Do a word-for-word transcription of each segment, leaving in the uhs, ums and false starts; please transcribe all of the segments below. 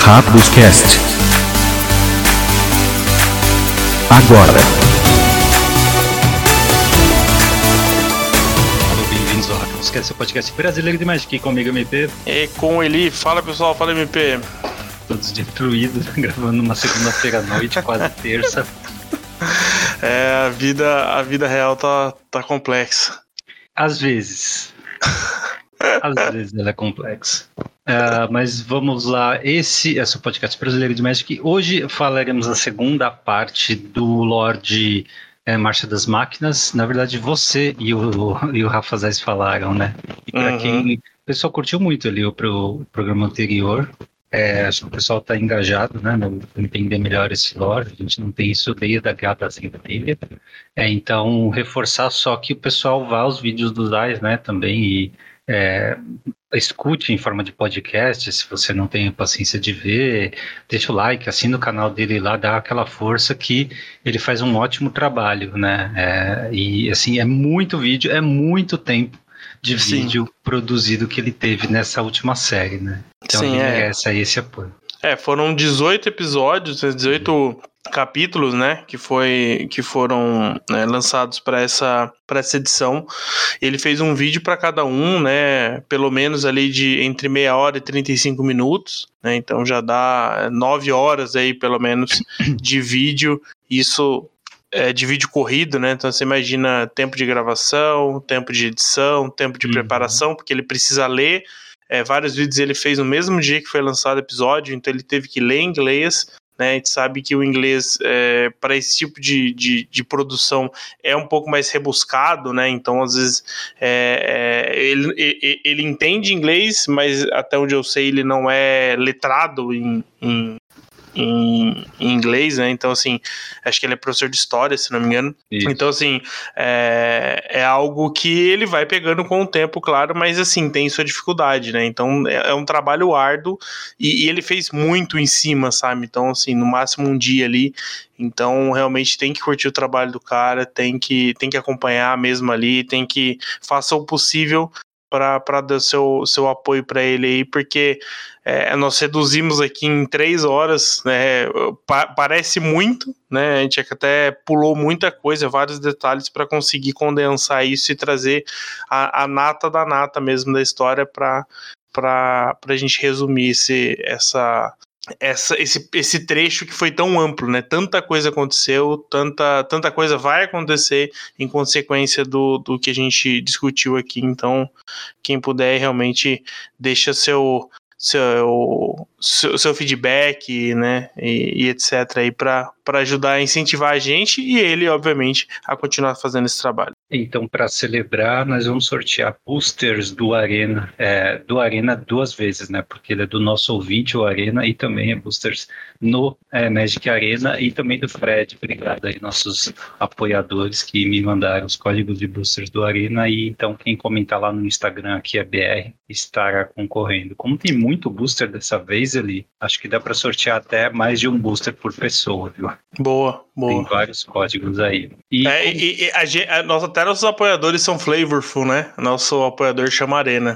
Rabuscast. Agora. Bem-vindos ao Rabuscast, seu podcast brasileiro de Magic, comigo M P. E com o Eli. Fala pessoal, fala M P. Todos destruídos, gravando uma segunda-feira à noite, quase terça. É, a vida, a vida real tá, tá complexa. Às vezes. Às vezes ela é complexa. Uh, mas vamos lá, esse é o seu podcast brasileiro de Magic. Hoje falaremos a segunda parte do Lorde é, Marcha das Máquinas. Na verdade, você e o, e o Rafa Zés falaram, né? E para Uhum. quem... O pessoal curtiu muito ali o, pro, programa anterior. É, acho que o pessoal está engajado, né, no entender melhor esse lore. A gente não tem isso desde a Gata Sem Trilha. É, então, reforçar só que o pessoal vá aos vídeos dos Zais, né, também, e é, escute em forma de podcast, se você não tem paciência de ver, deixa o like, assina o canal dele lá, dá aquela força que ele faz um ótimo trabalho, né, é, e assim, é muito vídeo, é muito tempo de Sim. vídeo produzido que ele teve nessa última série, né? Então Sim, ele é. merece aí esse apoio. É, foram dezoito episódios, dezoito capítulos, né, que, foi, que foram né, lançados para essa, para essa edição. Ele fez um vídeo para cada um, né, pelo menos ali de entre meia hora e trinta e cinco minutos, né, então já dá nove horas aí, pelo menos, de vídeo. Isso é de vídeo corrido, né, então você imagina tempo de gravação, tempo de edição, tempo de Uhum. preparação, porque ele precisa ler. É, vários vídeos ele fez no mesmo dia que foi lançado o episódio, então ele teve que ler em inglês, né? A gente sabe que o inglês, é, para esse tipo de, de, de produção, é um pouco mais rebuscado, né? Então, às vezes, é, é, ele, ele, ele entende inglês, mas até onde eu sei, ele não é letrado em, em Em, em inglês, né? Então, assim, acho que ele é professor de história, se não me engano. Isso. Então, assim, é, é algo que ele vai pegando com o tempo, claro, mas, assim, tem sua dificuldade, né? Então, é, é um trabalho árduo e, e ele fez muito em cima, sabe? Então, assim, no máximo um dia ali. Então, realmente tem que curtir o trabalho do cara, tem que, tem que acompanhar mesmo ali, tem que faça o possível para dar seu, seu apoio para ele aí, porque é, nós reduzimos aqui em três horas, né, pa- parece muito, né, a gente até pulou muita coisa, vários detalhes para conseguir condensar isso e trazer a, a nata da nata mesmo da história para a gente resumir esse, essa... Essa, esse, esse trecho que foi tão amplo, né? Tanta coisa aconteceu, tanta, tanta coisa vai acontecer em consequência do, do que a gente discutiu aqui. Então, quem puder realmente deixa seu, seu, seu, seu feedback, né? E, e etc. aí para ajudar a incentivar a gente e ele, obviamente, a continuar fazendo esse trabalho. Então, para celebrar, nós vamos sortear boosters do Arena, é, do Arena duas vezes, né? Porque ele é do nosso ouvinte, o Arena, e também é boosters no é, Magic Arena e também do Fred. Obrigado aí, nossos apoiadores que me mandaram os códigos de boosters do Arena. E então, quem comentar lá no Instagram, aqui é B R, estará concorrendo. Como tem muito booster dessa vez, ele acho que dá para sortear até mais de um booster por pessoa, viu? Boa, boa. Tem vários códigos aí. E, é, como... e, e a gente, a, nossa, até nossos apoiadores são flavorful, né? Nosso apoiador chama Arena.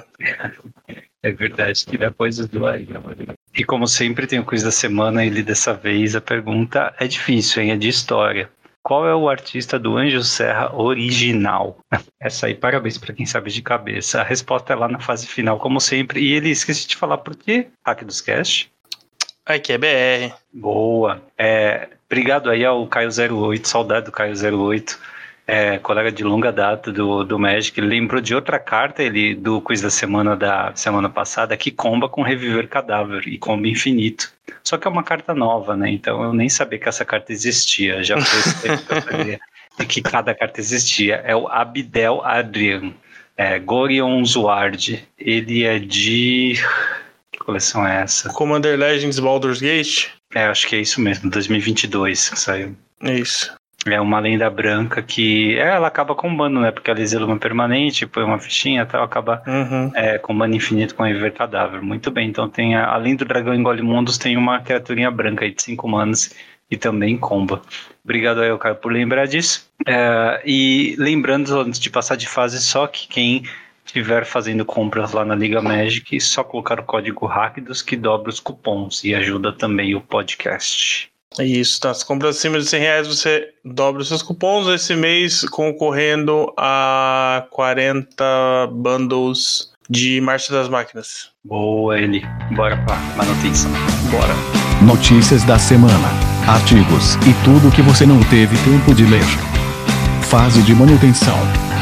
É verdade, que dá coisas do Arena. E como sempre tem o quiz da semana, ele dessa vez a pergunta é difícil, hein? É de história. Qual é o artista do Anjo Serra original? Essa aí, parabéns para quem sabe de cabeça. A resposta é lá na fase final, como sempre. E ele esqueci de falar por quê? Hack dos Cast. Aqui é B R. Boa. É, obrigado aí ao Caio zero oito, saudade do Caio zero oito. É, colega de longa data do, do Magic. Ele lembrou de outra carta ele, do quiz da semana da semana passada que comba com Reviver Cadáver e comba infinito. Só que é uma carta nova, né? Então eu nem sabia que essa carta existia. Já foi esse tempo que eu sabia de que cada carta existia. É o Abdel Adrian, é, Gorion Zuard. Ele é de... Que coleção é essa? Commander Legends Baldur's Gate? É, acho que é isso mesmo, dois mil e vinte e dois que saiu. É isso. É uma lenda branca que é, ela acaba combando, né? Porque ela exila uma permanente, põe uma fichinha e tal, acaba uhum. é, combando infinito com Reviver Cadáver. Muito bem, então tem a, além do dragão engole mundos, tem uma criaturinha branca aí de cinco manas e também comba. Obrigado aí, Caio, por lembrar disso. É, e lembrando, antes de passar de fase, só que quem estiver fazendo compras lá na Liga Magic, só colocar o código Rakdos que dobra os cupons e ajuda também o podcast. Isso, tá. Se compra acima de cem reais, você dobra os seus cupons. Esse mês concorrendo a quarenta bundles de Marcha das Máquinas. Boa, Eli. Bora pra manutenção. Bora. Notícias da semana, artigos e tudo que você não teve tempo de ler. Fase de manutenção.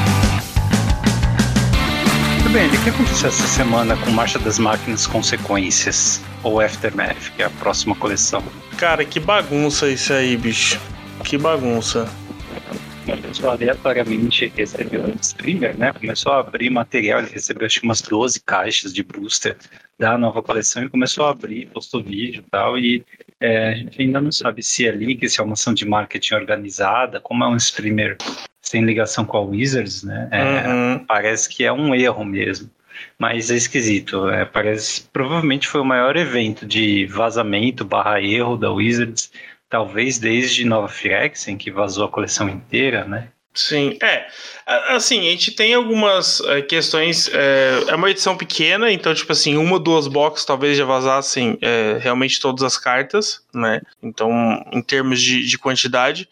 Muito bem, Eli, o que aconteceu essa semana com Marcha das Máquinas Consequências? Ou Aftermath, que é a próxima coleção? Cara, que bagunça isso aí, bicho. Que bagunça. Começou aleatoriamente recebeu um streamer, né? Começou a abrir material, ele recebeu acho que umas doze caixas de booster da nova coleção e começou a abrir, postou vídeo e tal, e é, a gente ainda não sabe se é leak, se é uma ação de marketing organizada, como é um streamer sem ligação com a Wizards, né? É, Uhum. Parece que é um erro mesmo. Mas é esquisito, é, parece, provavelmente foi o maior evento de vazamento barra erro da Wizards, talvez desde Nova Phyrexia, que vazou a coleção inteira, né? Sim, é, assim, a gente tem algumas é, questões, é, é uma edição pequena, então, tipo assim, uma ou duas boxes talvez já vazassem é, realmente todas as cartas, né, então, em termos de, de quantidade,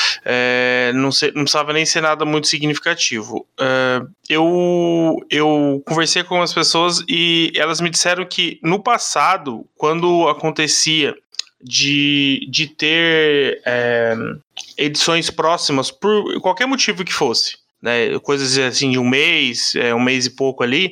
é, não, sei, não precisava nem ser nada muito significativo. É, eu, eu conversei com algumas pessoas e elas me disseram que, no passado, quando acontecia de, de ter é, edições próximas por qualquer motivo que fosse, né, coisas assim de um mês, é, um mês e pouco ali,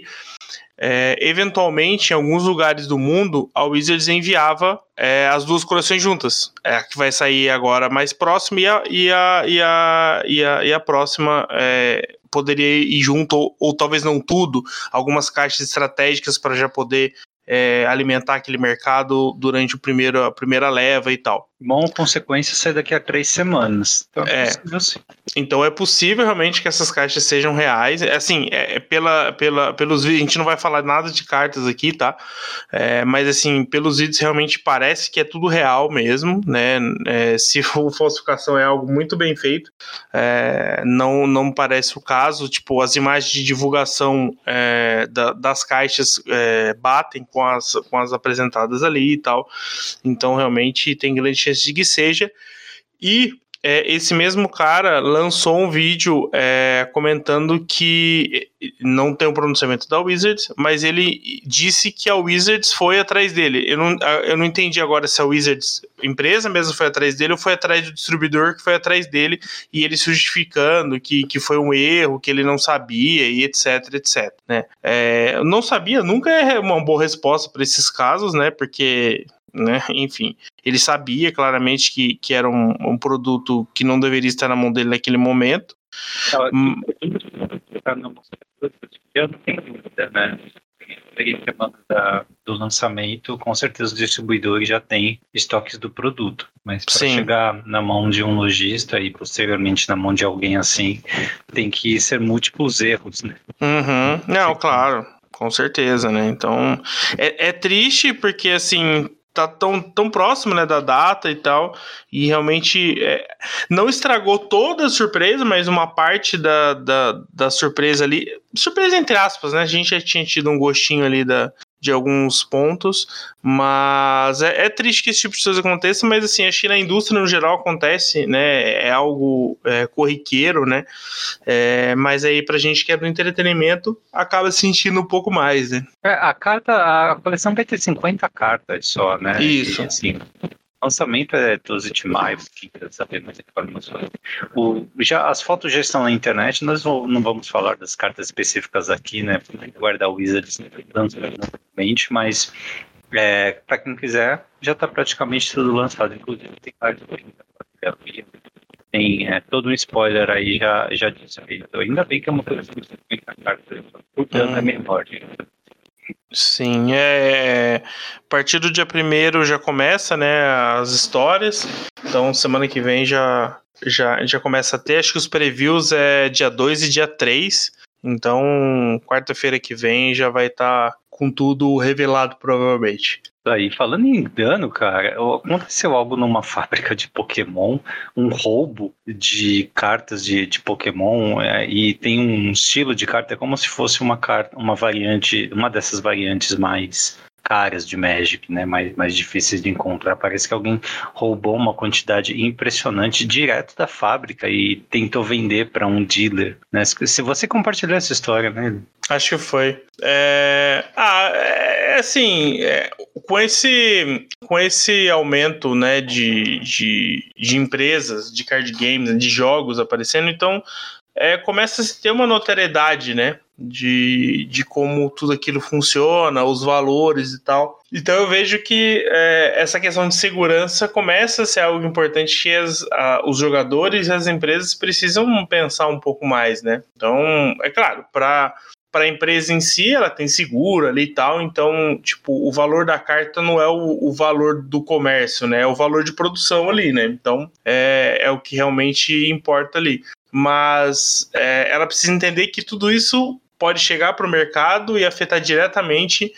é, eventualmente em alguns lugares do mundo a Wizards enviava é, as duas coleções juntas, é, a que vai sair agora mais próxima e a, e a, e a, e a, e a próxima é, poderia ir junto, ou, ou talvez não tudo, algumas caixas estratégicas para já poder É, alimentar aquele mercado durante o primeiro, a primeira leva e tal. Bom, consequência sai daqui a três semanas. Então é, é possível sim. Então é possível realmente que essas caixas sejam reais. Assim, é, é pela, pela, pelos vídeos, a gente não vai falar nada de cartas aqui, tá? É, mas assim, pelos vídeos realmente parece que é tudo real mesmo, né? É, se for falsificação é algo muito bem feito, é, não, não parece o caso. Tipo, as imagens de divulgação é, da, das caixas é, batem com as, com as apresentadas ali e tal. Então realmente tem grande chance de que seja. E É, esse mesmo cara lançou um vídeo é, comentando que não tem o um pronunciamento da Wizards, mas ele disse que a Wizards foi atrás dele. Eu não, eu não entendi agora se a Wizards, empresa mesmo, foi atrás dele ou foi atrás do distribuidor que foi atrás dele, e ele se justificando que, que foi um erro, que ele não sabia e etc, etc. Né? É, não sabia nunca é uma boa resposta para esses casos, né? Porque... Né? Enfim, ele sabia claramente que, que era um, um produto que não deveria estar na mão dele naquele momento. Hum. Eu não tenho dúvida, né? Da, do lançamento, com certeza os distribuidores já têm estoques do produto, mas para chegar na mão de um lojista e posteriormente na mão de alguém assim, tem que ser múltiplos erros, né? Uhum. Não, claro, com certeza, né? Então, é, é triste porque, assim, tá tão, tão próximo, né, da data e tal, e realmente é, não estragou toda a surpresa, mas uma parte da, da, da surpresa ali, surpresa entre aspas, né, a gente já tinha tido um gostinho ali da, de alguns pontos, mas é, é triste que esse tipo de coisa aconteça, mas assim, acho que na indústria no geral acontece, né, é algo é, corriqueiro, né, é, mas aí pra gente que é do entretenimento, acaba sentindo um pouco mais, né. É, a carta, a coleção vai ter cinquenta cartas só, né, isso. E, assim, o lançamento é doze de maio, quem quer saber mais informações. O, já, as fotos já estão na internet, nós não vamos falar das cartas específicas aqui, né, guardar o Wizards novamente, mas é, para quem quiser, já está praticamente tudo lançado, inclusive tem cartas tem é, todo um spoiler aí já, já disse, então, ainda bem que é uma coisa de cinquenta cartas, porque hum. é menor. Sim, é. A partir do dia primeiro já começa, né, as histórias. Então, semana que vem já, já, já começa a ter. Acho que os previews é dia dois e dia três. Então, quarta-feira que vem já vai estar tá com tudo revelado, provavelmente. Aí, falando em dano, cara, aconteceu algo numa fábrica de Pokémon, um roubo de cartas de, de Pokémon, é, e tem um estilo de carta, é como se fosse uma carta, uma variante, uma dessas variantes mais caras de Magic, né, mais, mais difíceis de encontrar. Parece que alguém roubou uma quantidade impressionante direto da fábrica e tentou vender para um dealer, né? Se você compartilhou essa história, né? Acho que foi. É... Ah, é assim, é... com esse com esse aumento, né, de, de, de empresas, de card games, de jogos aparecendo, então é, começa a se ter uma notoriedade, né, de, de como tudo aquilo funciona, os valores e tal. Então eu vejo que é, essa questão de segurança começa a ser algo importante que as, a, os jogadores e as empresas precisam pensar um pouco mais, né. Então, é claro, para para a empresa em si, ela tem seguro ali e tal, então, tipo, o valor da carta não é o, o valor do comércio, né, é o valor de produção ali, né, então é, é o que realmente importa ali. Mas é, ela precisa entender que tudo isso pode chegar para o mercado e afetar diretamente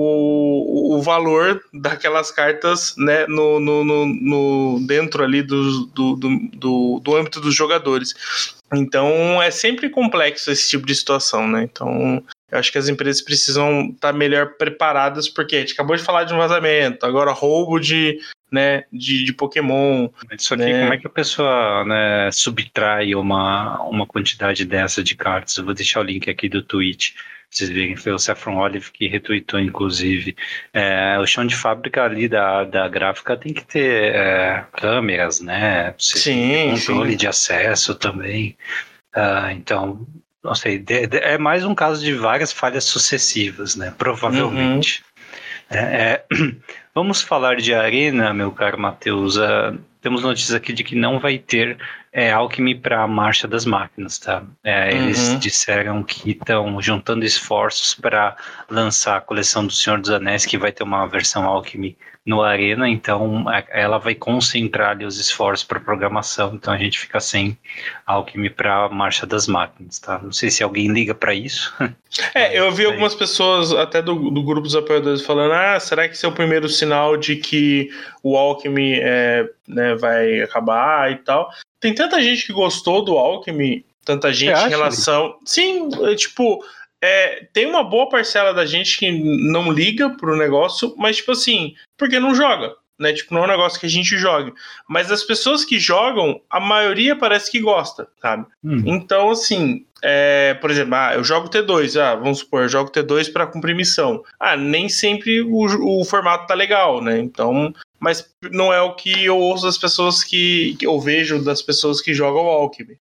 o, o valor daquelas cartas, né, no, no, no, no, dentro ali do, do, do, do âmbito dos jogadores. Então é sempre complexo esse tipo de situação, né? Então eu acho que as empresas precisam estar melhor preparadas, porque a gente acabou de falar de um vazamento, agora roubo de, né, de, de Pokémon. Isso aqui, né? Como é que a pessoa, né, subtrai uma, uma quantidade dessa de cartas? Eu vou deixar o link aqui do tweet. Vocês verem, foi o Saffron Olive que retweetou, inclusive. É, o chão de fábrica ali da, da gráfica tem que ter é, câmeras, né? Sim, controle sim. de acesso também. Uh, então, não sei, de, de, é mais um caso de várias falhas sucessivas, né? Provavelmente. Uhum. É, é, vamos falar de Arena, meu caro Matheus. Uh, temos notícias aqui de que não vai ter é, Alchemy para a Marcha das Máquinas, tá? É, uhum. Eles disseram que estão juntando esforços para lançar a coleção do Senhor dos Anéis, que vai ter uma versão Alchemy no Arena, então ela vai concentrar ali os esforços para programação, então a gente fica sem Alchemy para a Marcha das Máquinas, tá? Não sei se alguém liga para isso. É, eu vi algumas pessoas até do, do grupo dos apoiadores falando, ah, será que esse é o primeiro sinal de que o Alchemy é, né, vai acabar e tal? Tem tanta gente que gostou do Alchemy, tanta gente em relação... Sim, é, tipo... É, tem uma boa parcela da gente que não liga pro negócio, mas, tipo assim, porque não joga, né? Tipo, não é um negócio que a gente joga. Mas as pessoas que jogam, a maioria parece que gosta, sabe? Hum. Então, assim, é, por exemplo, ah, eu jogo T dois, ah, vamos supor, eu jogo T dois para cumprir missão. Ah, nem sempre o, o formato tá legal, né? Então... Mas não é o que eu ouço das pessoas que... que eu vejo das pessoas que jogam Alchemy.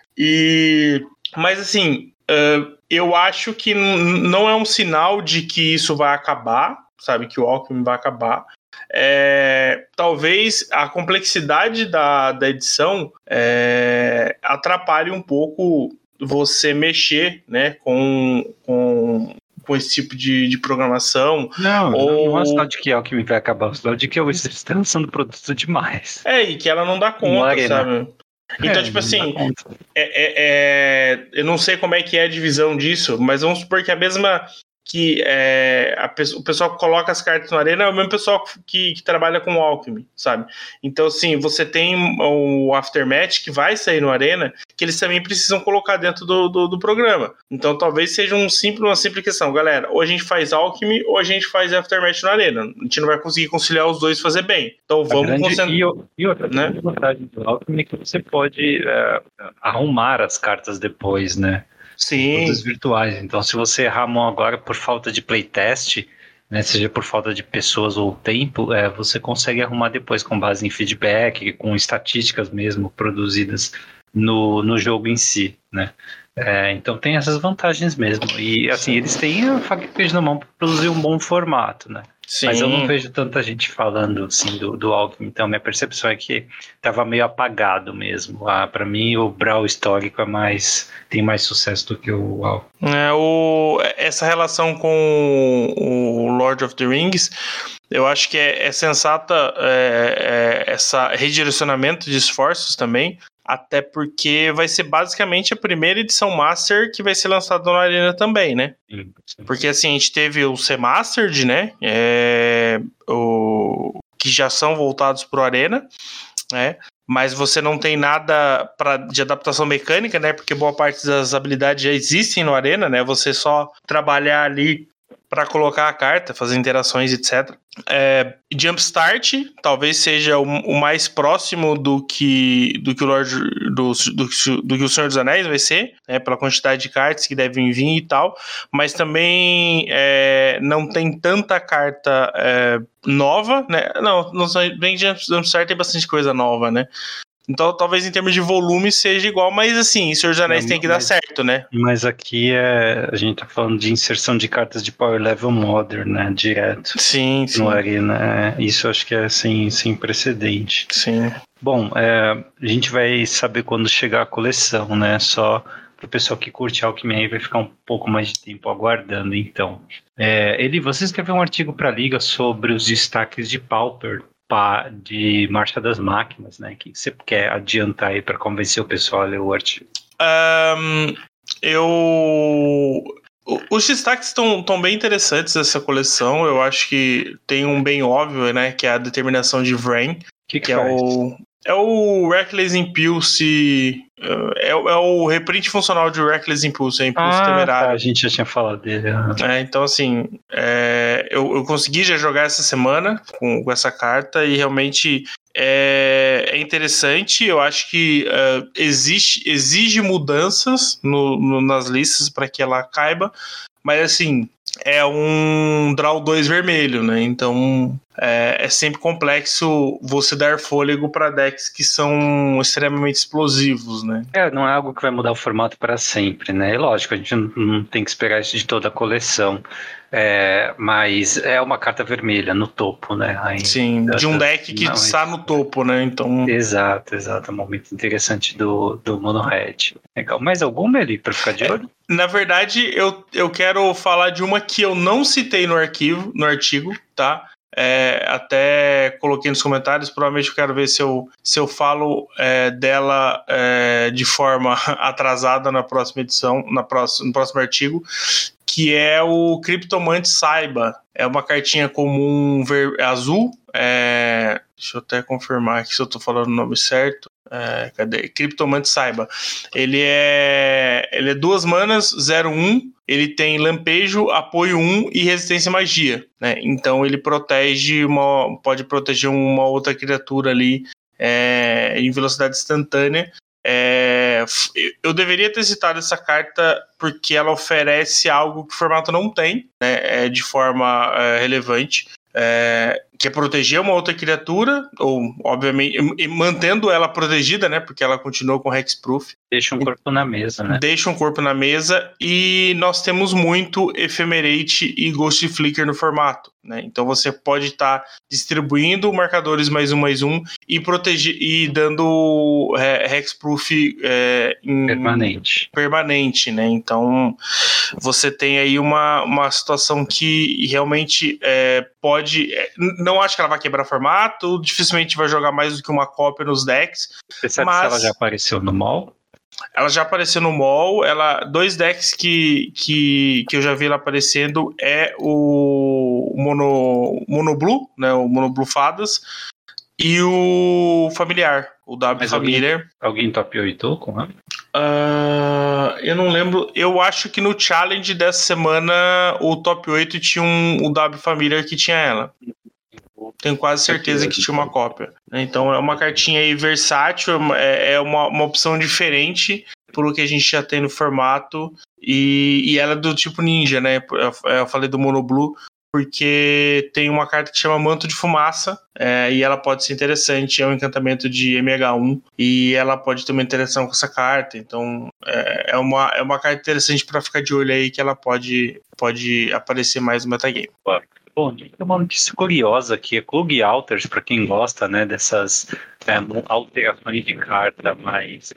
E... Mas, assim... Uh, eu acho que n- não é um sinal de que isso vai acabar, sabe, que o Alchemy vai acabar. É, talvez a complexidade da, da edição é, atrapalhe um pouco você mexer, né, com, com, com esse tipo de, de programação. Não, ou... não é sinal de que Alchemy vai acabar, é sinal de que eles estão lançando produto demais. É, e que ela não dá conta, sabe? Então, é, tipo assim, é, é, é, eu não sei como é que é a divisão disso, mas vamos supor que a mesma que é, a, o pessoal que coloca as cartas na Arena é o mesmo pessoal que, que trabalha com o Alchemy, sabe? Então, assim, você tem o Aftermath que vai sair no Arena, que eles também precisam colocar dentro do, do, do programa. Então, talvez seja um simples, uma simples questão. Galera, ou a gente faz Alchemy ou a gente faz Aftermath na Arena. A gente não vai conseguir conciliar os dois e fazer bem. Então, vamos concentrar. E, e outra né? vantagem do Alchemy é que você pode é, arrumar as cartas depois, né? Sim. Todas virtuais. Então, se você errar a mão agora por falta de playtest, né, seja por falta de pessoas ou tempo, é, você consegue arrumar depois com base em feedback, com estatísticas mesmo produzidas no, no jogo em si, né? É, então tem essas vantagens mesmo. E assim, eles têm a faca e queijo na mão para produzir um bom formato, né? Sim. Mas eu não vejo tanta gente falando assim do, do Alchemy, então minha percepção é que estava meio apagado mesmo. Ah, para mim o Brawl histórico é mais, tem mais sucesso do que o Alchemy. É, o, essa relação com o Lord of the Rings, eu acho que é, é sensata é, é, esse redirecionamento de esforços também. até porque vai ser basicamente a primeira edição Master que vai ser lançada no Arena também, né? Sim, sim. Porque assim, a gente teve o C-Mastered, né? É, o, que já são voltados pro Arena, né? Mas você não tem nada pra, de adaptação mecânica, né? Porque boa parte das habilidades já existem no Arena, né? Você só trabalhar ali para colocar a carta, fazer interações, etcétera. É, Jumpstart talvez seja o, o mais próximo do que, do que o Lord do, do, do que o Senhor dos Anéis vai ser, né, pela quantidade de cartas que devem vir e tal, mas também é, não tem tanta carta é, nova, né? Não, não bem Jumpstart tem bastante coisa nova, né? Então, talvez em termos de volume seja igual, mas assim, Senhor dos Anéis é, tem que mas, dar certo, né? Mas aqui é, a gente tá falando de inserção de cartas de Power Level Modern, né? Direto. Sim, sim. No Arena. É, isso acho que é sem, sem precedente. Sim. Bom, é, a gente vai saber quando chegar a coleção, né? Só pro pessoal que curte Alckmin aí vai ficar um pouco mais de tempo aguardando, então. É, ele, você escreveu um artigo para a Liga sobre os destaques de Pauper, de Marcha das Máquinas, né? Que você quer adiantar aí para convencer o pessoal a ler o artigo? Um, eu... Os destaques estão bem interessantes dessa coleção. Eu acho que tem um bem óbvio, né? Que é a determinação de Vrain, que, que, que é o... É o Reckless Impulse. É, é o reprint funcional de Reckless Impulse, é Impulso ah, Temerário. Tá, a gente já tinha falado dele. Né? É, então, assim, é, eu, eu consegui já jogar essa semana com, com essa carta e realmente é, é interessante. Eu acho que uh, existe, exige mudanças no, no, nas listas para que ela caiba, mas assim. É um draw dois vermelho, né? Então é, é sempre complexo você dar fôlego para decks que são extremamente explosivos, né? É, não é algo que vai mudar o formato para sempre, né? E lógico, a gente não, não tem que esperar isso de toda a coleção. É, mas é uma carta vermelha no topo, né? Ainda. Sim, de um deck que não, está no topo, né? Então... Exato, exato. É um momento interessante do, do Mono Red. Legal. Mais alguma ali para ficar de olho? É, na verdade, eu, eu quero falar de uma que eu não citei no arquivo, no artigo, tá? É, até coloquei nos comentários, provavelmente eu quero ver se eu, se eu falo é, dela é, de forma atrasada na próxima edição, na próxima, no próximo artigo, que é o Cryptomante Saiba. É uma cartinha comum ver, azul. É, deixa eu até confirmar aqui se eu tô falando o nome certo. É, cadê? Cryptomante Saiba. Ele é, ele é duas manas, zero um. Ele tem lampejo, apoio um e resistência à magia, né? Então ele protege uma, pode proteger uma outra criatura ali é, em velocidade instantânea. É, eu deveria ter citado essa carta porque ela oferece algo que o formato não tem, né, é, de forma é, relevante, é, que é proteger uma outra criatura, ou obviamente mantendo ela protegida, né, porque ela continua com Hexproof. Deixa um corpo na mesa, né? Deixa um corpo na mesa e nós temos muito Ephemerate e Ghost Flicker no formato, né? Então você pode estar tá distribuindo marcadores mais um, mais um e proteger e dando é, Hexproof é, em, permanente. permanente, né? Então você tem aí uma, uma situação que realmente é, pode... É, não acho que ela vai quebrar formato, dificilmente vai jogar mais do que uma cópia nos decks. Você sabe mas... se ela já apareceu no mall? Ela já apareceu no mall. Ela, dois decks que, que, que eu já vi ela aparecendo é o Mono, Mono Blue, né? O Mono Blue Fadas e o Familiar, o W Mas Familiar. Alguém, alguém top oito com ela? Uh, eu não lembro. Eu acho que no Challenge dessa semana o top oito tinha um, o W Familiar que tinha ela. Tenho quase certeza que tinha uma cópia. Então é uma cartinha aí versátil, é uma, uma opção diferente pro que a gente já tem no formato. E, e ela é do tipo ninja, né? Eu falei do Mono Blue porque tem uma carta que chama Manto de Fumaça, é, e ela pode ser interessante, é um encantamento de M H um, e ela pode ter uma interação com essa carta, então é, é, uma, é uma carta interessante para ficar de olho aí, que ela pode, pode aparecer mais no metagame. Bom, tem uma notícia curiosa aqui, é Club Alters, para quem gosta, né, dessas é, alterações de carta mais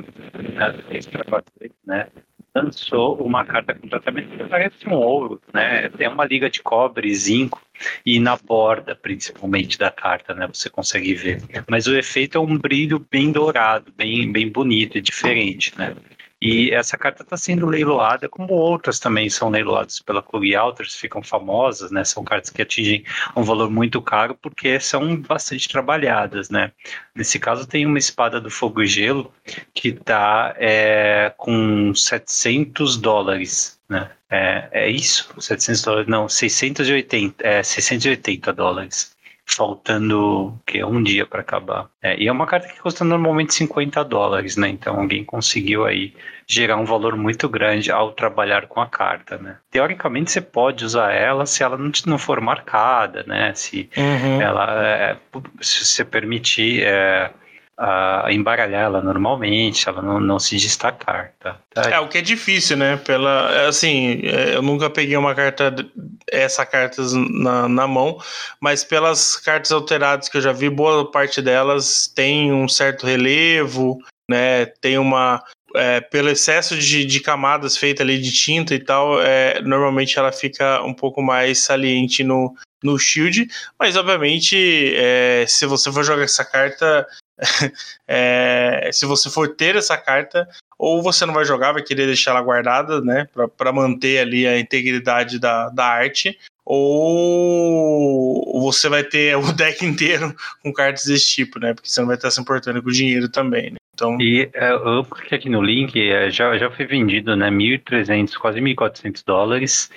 uh, né, lançou uma carta completamente que parece um ouro, né, tem uma liga de cobre, zinco, e na borda, principalmente, da carta, né? Você consegue ver. Mas o efeito é um brilho bem dourado, bem, bem bonito e diferente, né? E essa carta está sendo leiloada, como outras também são leiloadas pela Clube Authors, ficam famosas, né? São cartas que atingem um valor muito caro porque são bastante trabalhadas, né? Nesse caso tem uma espada do Fogo e Gelo que está é, com setecentos dólares, né? É, é isso? setecentos dólares? Não, seiscentos e oitenta, é, seiscentos e oitenta dólares. Faltando que um dia para acabar. É, e é uma carta que custa normalmente cinquenta dólares, né? Então alguém conseguiu aí gerar um valor muito grande ao trabalhar com a carta, né? Teoricamente você pode usar ela se ela não, não for marcada, né? Se Uhum. ela é, se você permitir é, a embaralhar ela normalmente, ela não, não se destacar, tá? Tá aí. É, o que é difícil, né? Pela, assim, eu nunca peguei uma carta, essa carta na, na mão, mas pelas cartas alteradas que eu já vi, boa parte delas tem um certo relevo, né? Tem uma... É, pelo excesso de, de camadas feitas ali de tinta e tal, é, normalmente ela fica um pouco mais saliente no, no shield, mas obviamente é, se você for jogar essa carta, é, se você for ter essa carta, ou você não vai jogar, vai querer deixar ela guardada, né, para manter ali a integridade da, da arte, ou você vai ter o deck inteiro com cartas desse tipo, né, porque você não vai estar se importando com o dinheiro também, né. Então... E é, eu cliquei aqui no link, é, já, já foi vendido, né, mil e trezentos, quase mil e quatrocentos dólares,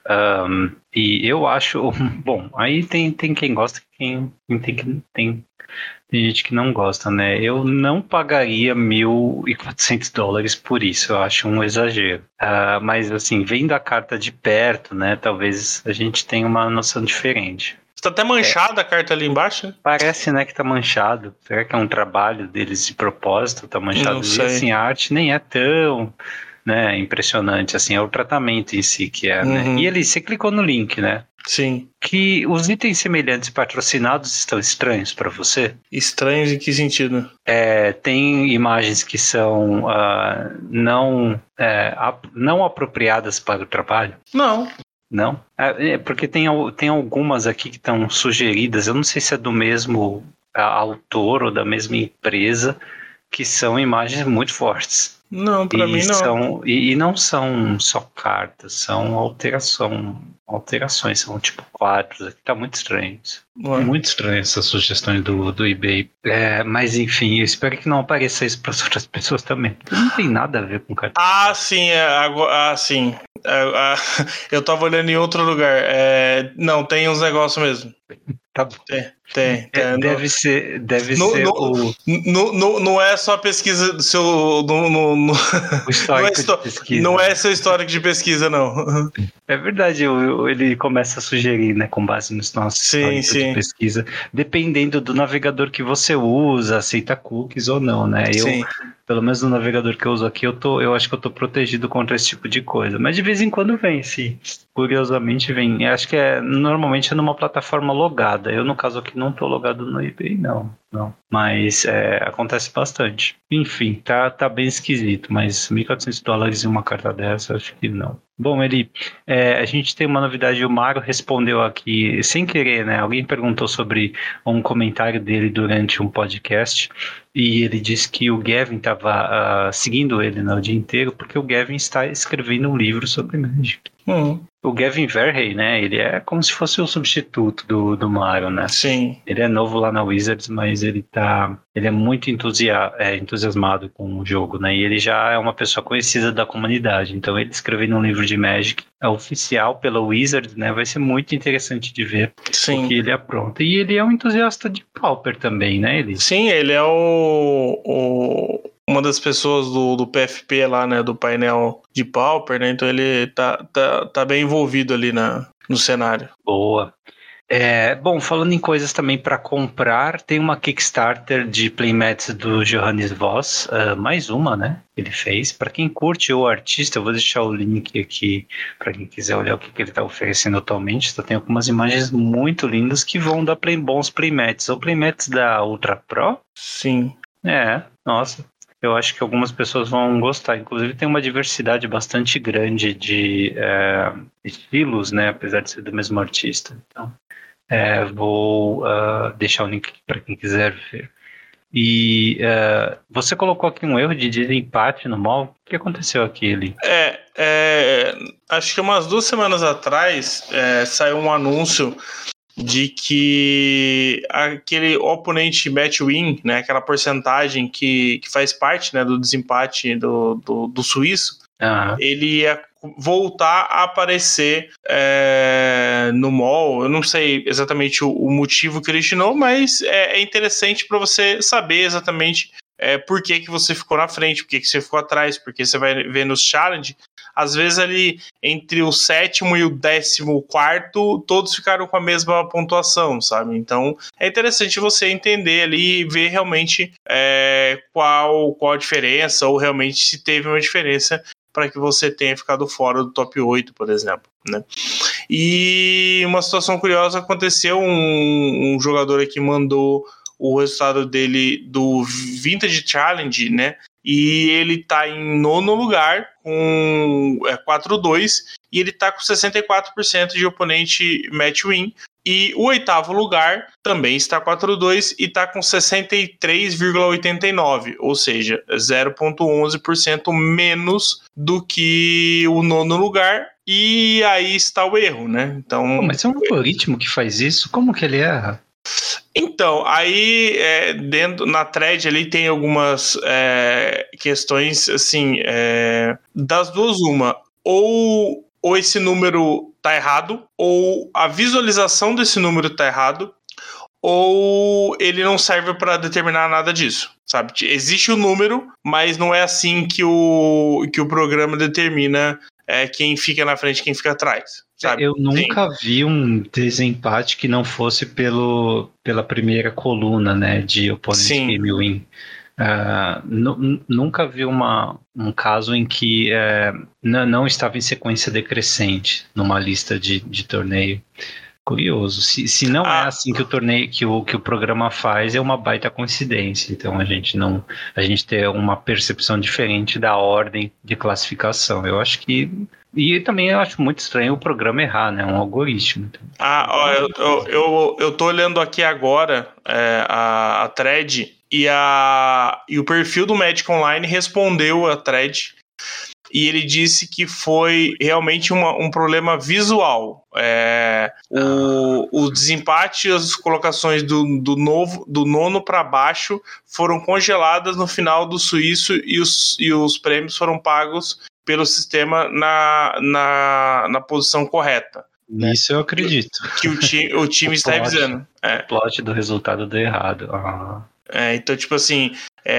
um, e eu acho, bom, aí tem, tem quem gosta, quem tem, tem, tem gente que não gosta, né, eu não pagaria mil e quatrocentos dólares por isso, eu acho um exagero, uh, mas assim, vendo a carta de perto, né, talvez a gente tenha uma noção diferente. Está até manchada é. a carta ali embaixo, né? Parece, né, que tá manchado. Será que é um trabalho deles de propósito? Tá manchado. Não sei. E assim, a arte nem é tão, né, impressionante, assim, é o tratamento em si que é, uhum. né? E ali, você clicou no link, né? Sim. Que os itens semelhantes patrocinados estão estranhos para você? Estranhos em que sentido? É, tem imagens que são uh, não, é, ap- não apropriadas para o trabalho? Não. Não? É, porque tem, tem algumas aqui que estão sugeridas, eu não sei se é do mesmo autor ou da mesma empresa, que são imagens muito fortes. Não, para mim não. São, e, e não são só cartas, são alteração, alterações, são tipo quadros, aqui tá muito estranho. Ué. Muito estranho essas sugestões do, do eBay. É, mas enfim, eu espero que não apareça isso para as outras pessoas também. Não tem nada a ver com carta. Ah, sim, é, ah, sim. É, ah, eu tava olhando em outro lugar. É, não, tem uns negócios mesmo. Tá bom. Tem, tem. tem é, no, deve ser, deve no, ser no, o... No, no, não é só pesquisa do seu... No, no, no, o histórico não é, de pesquisa. Não é seu histórico de pesquisa, não. É verdade, ele começa a sugerir, né, com base nos nossos sim, sim. de pesquisa, dependendo do navegador que você usa, aceita cookies ou não, né? Eu, sim. pelo menos no navegador que eu uso aqui, eu, tô, eu acho que eu tô protegido contra esse tipo de coisa. Mas de vez em quando vem, sim. Curiosamente vem. Eu acho que é, normalmente é numa plataforma logada. Eu, no caso aqui, não tô logado no eBay, não. Não. Mas é, acontece bastante. Enfim, tá, tá bem esquisito, mas mil e quatrocentos dólares em uma carta dessa, acho que não. Bom, Eli, é, a gente tem uma novidade, o Mário respondeu aqui, sem querer, né? Alguém perguntou sobre um comentário dele durante um podcast e ele disse que o Gavin estava uh, seguindo ele, né, o dia inteiro, porque o Gavin está escrevendo um livro sobre Magic. Uhum. O Gavin Verhey, né, ele é como se fosse o substituto do, do Mario, né? Sim. Ele é novo lá na Wizards, mas ele tá, ele é muito entusia, é, entusiasmado com o jogo, né? E ele já é uma pessoa conhecida da comunidade, então ele escrevendo um livro de Magic é oficial pela Wizards, né? Vai ser muito interessante de ver Sim. o que ele apronta. E ele é um entusiasta de Pauper também, né, ele? Sim, ele é o... o... uma das pessoas do, do P F P lá, né, do painel de Pauper, né, então ele tá, tá, tá bem envolvido ali na, no cenário. Boa. É, bom, falando em coisas também para comprar, tem uma Kickstarter de playmats do Johannes Voss, uh, mais uma, né, que ele fez. Para quem curte o artista, eu vou deixar o link aqui para quem quiser olhar o que, que ele está oferecendo atualmente. Então, tem algumas imagens muito lindas que vão dar play, bons playmats. São playmats da Ultra Pro? Sim. É, nossa. Eu acho que algumas pessoas vão gostar. Inclusive tem uma diversidade bastante grande de é, estilos, né? Apesar de ser do mesmo artista. Então, É, vou uh, deixar o link para quem quiser ver. E uh, você colocou aqui um erro de desempate no mall. O que aconteceu aqui, Eli? É, é, acho que umas duas semanas atrás é, saiu um anúncio de que aquele oponente match win, né, aquela porcentagem que, que faz parte, né, do desempate do, do, do suíço, uhum. Ele ia voltar a aparecer é, no mall. Eu não sei exatamente o, o motivo que originou, mas é, é interessante para você saber exatamente é, por que, que você ficou na frente, por que, que você ficou atrás, porque você vai ver nos challenge, às vezes ali entre o sétimo e o décimo quarto, todos ficaram com a mesma pontuação, sabe? Então é interessante você entender ali e ver realmente é, qual, qual a diferença, ou realmente se teve uma diferença para que você tenha ficado fora do top oito, por exemplo, né? E uma situação curiosa aconteceu, um, um jogador aqui mandou o resultado dele do Vintage Challenge, né? E ele tá em nono lugar com é, quatro dois e ele tá com sessenta e quatro por cento de oponente match win. E o oitavo lugar também está quatro dois e está com sessenta e três vírgula oitenta e nove, ou seja, zero vírgula onze por cento menos do que o nono lugar. E aí está o erro, né? Então, Pô, mas é um algoritmo que faz isso? Como que ele erra? Então, aí é, dentro, na thread ali tem algumas é, questões, assim, é, das duas uma, ou, ou esse número tá errado, ou a visualização desse número tá errado, ou ele não serve para determinar nada disso, sabe? Existe o número, mas não é assim que o, que o programa determina é, quem fica na frente e quem fica atrás. Sabe? Eu nunca Sim. vi um desempate que não fosse pelo, pela primeira coluna, né, de Opponent Game Win. Uh, n- nunca vi uma, um caso em que uh, n- não estava em sequência decrescente numa lista de, de torneio. Curioso. Se, se não ah. é assim que o torneio, que o, que o programa faz, é uma baita coincidência. Então a gente não, a gente tem uma percepção diferente da ordem de classificação. Eu acho que E também eu acho muito estranho o programa errar, né? Um algoritmo. Então. Ah, ó, eu, eu, eu, eu tô olhando aqui agora é, a, a thread e, a, e o perfil do Magic Online respondeu a thread e ele disse que foi realmente uma, um problema visual. É, o, o desempate e as colocações do, do, novo, do nono para baixo foram congeladas no final do suíço e os, e os prêmios foram pagos pelo sistema na, na, na posição correta. Isso eu acredito. Que o, ti, o time o está plot, avisando. É. O plot do resultado deu errado. Ah. É, então, tipo assim,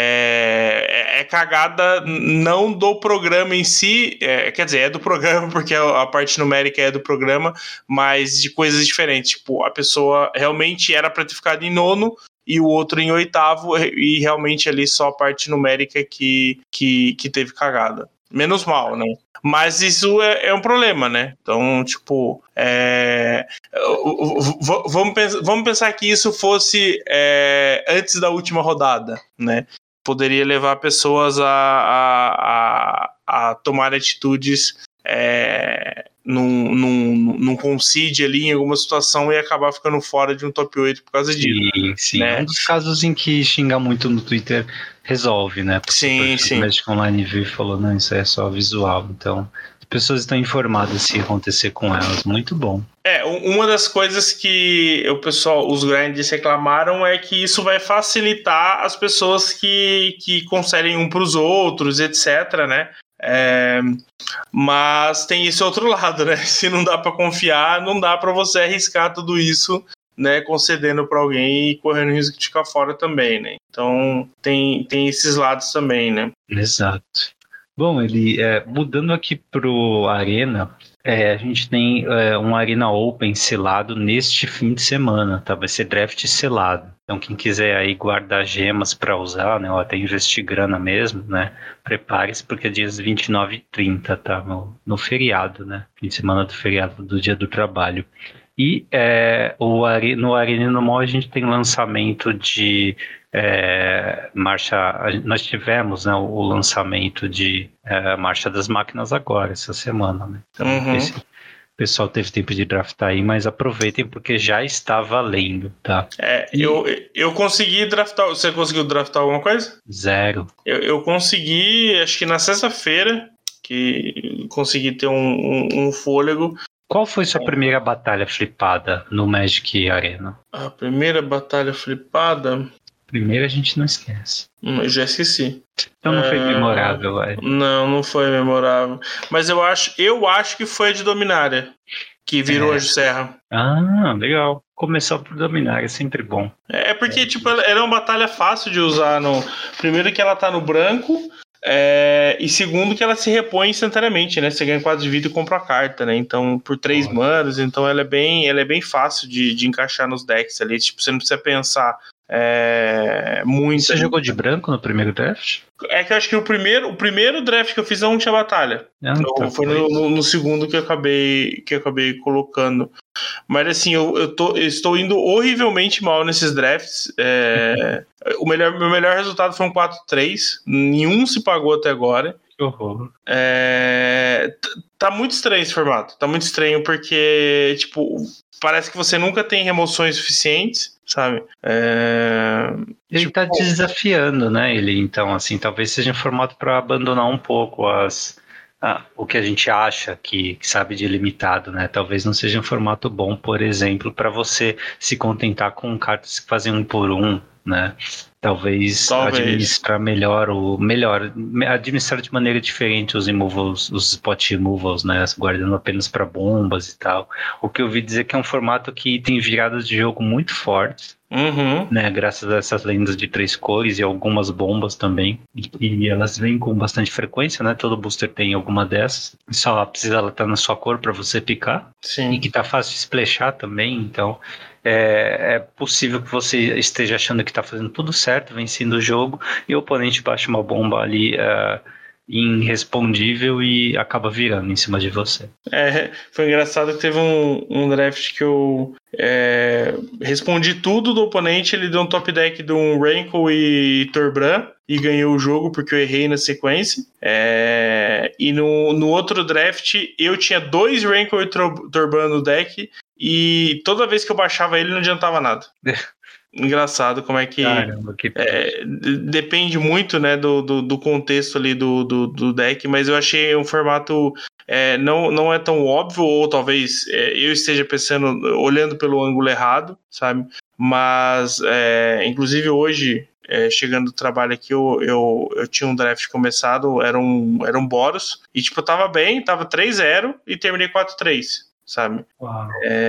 é, é cagada não do programa em si, é, quer dizer, é do programa, porque a parte numérica é do programa, mas de coisas diferentes. Tipo, a pessoa realmente era para ter ficado em nono, e o outro em oitavo, e realmente ali só a parte numérica que, que, que teve cagada. Menos mal, né? Mas isso é, é um problema, né? Então, tipo, é... vamos, pensar, vamos pensar que isso fosse é, antes da última rodada, né? Poderia levar pessoas a, a, a, a tomar atitudes é, num, num, num concede ali em alguma situação e acabar ficando fora de um top oito por causa disso. Sim, sim. Né? É um dos casos em que xingar muito no Twitter resolve, né? Porque sim, sim. O Magic Online veio e falou, não, isso é só visual. Então, as pessoas estão informadas se acontecer com elas. Muito bom. É, uma das coisas que o pessoal, os grandes reclamaram é que isso vai facilitar as pessoas que, que concedem um para os outros, etc, né? É, mas tem esse outro lado, né? Se não dá para confiar, não dá para você arriscar tudo isso, né, concedendo para alguém e correndo risco de ficar fora também, né? Então tem, tem esses lados também, né? Exato. Bom, ele é, mudando aqui pro Arena, é, a gente tem é, um Arena Open selado neste fim de semana, tá? Vai ser draft selado. Então quem quiser aí guardar gemas para usar, né, ou até investir grana mesmo, né, prepare-se porque é dias vinte e nove e trinta, tá? No, no feriado, né? Fim de semana do feriado do Dia do Trabalho. E é, o, no Arena no Mall a gente tem lançamento de é, marcha. Nós tivemos, né, o lançamento de é, Marcha das Máquinas agora, essa semana. Né? Então, uhum. esse pessoal teve tempo de draftar aí, mas aproveitem porque já está valendo, tá? É, eu, eu consegui draftar. Você conseguiu draftar alguma coisa? Zero. Eu, eu consegui, acho que na sexta-feira, que consegui ter um, um, um fôlego. Qual foi sua primeira batalha flipada no Magic Arena? A primeira batalha flipada? Primeira a gente não esquece. Hum, eu já esqueci. Então não foi É... memorável, vai. Não, não foi memorável. Mas eu acho, eu acho que foi a de Dominária, que virou É. Anjo Serra. Ah, legal. Começou por Dominária, é sempre bom. É porque, é. tipo, ela era uma batalha fácil de usar. No... Primeiro que ela tá no branco, é... e segundo que ela se repõe instantaneamente, né? Você ganha quatro de vida e compra a carta, né? Então, por três oh. manas, então ela é bem, ela é bem fácil de, de encaixar nos decks ali. Tipo, você não precisa pensar é... muito. Você jogou de branco no primeiro draft? É que eu acho que o primeiro, o primeiro draft que eu fiz não tinha batalha. Ah, no, tá, foi no, no, no segundo que eu acabei, que eu acabei colocando. Mas assim, eu, eu, tô, eu estou indo horrivelmente mal nesses drafts. É, o melhor, meu melhor resultado foi um quatro três. Nenhum se pagou até agora. Que horror. É, tá muito estranho esse formato. Tá muito estranho porque, tipo, parece que você nunca tem remoções suficientes, sabe? É... Ele tipo... tá desafiando, né? Ele, então, assim, talvez seja um formato para abandonar um pouco as, ah, o que a gente acha que, que sabe de limitado, né? Talvez não seja um formato bom, por exemplo, para você se contentar com cartas que fazem um por um, né? Talvez, Talvez administrar melhor o melhor administrar de maneira diferente os removals, os spot removals, né, guardando apenas para bombas e tal. O que eu ouvi dizer que é um formato que tem viradas de jogo muito fortes, uhum. né, graças a essas lendas de três cores e algumas bombas também, e, e elas vêm com bastante frequência, né? Todo booster tem alguma dessas. Só precisa ela estar na sua cor para você picar. Sim. E que tá fácil de splashar também, então É, é possível que você esteja achando que está fazendo tudo certo, vencendo o jogo, e o oponente baixa uma bomba ali uh, irrespondível e acaba virando em cima de você. É, foi engraçado que teve um, um draft que eu é, respondi tudo do oponente, ele deu um top deck de um Rankle e Torbran e ganhou o jogo porque eu errei na sequência. É, e no, no outro draft eu tinha dois Rankle e Torbran no deck e toda vez que eu baixava ele não adiantava nada. Engraçado como é que, Caramba, que... É, depende muito, né, do, do, do contexto ali do, do, do deck, mas eu achei um formato é, não, não é tão óbvio, ou talvez é, eu esteja pensando, olhando pelo ângulo errado, sabe? Mas é, inclusive hoje, é, chegando do trabalho aqui, eu, eu, eu tinha um draft começado, era um, era um Boros, e tipo, eu tava bem, tava três zero e terminei quatro três. Sabe? Uau.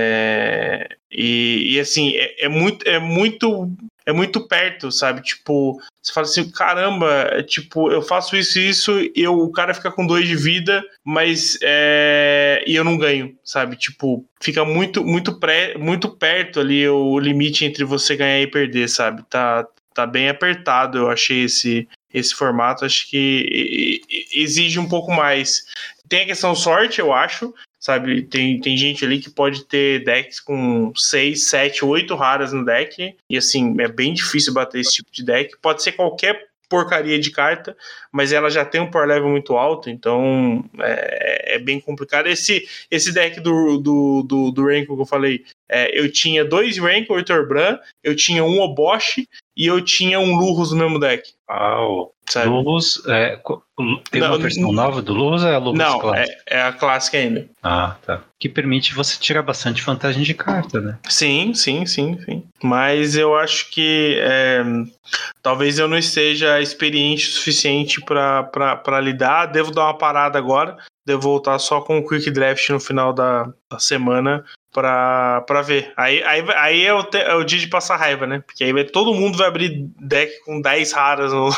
É, e, e assim, é, é, muito, é, muito, é muito perto, sabe? Tipo, você fala assim, caramba, é, tipo, eu faço isso e isso, e eu, o cara fica com dois de vida, mas é, e eu não ganho, sabe? Tipo, fica muito, muito, pré, muito perto ali o limite entre você ganhar e perder, sabe? Tá, tá bem apertado, eu achei esse, esse formato, acho que exige um pouco mais. Tem a questão sorte, eu acho, sabe, tem, tem gente ali que pode ter decks com seis, sete, oito raras no deck, e assim, é bem difícil bater esse tipo de deck. Pode ser qualquer porcaria de carta, mas ela já tem um power level muito alto, então é, é bem complicado. Esse, esse deck do, do, do, do Rankle que eu falei, é, eu tinha dois Rankle e Torbran, eu tinha um Obosh e eu tinha um Lurrus no mesmo deck. Uau! Lurrus, é, tem não, uma versão nova do Lurrus ou é a Lurrus não, clássica? É, é a clássica ainda. Ah, tá. Que permite você tirar bastante vantagem de carta, né? Sim, sim, sim, sim. Mas eu acho que é, talvez eu não esteja experiente o suficiente para lidar. Devo dar uma parada agora. Devo voltar só com o Quick Draft no final da, da semana pra, pra ver. Aí, aí, aí é, o te, é o dia de passar raiva, né? Porque aí vai, todo mundo vai abrir deck com dez raras no...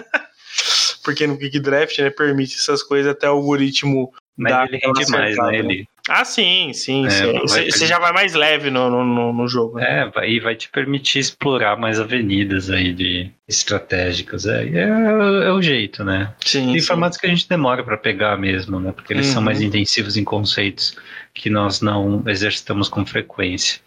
Porque no Quick Draft, né, permite essas coisas até o algoritmo. Mas ele rende mais, né? Ele... Ah, sim, sim. Você é, já vai mais leve no, no, no jogo. Né? É, vai, e vai te permitir explorar mais avenidas aí de estratégicas. É, é, é o jeito, né? Sim, Tem sim. formatos que a gente demora para pegar mesmo, né? Porque eles uhum. são mais intensivos em conceitos que nós não exercitamos com frequência.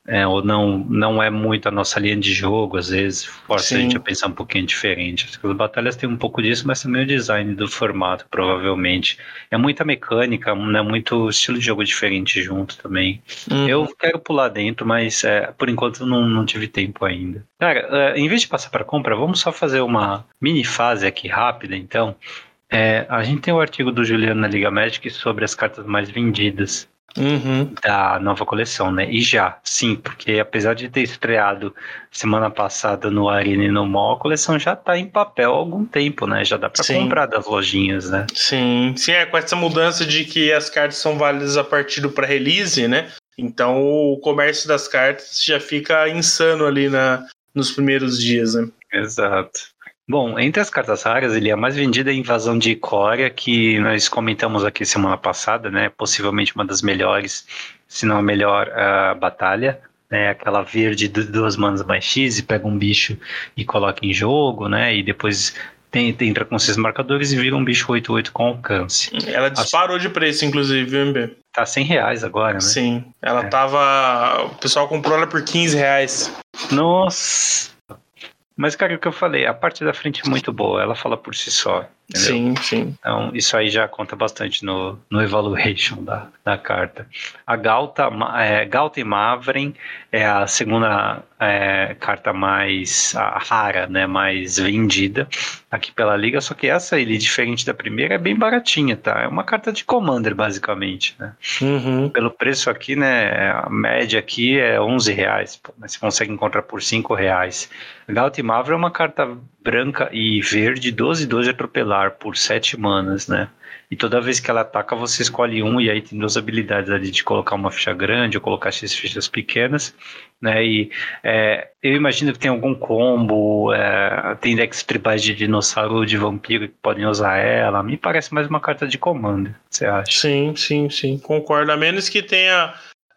é, ou não, não é muito a nossa linha de jogo, às vezes força Sim. a gente a pensar um pouquinho diferente. Acho que as batalhas têm um pouco disso, mas também o design do formato, provavelmente. É muita mecânica, né, muito estilo de jogo diferente junto também. Uhum. Eu quero pular dentro, mas é, por enquanto não, não tive tempo ainda. Cara, é, em vez de passar para compra, vamos só fazer uma mini fase aqui rápida, então. É, a gente tem o artigo do Juliano na Liga Magic sobre as cartas mais vendidas Uhum. da nova coleção, né? E já, sim, porque apesar de ter estreado semana passada no Arena e no Mall, a coleção já tá em papel há algum tempo, né? Já dá para comprar das lojinhas, né? Sim, sim, é com essa mudança de que as cartas são válidas a partir do pré-release, né? Então o comércio das cartas já fica insano ali na, nos primeiros dias, né? Exato. Bom, entre as cartas raras, ele é a mais vendida é a Invasão de Ikoria, que nós comentamos aqui semana passada, né? Possivelmente uma das melhores, se não a melhor uh, batalha. Né? Aquela verde de duas manas mais X e pega um bicho e coloca em jogo, né? E depois tem, entra com esses marcadores e vira um bicho oito oito com alcance. Ela disparou de preço, inclusive, viu, M B? Tá cem reais agora, né? Sim, ela é. tava... O pessoal comprou ela por quinze reais. Nossa... Mas, cara, o que eu falei, a parte da frente é muito boa, ela fala por si só. Entendeu? Sim, sim. Então, isso aí já conta bastante no, no evaluation da, da carta. A Gauta, é, Gauta e Mavren é a segunda é, carta mais a, rara, né, mais vendida aqui pela Liga, só que essa ali, diferente da primeira, é bem baratinha, tá? É uma carta de Commander, basicamente, né? Uhum. Pelo preço aqui, né, a média aqui é onze reais, pô, mas você consegue encontrar por cinco reais. Gauta e Mavren é uma carta branca e verde, doze doze atropelar por sete manas, né? E toda vez que ela ataca, você escolhe um, e aí tem duas habilidades ali de colocar uma ficha grande ou colocar X fichas pequenas, né? E é, eu imagino que tem algum combo, é, tem decks tribais de dinossauro ou de vampiro que podem usar ela. Me parece mais uma carta de comando, você acha? Sim, sim, sim, concordo. A menos que tenha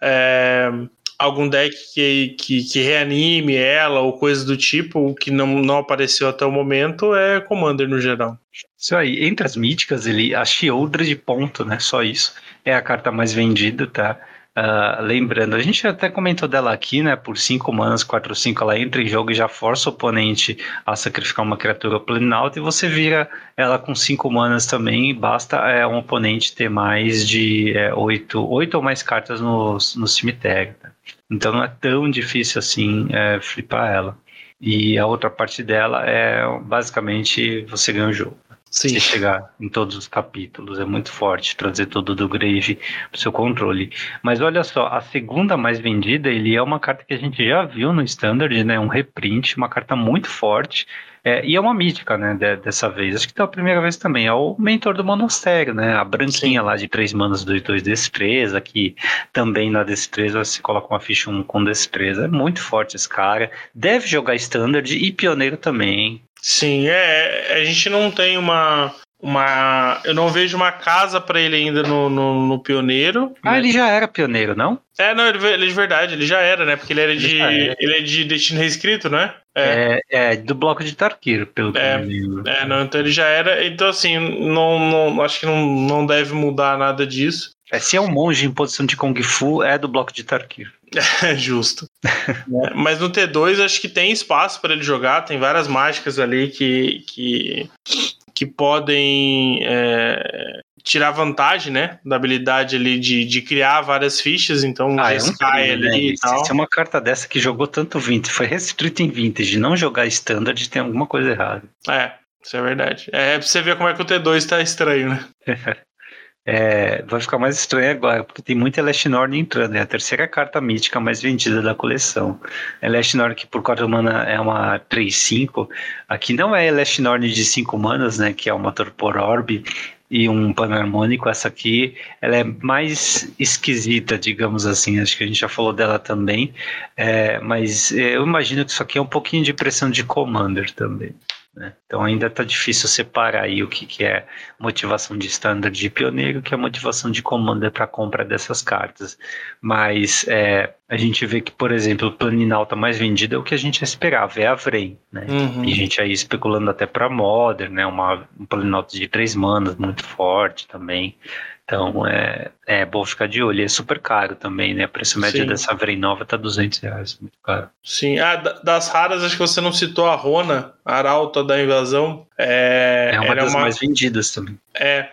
é, algum deck que, que, que reanime ela ou coisa do tipo, o que não, não apareceu até o momento é Commander no geral. Isso aí, entre as míticas, ele, a Sheoldred de ponto, né? Só isso. É a carta mais vendida, tá? Uh, lembrando, a gente até comentou dela aqui, né? Por cinco manas, quatro cinco, ela entra em jogo e já força o oponente a sacrificar uma criatura planalta, e você vira ela com cinco manas também, e basta é, um oponente ter mais de é, oito, oito ou mais cartas no, no cemitério. Tá? Então não é tão difícil assim é, flipar ela. E a outra parte dela é basicamente você ganha o jogo. Sim. Se chegar em todos os capítulos, é muito forte trazer tudo do Grave pro seu controle. Mas olha só, a segunda mais vendida, ele é uma carta que a gente já viu no Standard, né? Um reprint, uma carta muito forte. É, e é uma mítica, né, de, dessa vez. Acho que tá a primeira vez também. É o Mentor do Monastério, né? A branquinha Sim. lá de três manas, dois, dois destreza, que também na destreza você coloca uma ficha um com destreza. É muito forte esse cara. Deve jogar Standard e Pioneiro também. Sim, é. A gente não tem uma... Uma, eu não vejo uma casa pra ele ainda no, no, no Pioneiro. Ah, né? Ele já era Pioneiro, não? É, não, ele, ele de verdade, ele já era, né? Porque ele era de, ele, ele é de Destino Reescrito, né? É, é, é do bloco de Tarkir, pelo que é, eu me lembro. É, não, então ele já era. Então, assim, não, não, acho que não, não deve mudar nada disso. É, se é um monge em posição de Kung Fu, é do bloco de Tarkir. É, justo. É, mas no T dois, acho que tem espaço para ele jogar, tem várias mágicas ali que. que... que podem é, tirar vantagem, né, da habilidade ali de, de criar várias fichas, então ah, já é um cai crime, ali né? e tal. Se é uma carta dessa que jogou tanto Vintage, foi restrito em Vintage, não jogar Standard, tem alguma coisa errada. É, isso é verdade. É pra você ver como é que o T dois tá estranho, né? É, vai ficar mais estranho agora, porque tem muita Elashnorn entrando, é a terceira carta mítica mais vendida da coleção. Elashnorn, que por quatro mana é uma três cinco, aqui não é Elashnorn de cinco manas, né, que é uma Torpor Orb e um Panharmônico. Essa aqui, ela é mais esquisita, digamos assim, acho que a gente já falou dela também, é, mas eu imagino que isso aqui é um pouquinho de pressão de Commander também. Né? Então ainda está difícil separar aí o que, que é motivação de Standard de Pioneiro, o que é motivação de Commander para compra dessas cartas. Mas é, a gente vê que, por exemplo, o Planinauta mais vendido é o que a gente esperava, é a Vren, né? Uhum. E a gente aí especulando até para Modern, né? Uma, um Planinauta de três manas muito forte também. Então é, é bom ficar de olho. É super caro também, né? A preço médio Sim. dessa Vrem nova tá duzentos reais, muito caro. Sim, ah, das raras, acho que você não citou a Rona, a Arauta da Invasão. É, É uma ela das é uma, mais vendidas também. É,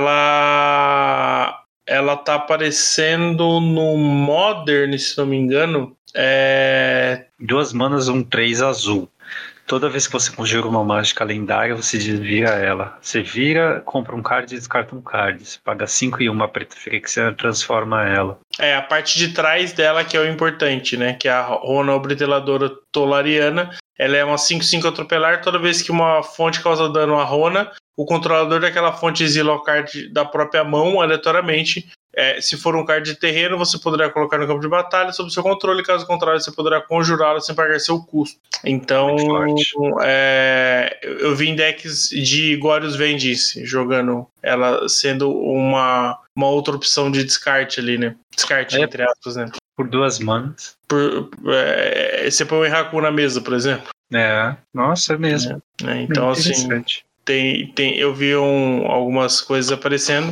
ela, ela tá aparecendo no Modern, se não me engano. É, Duas manas, um três azul. Toda vez que você conjura uma mágica lendária, você desvira ela. Você vira, compra um card e descarta um card. Você paga cinco e uma preta Phyrexiana e transforma ela. é a parte de trás dela que é o importante, né? Que é a Rona Obriteladora Tolariana. Ela é uma cinco cinco atropelar. Toda vez que uma fonte causa dano à Rona, o controlador daquela fonte exila o card da própria mão aleatoriamente. É, se for um card de terreno, você poderá colocar no campo de batalha sob seu controle. Caso contrário, você poderá conjurá-lo sem pagar seu custo. Então, é, eu vi em decks de Glorious Vengeance jogando ela sendo uma, uma outra opção de descarte ali, né? Descarte, é, entre aspas, né? Por duas manas. Por, é, você põe o Enraku na mesa, por exemplo. É, nossa, é mesmo. É, é, então, assim, tem, tem, eu vi um, algumas coisas aparecendo.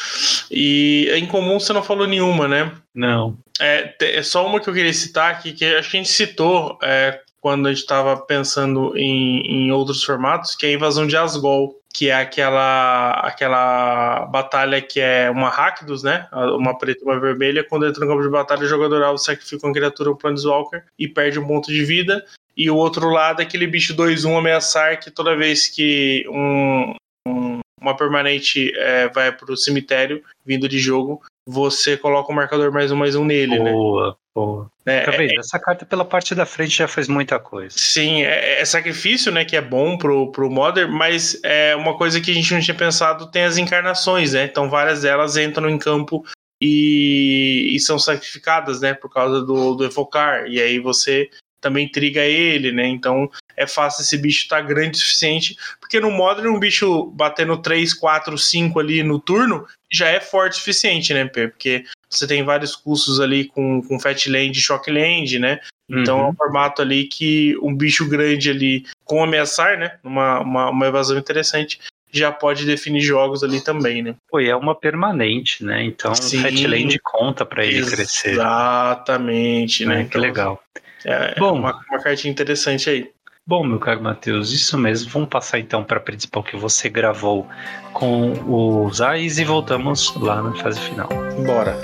E em comum você não falou nenhuma, né? Não. É, é só uma que eu queria citar aqui, que acho que a gente citou é, quando a gente estava pensando em, em outros formatos, que é a invasão de Asgol, que é aquela, aquela batalha que é uma Rakdos, né? Uma preta e uma vermelha. Quando entra no campo de batalha, o jogador alvo sacrifica uma criatura ou Planeswalker e perde um ponto de vida. E o outro lado é aquele bicho dois um ameaçar, que toda vez que um, um, uma permanente é, vai pro cemitério, vindo de jogo, você coloca o marcador mais um, mais um nele, boa, né? Boa, boa. É, tá vendo? É, essa carta pela parte da frente já faz muita coisa. Sim, é, é sacrifício, né, que é bom pro, pro Modern, mas é uma coisa que a gente não tinha pensado, tem as encarnações, né? Então várias delas entram em campo e, e são sacrificadas, né, por causa do, do evocar, e aí você também triga ele, né? Então é fácil esse bicho estar tá grande o suficiente, porque no Modern um bicho batendo três, quatro, cinco ali no turno já é forte o suficiente, né, porque você tem vários custos ali com, com Fat Land e Shock Land, né? Então uhum. É um formato ali que um bicho grande ali com ameaçar, né? Uma, uma, uma evasão interessante já pode definir jogos ali também, né? Pô, e é uma permanente, né? Então Sim. Fat Land conta pra ele Exatamente, crescer. Exatamente, né? É, então, que legal. É, Bom, uma, uma cartinha interessante aí. Bom, meu caro Matheus, isso mesmo. Vamos passar então para a principal que você gravou com os Ais e voltamos lá na fase final. Bora.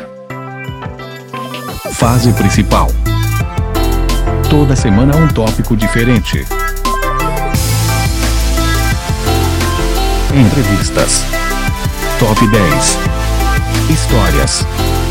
Fase principal. Toda semana um tópico diferente. Entrevistas. Top dez. Histórias.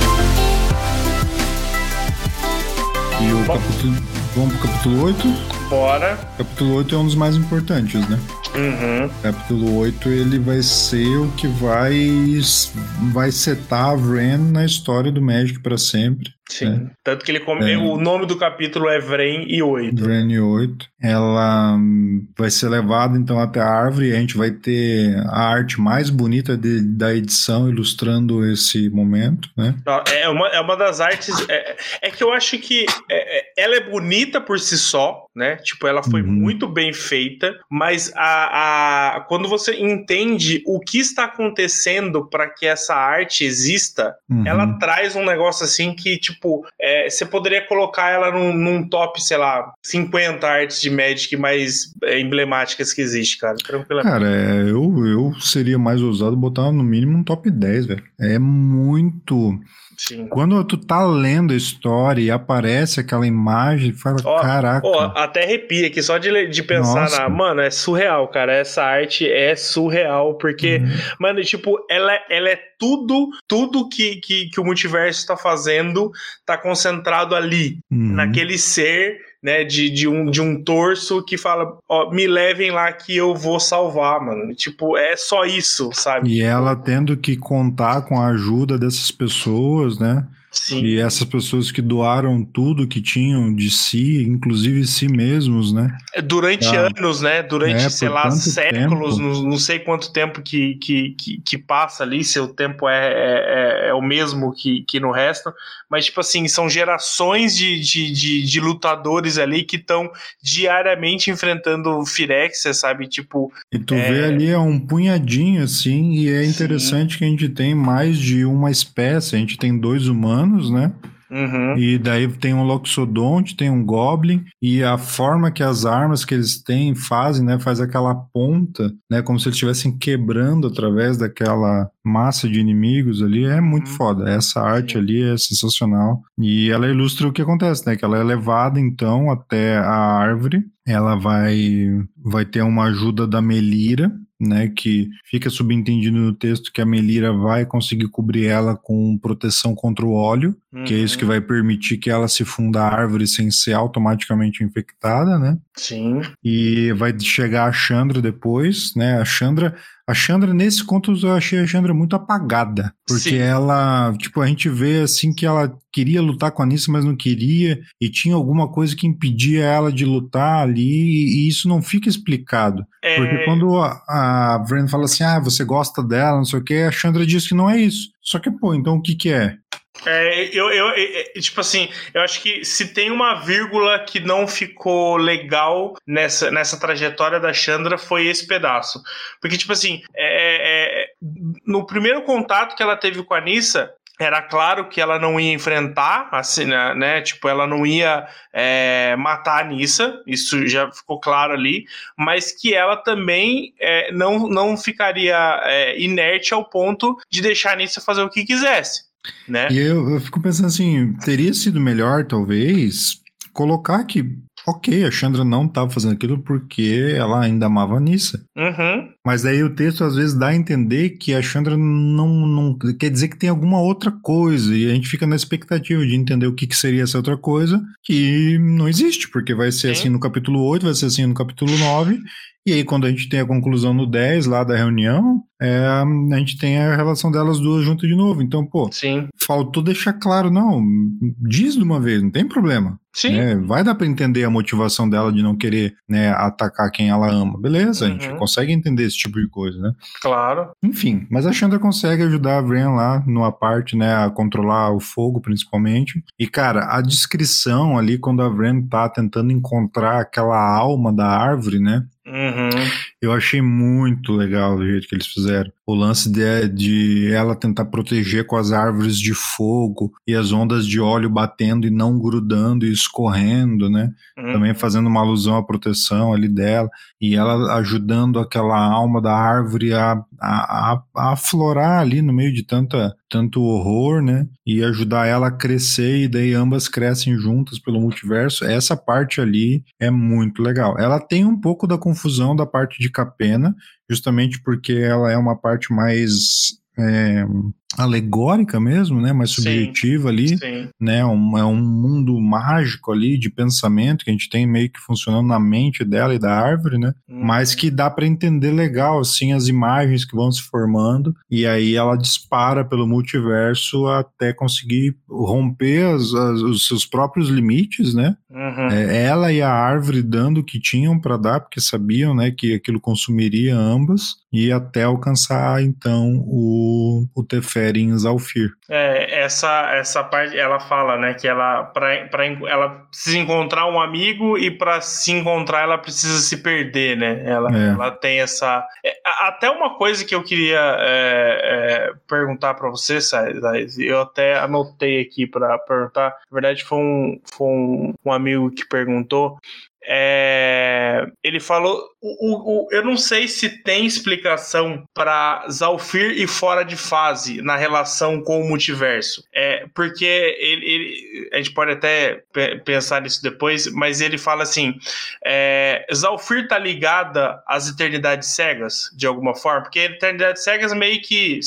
E o capítulo... Vamos pro capítulo oito? Bora. Capítulo oito é um dos mais importantes, né? Uhum. Capítulo oito ele vai ser o que vai, vai setar a Vren na história do Magic para sempre. Sim, né? Tanto que ele come... é. o nome do capítulo é Vren e oito. Vren e oito. Ela vai ser levada então até a árvore e a gente vai ter a arte mais bonita de, da edição ilustrando esse momento, né? É uma, é uma das artes... É, é que eu acho que é, ela é bonita por si só, né? Tipo, ela foi uhum. muito bem feita, mas a, a, quando você entende o que está acontecendo para que essa arte exista, uhum. ela traz um negócio assim que, tipo, é, você poderia colocar ela num, num top, sei lá, cinquenta artes de Magic mais é, emblemáticas que existe, cara. Tranquilamente. Cara, é, eu, eu seria mais ousado botar no mínimo um top dez, velho. É muito... Sim. Quando tu tá lendo a história e aparece aquela imagem, fala, ó, caraca. Ó, até arrepia aqui só de, de pensar Nossa. na... Mano, é surreal, cara. Essa arte é surreal, porque, uhum. mano, tipo, ela, ela é tudo, tudo que, que, que o multiverso tá fazendo tá concentrado ali, uhum. naquele ser... né, de, de, um, de um torso que fala, ó, me levem lá que eu vou salvar, mano. Tipo, é só isso, sabe? E ela tendo que contar com a ajuda dessas pessoas, né? Sim. E essas pessoas que doaram tudo que tinham de si, inclusive si mesmos, né? Durante Ah, anos, né? Durante, é, sei por lá, tanto séculos, tempo. não, não sei quanto tempo que, que, que, que passa ali, se o tempo é, é, é o mesmo que, que no resto, mas, tipo assim, são gerações de, de, de, de lutadores ali que estão diariamente enfrentando Phyrexia, sabe? Tipo... E tu é... vê ali é um punhadinho, assim, e é interessante Sim. que a gente tem mais de uma espécie, a gente tem dois humanos, né? Uhum. E daí tem um Loxodonte, tem um Goblin, e a forma que as armas que eles têm fazem, né, faz aquela ponta, né, como se eles estivessem quebrando através daquela massa de inimigos ali, é muito Uhum. foda. Essa arte Sim. ali é sensacional. E ela ilustra o que acontece, né, que ela é levada então até a árvore, ela vai, vai ter uma ajuda da Melira, né, que fica subentendido no texto que a Melira vai conseguir cobrir ela com proteção contra o óleo, Uhum. que é isso que vai permitir que ela se funda a árvore sem ser automaticamente infectada, né? Sim. E vai chegar a Chandra depois, né? A Chandra, a Chandra nesse conto eu achei a Chandra muito apagada, porque Sim. ela, tipo, a gente vê assim que ela queria lutar com a Nissa, mas não queria, e tinha alguma coisa que impedia ela de lutar ali, e isso não fica explicado. É... Porque quando a, a Vren fala assim, ah, você gosta dela, não sei o que, a Chandra diz que não é isso. Só que, pô, então o que que é? É, eu, eu, eu, tipo assim, eu acho que se tem uma vírgula que não ficou legal nessa, nessa trajetória da Chandra foi esse pedaço. Porque, tipo assim, é, é, no primeiro contato que ela teve com a Nissa, era claro que ela não ia enfrentar, assim, né, né? Tipo, ela não ia é, matar a Nissa, isso já ficou claro ali, mas que ela também é, não, não ficaria é, inerte ao ponto de deixar a Nissa fazer o que quisesse. Né? E eu, eu fico pensando assim, teria sido melhor, talvez, colocar que, ok, a Chandra não estava fazendo aquilo porque ela ainda amava a Nissa. Uhum. Mas aí o texto às vezes dá a entender que a Chandra não, não quer dizer que tem alguma outra coisa, e a gente fica na expectativa de entender o que, que seria essa outra coisa, que não existe, porque vai ser Sim. assim no capítulo oito, vai ser assim no capítulo nove, e aí quando a gente tem a conclusão no dez lá da reunião, é, a gente tem a relação delas duas juntas de novo. Então, pô, Sim. faltou deixar claro, não, diz de uma vez, não tem problema. Sim. Né? Vai dar pra entender a motivação dela de não querer, né, atacar quem ela ama. Beleza, Uhum. a gente consegue entender esse tipo de coisa, né? Claro. Enfim, mas a Chandra consegue ajudar a Vren lá numa parte, né, a controlar o fogo principalmente. E cara, a descrição ali quando a Vren tá tentando encontrar aquela alma da árvore, né? Uhum. Eu achei muito legal do jeito que eles fizeram. O lance de, de ela tentar proteger com as árvores de fogo e as ondas de óleo batendo e não grudando e escorrendo, né? Uhum. Também fazendo uma alusão à proteção ali dela. E ela ajudando aquela alma da árvore a, a, a, a aflorar ali no meio de tanta, tanto horror, né? E ajudar ela a crescer, e daí ambas crescem juntas pelo multiverso. Essa parte ali é muito legal. Ela tem um pouco da confusão da parte de Capena, justamente porque ela é uma parte mais é, alegórica mesmo, né, mais subjetiva. Sim, ali, sim. Né, um, é um mundo mágico ali de pensamento que a gente tem meio que funcionando na mente dela e da árvore, né, hum. mas que dá para entender legal, assim, as imagens que vão se formando, e aí ela dispara pelo multiverso até conseguir romper as, as, os seus próprios limites, né, uhum. é, ela e a árvore dando o que tinham para dar, porque sabiam, né, que aquilo consumiria ambas, e até alcançar, então, o, o Teferi em Zalfir. É, essa, essa parte, ela fala, né, que ela, pra, pra, ela precisa encontrar um amigo e para se encontrar ela precisa se perder, né, ela, é. ela tem essa... É, até uma coisa que eu queria é, é, perguntar para você, Sais, eu até anotei aqui para perguntar, na verdade foi um, foi um, um amigo que perguntou. É, ele falou, o, o, o, eu não sei se tem explicação para Zalfir e fora de fase na relação com o multiverso, é, porque ele, ele, a gente pode até p- pensar nisso depois, mas ele fala assim, é, Zalfir tá ligada às eternidades cegas de alguma forma, porque a eternidade cegas meio que, será,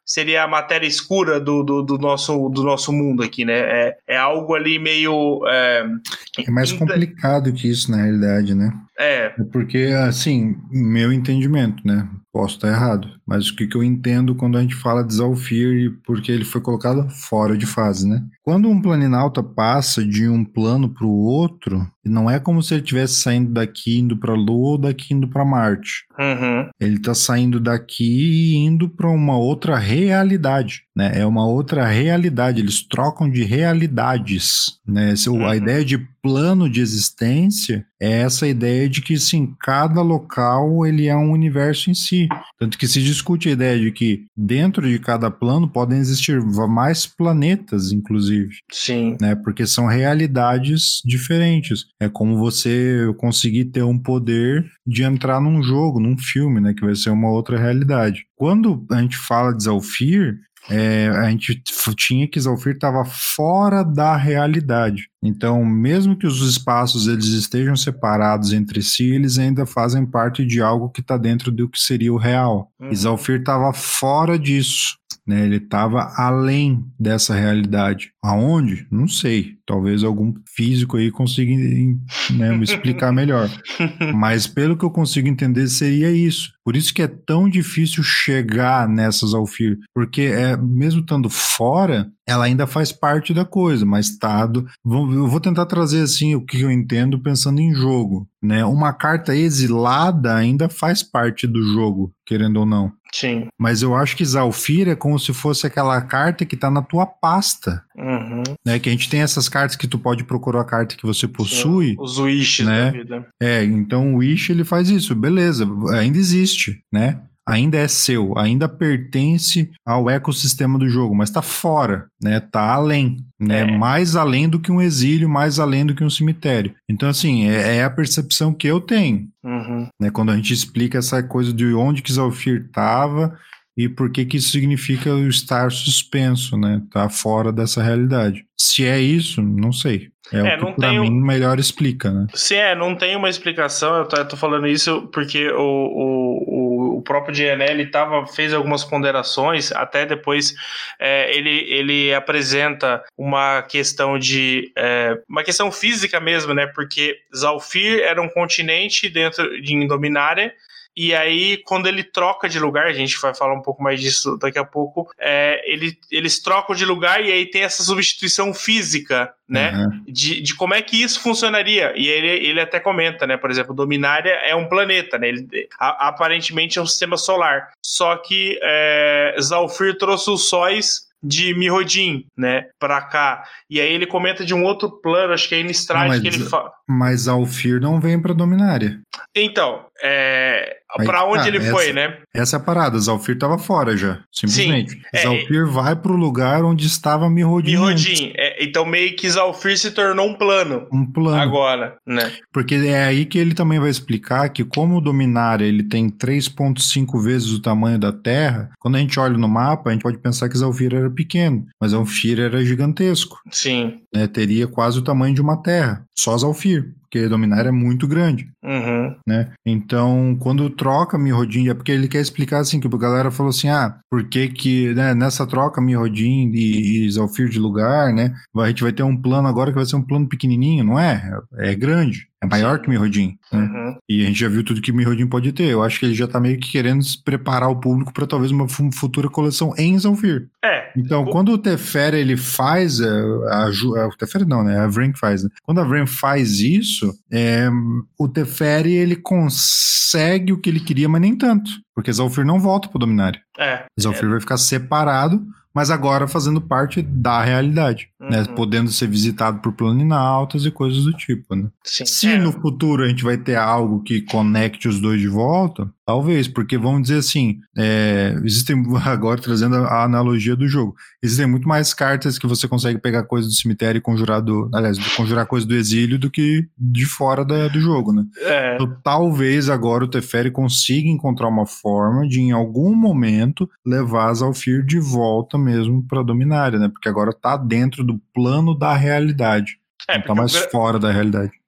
seria a matéria escura do, do, do, nosso, do nosso mundo aqui, né? É, é algo ali meio... É, é mais complicado que isso, na realidade, né? É. Porque, assim, meu entendimento, né? Posso estar errado, mas o que, que eu entendo quando a gente fala de Zhalfir e porque ele foi colocado fora de fase, né? Quando um planinauta passa de um plano para o outro, não é como se ele estivesse saindo daqui indo para a Lua ou daqui indo para Marte. Uhum. Ele está saindo daqui e indo para uma outra realidade, né? É uma outra realidade, eles trocam de realidades, né? Uhum. A ideia de plano de existência é essa ideia de que, sim, cada local ele é um universo em si. Tanto que se discute a ideia de que dentro de cada plano podem existir mais planetas, inclusive. Sim. Né? Porque são realidades diferentes. É como você conseguir ter um poder de entrar num jogo, num filme, né? Que vai ser uma outra realidade. Quando a gente fala de Zhalfir, É, a gente tinha que Zhalfir estava fora da realidade. Então, mesmo que os espaços eles estejam separados entre si, eles ainda fazem parte de algo que está dentro do que seria o real. Uhum. E Zhalfir estava fora disso. Né, ele estava além dessa realidade. Aonde? Não sei. Talvez algum físico aí consiga, né, me explicar melhor. Mas pelo que eu consigo entender, seria isso. Por isso que é tão difícil chegar nessa Zhalfir. Porque é, mesmo estando fora, ela ainda faz parte da coisa. Mas tá... Do, eu vou tentar trazer assim o que eu entendo pensando em jogo. Né? Uma carta exilada ainda faz parte do jogo, querendo ou não. Sim. Mas eu acho que Zhalfir é como se fosse aquela carta que tá na tua pasta. Uhum. Né? Que a gente tem essas cartas que tu pode procurar a carta que você possui. Sim. Os wishes, né? Da vida. É, então o wish ele faz isso, beleza, ainda existe, né? Ainda é seu, ainda pertence ao ecossistema do jogo, mas tá fora, né? Tá além, né? É. Mais além do que um exílio, mais além do que um cemitério. Então, assim, é, é a percepção que eu tenho. Uhum. Né? Quando a gente explica essa coisa de onde que Zhalfir estava e por que que isso significa o estar suspenso, né? Tá fora dessa realidade. Se é isso, não sei. É, é o que pra mim melhor explica, né? Sim, é, não tem uma explicação, eu tô, eu tô falando isso porque o, o, o próprio G N L tava, fez algumas ponderações, até depois é, ele, ele apresenta uma questão de, é, uma questão física mesmo, né, porque Zhalfir era um continente dentro de Indominária. E aí, quando ele troca de lugar, a gente vai falar um pouco mais disso daqui a pouco, é, ele, eles trocam de lugar e aí tem essa substituição física, né? Uhum. De, de como é que isso funcionaria. E ele, ele até comenta, né? Por exemplo, Dominária é um planeta, né? Ele, a, aparentemente é um sistema solar. Só que é, Zhalfir trouxe os sóis de Mirrodin, né, pra cá. E aí ele comenta de um outro plano, acho que é Innistrad, mas, que ele fala... Mas Zhalfir não vem pra Dominária. Então, é... pra onde ah, ele essa, foi, né? Essa é a parada, Zhalfir tava fora já, simplesmente. Sim, Zhalfir é, vai pro lugar onde estava Mirrodin. Mirrodin, é, então meio que Zhalfir se tornou um plano. Um plano. Agora, né? Porque é aí que ele também vai explicar que como o Dominária ele tem três ponto cinco vezes o tamanho da Terra, quando a gente olha no mapa, a gente pode pensar que Zhalfir era pequeno, mas Zhalfir era gigantesco. Sim. Né? Teria quase o tamanho de uma Terra, só Zhalfir. Porque Dominária é muito grande, uhum. né? Então, quando troca Mirrodin, é porque ele quer explicar assim, que a galera falou assim, ah, por que que, né, nessa troca Mirrodin e, e Zhalfir de lugar, né, a gente vai ter um plano agora que vai ser um plano pequenininho, não é? É, é grande. É maior que Mirrodin, né? Uhum. E a gente já viu tudo que Mirrodin pode ter. Eu acho que ele já tá meio que querendo preparar o público para talvez uma futura coleção em Zhalfir. É. Então, o... quando o Teferi ele faz, a, a, a, o Teferi não, né? A Vryn faz, né? Quando a Vryn faz isso, é, o Teferi ele consegue o que ele queria, mas nem tanto. Porque Zhalfir não volta pro Dominária. É. Zhalfir é. vai ficar separado, mas agora fazendo parte da realidade, uhum. né? Podendo ser visitado por planinautas e coisas do tipo, né? Sim. Se é. no futuro a gente vai ter algo que conecte os dois de volta, talvez, porque vamos dizer assim, é, existem, agora trazendo a analogia do jogo, existem muito mais cartas que você consegue pegar coisa do cemitério e conjurar do, aliás, conjurar coisa do exílio do que de fora da, do jogo, né? É. Então, talvez agora o Teferi consiga encontrar uma forma de, em algum momento, levar Zhalfir de volta mesmo para Dominária, né? Porque agora tá dentro do plano da realidade. É, não tá mais gra... fora da realidade.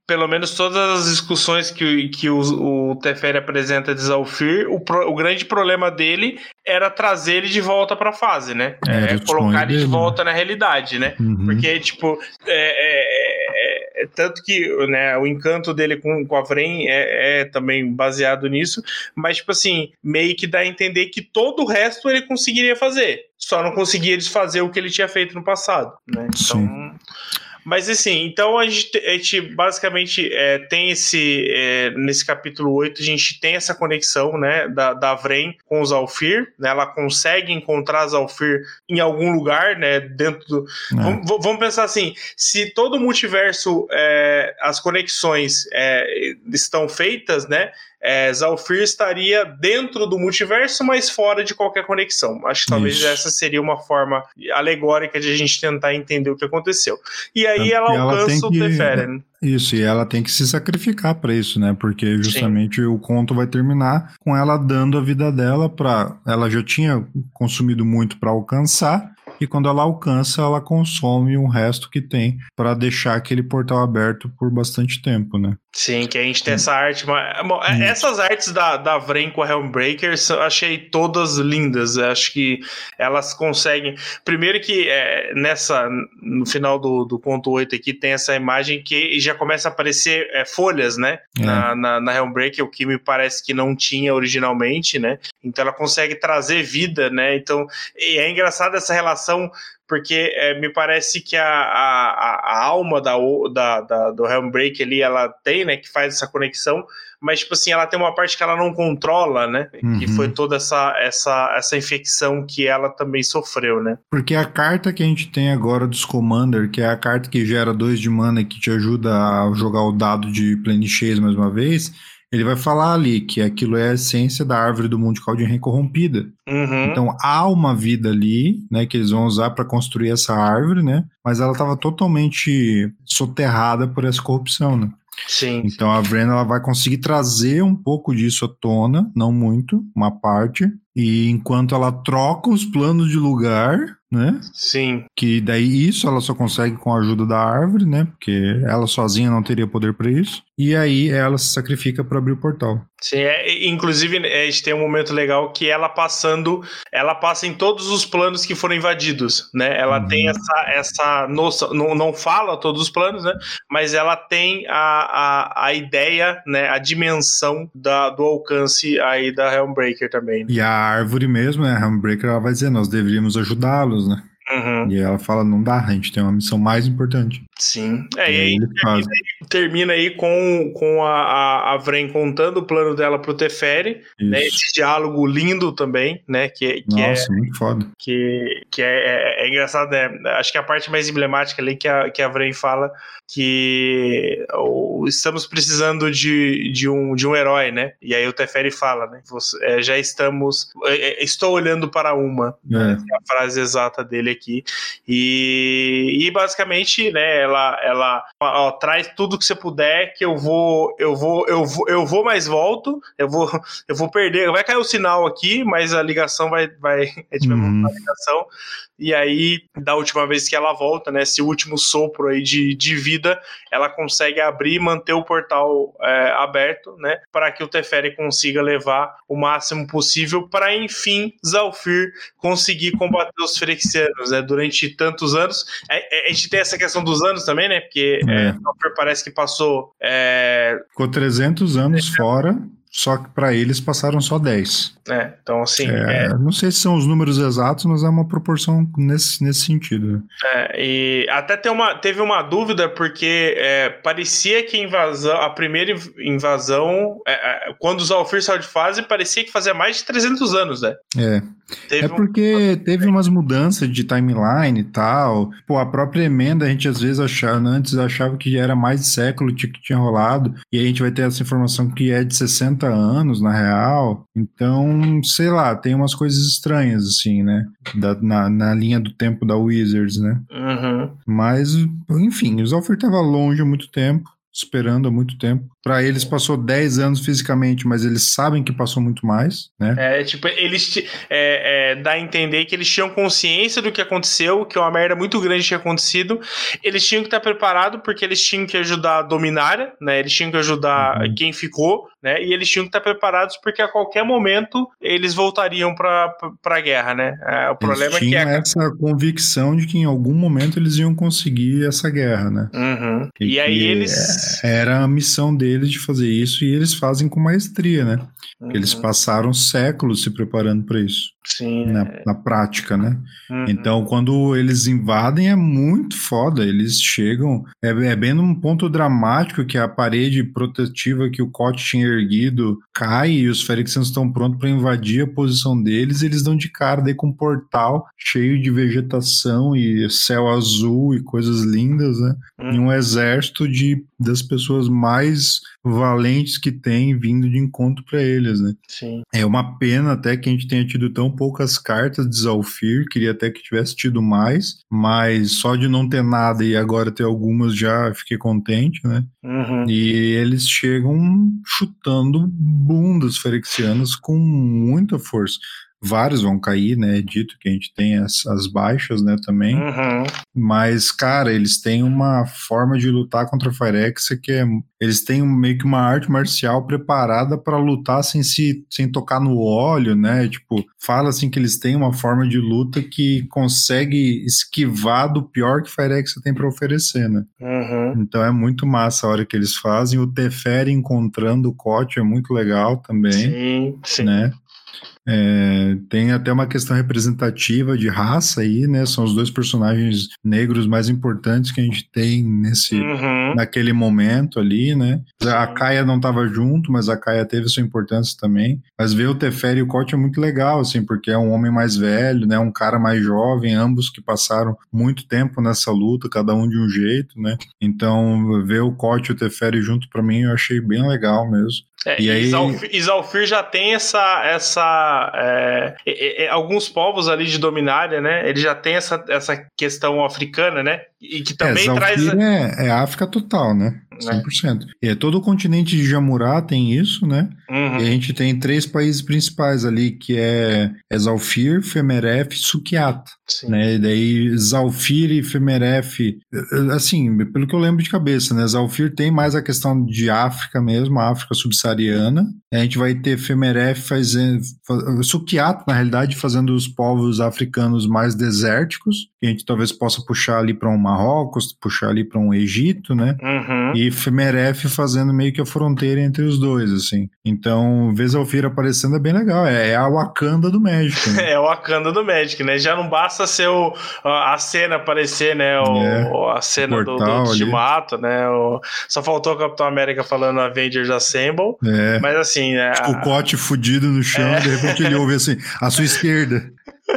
pelo menos todas as discussões que, que o, o Teferi apresenta de Zhalfir, o, pro, o grande problema dele era trazer ele de volta pra fase, né? É, é colocar ele dele. de volta na realidade, né? Uhum. Porque, tipo, é, é, é, tanto que né, o encanto dele com, com a Vren é, é também baseado nisso, mas, tipo assim, meio que dá a entender que todo o resto ele conseguiria fazer, só não conseguia desfazer o que ele tinha feito no passado, né? Então... Sim. Mas assim, então a gente, a gente basicamente é, tem esse, é, nesse capítulo oito, a gente tem essa conexão, né, da, da Vren com o Zhalfir, né, ela consegue encontrar Zhalfir em algum lugar, né, dentro do... É. Vamos, vamos pensar assim, se todo o multiverso, é, as conexões é, estão feitas, né, É, Zhalfir estaria dentro do multiverso, mas fora de qualquer conexão. Acho que talvez isso. essa seria uma forma alegórica de a gente tentar entender o que aconteceu. E aí ela, ela alcança o Teferi. Né? Isso, e ela tem que se sacrificar para isso, né? Porque justamente Sim. o conto vai terminar com ela dando a vida dela para... Ela já tinha consumido muito para alcançar, e quando ela alcança, ela consome o resto que tem para deixar aquele portal aberto por bastante tempo, né? Sim, que a gente tem essa arte. Bom, essas artes da, da Vren com a Helmbreakers eu achei todas lindas. Eu acho que elas conseguem. Primeiro que é, nessa, no final do, do conto oito aqui tem essa imagem que já começa a aparecer é, folhas, né? É. Na, na, na Helmbreaker, o que me parece que não tinha originalmente, né? Então ela consegue trazer vida, né? Então, e é engraçado essa relação. Porque é, me parece que a, a, a alma da, da, da, do Helmbreaker ali, ela tem, né, que faz essa conexão, mas, tipo assim, ela tem uma parte que ela não controla, né, uhum. que foi toda essa, essa, essa infecção que ela também sofreu, né. Porque a carta que a gente tem agora dos Commander, que é a carta que gera dois de mana e que te ajuda a jogar o dado de Planichase mais uma vez... Ele vai falar ali que aquilo é a essência da árvore do mundo de Kaldheim corrompida. Uhum. Então há uma vida ali, né, que eles vão usar para construir essa árvore, né? Mas ela estava totalmente soterrada por essa corrupção, né? Sim. Então a Vren ela vai conseguir trazer um pouco disso à tona, não muito, uma parte. E enquanto ela troca os planos de lugar, né? Sim. Que daí isso ela só consegue com a ajuda da árvore, né? Porque ela sozinha não teria poder para isso. E aí ela se sacrifica para abrir o portal. Sim, é, inclusive a gente tem um momento legal que ela passando, ela passa em todos os planos que foram invadidos, né? Ela uhum. tem essa, essa noção, não, não fala todos os planos, né? Mas ela tem a, a, a ideia, né? A dimensão da, do alcance aí da Helmbreaker também. Né? E a árvore mesmo, né? A Helmbreaker, ela vai dizer, nós deveríamos ajudá-los, né? Uhum. E ela fala, não dá, a gente tem uma missão mais importante. Sim. É, e aí, aí termina, termina aí com, com a, a, a Vren contando o plano dela pro Teferi, né? Esse diálogo lindo também, né? Que, que Nossa, é, muito foda. Que, que é, é, é engraçado, né? Acho que a parte mais emblemática ali que a, que a Vren fala que oh, estamos precisando de, de, um, de um herói, né? E aí o Teferi fala, né? Você, é, já estamos... É, estou olhando para uma. É. Né? É a frase exata dele aqui. E, e basicamente, né? Ela, ela ó, traz tudo que você puder, que eu vou, eu vou, eu vou, eu vou, mas volto. Eu vou, eu vou perder. Vai cair o sinal aqui, mas a ligação vai, vai, a gente vai voltar a ligação. E aí, da última vez que ela volta, né, esse último sopro aí de, de vida, ela consegue abrir e manter o portal é, aberto, né, para que o Teferi consiga levar o máximo possível para, enfim, Zhalfir conseguir combater os Phyrexianos, né, durante tantos anos. A, a gente tem essa questão dos anos também, né, porque é. É, Zhalfir parece que passou... É... Ficou trezentos anos fora... Só que para eles passaram só dez. É, então assim... É, é... Não sei se são os números exatos, mas é uma proporção nesse, nesse sentido. É, e até tem uma, teve uma dúvida, porque é, parecia que a invasão, a primeira invasão, é, é, quando o Zhalfir saiu de fase, parecia que fazia mais de trezentos anos, né? É. Teve é porque um... teve umas mudanças de timeline e tal. Pô, a própria emenda a gente às vezes achava, antes achava que era mais de século que tinha rolado, e a gente vai ter essa informação que é de sessenta anos, na real. Então, sei lá, tem umas coisas estranhas, assim, né? Da, na, na linha do tempo da Wizards, né? Uhum. Mas, enfim, o Zhalfir tava longe há muito tempo. esperando há muito tempo. Para eles passou dez anos fisicamente, mas eles sabem que passou muito mais, né? É, tipo, eles é, é, dá a entender que eles tinham consciência do que aconteceu, que uma merda muito grande tinha acontecido. Eles tinham que estar preparados porque eles tinham que ajudar a Dominária, né? Eles tinham que ajudar uhum. quem ficou, né? E eles tinham que estar preparados porque a qualquer momento eles voltariam para a guerra, né? É, o problema eles é que tinham a... essa convicção de que em algum momento eles iam conseguir essa guerra, né? Uhum. E, e aí eles... Era a missão deles de fazer isso e eles fazem com maestria, né? Uhum. Eles passaram séculos se preparando para isso. Sim, na, é. na prática, né? Uhum. Então, quando eles invadem é muito foda. Eles chegam... É, é bem num ponto dramático que a parede protetiva que o Koch tinha erguido cai e os Phyrexianos estão prontos para invadir a posição deles. E eles dão de cara daí com um portal cheio de vegetação e céu azul e coisas lindas, né? Uhum. E um exército de, das pessoas mais valentes que tem vindo de encontro para eles, né? Sim. É uma pena até que a gente tenha tido tão poucas cartas de Zhalfir, queria até que tivesse tido mais, mas só de não ter nada e agora ter algumas já fiquei contente, né? Uhum. E eles chegam chutando bundas Phyrexianas com muita força. Vários vão cair, né? É dito que a gente tem as, as baixas, né, também. Uhum. Mas, cara, eles têm uma forma de lutar contra a Phyrexia que é... Eles têm meio que uma arte marcial preparada para lutar sem, se, sem tocar no óleo, né? Tipo, fala assim que eles têm uma forma de luta que consegue esquivar do pior que a Phyrexia tem para oferecer, né? Uhum. Então é muito massa a hora que eles fazem. O Teferi encontrando o Koch é muito legal também. Sim, sim. Né? É, tem até uma questão representativa de raça aí, né? São os dois personagens negros mais importantes que a gente tem nesse, uhum. naquele momento ali, né? A Kaia não estava junto, mas a Kaia teve sua importância também. Mas ver o Teferi e o Koch é muito legal, assim, porque é um homem mais velho, né? Um cara mais jovem, ambos que passaram muito tempo nessa luta, cada um de um jeito, né? Então, ver o Koch e o Teferi junto, pra mim, eu achei bem legal mesmo. É, e aí... Zhalfir já tem essa, essa é, é, é, alguns povos ali de Dominária, né? Ele já tem essa, essa questão africana, né? E que também é, traz é, é África total, né? cem por cento. É. E é todo o continente de Jamurá tem isso, né? Uhum. E a gente tem três países principais ali, que é, é Zhalfir, Femeref e Sukiata. Sim. Né? E daí Zhalfir e Femeref, assim, pelo que eu lembro de cabeça, né? Zhalfir tem mais a questão de África mesmo, a África subsaariana. A gente vai ter Femeref fazendo, Sukiata, na realidade, fazendo os povos africanos mais desérticos, que a gente talvez possa puxar ali para um Marrocos, puxar ali para um Egito, né? Uhum. E Femeref fazendo meio que a fronteira entre os dois, assim. Então, ver Zhalfir aparecendo é bem legal. É, é a Wakanda do Magic. Né? É a Wakanda do Magic, né? Já não basta ser o, a cena aparecer, né? O, é, a cena do, do Ultimato, né? O, só faltou o Capitão América falando Avengers Assemble. É. Mas assim, né? Tipo, a... o Koch fudido no chão, é. De repente ele ouve assim, à sua esquerda.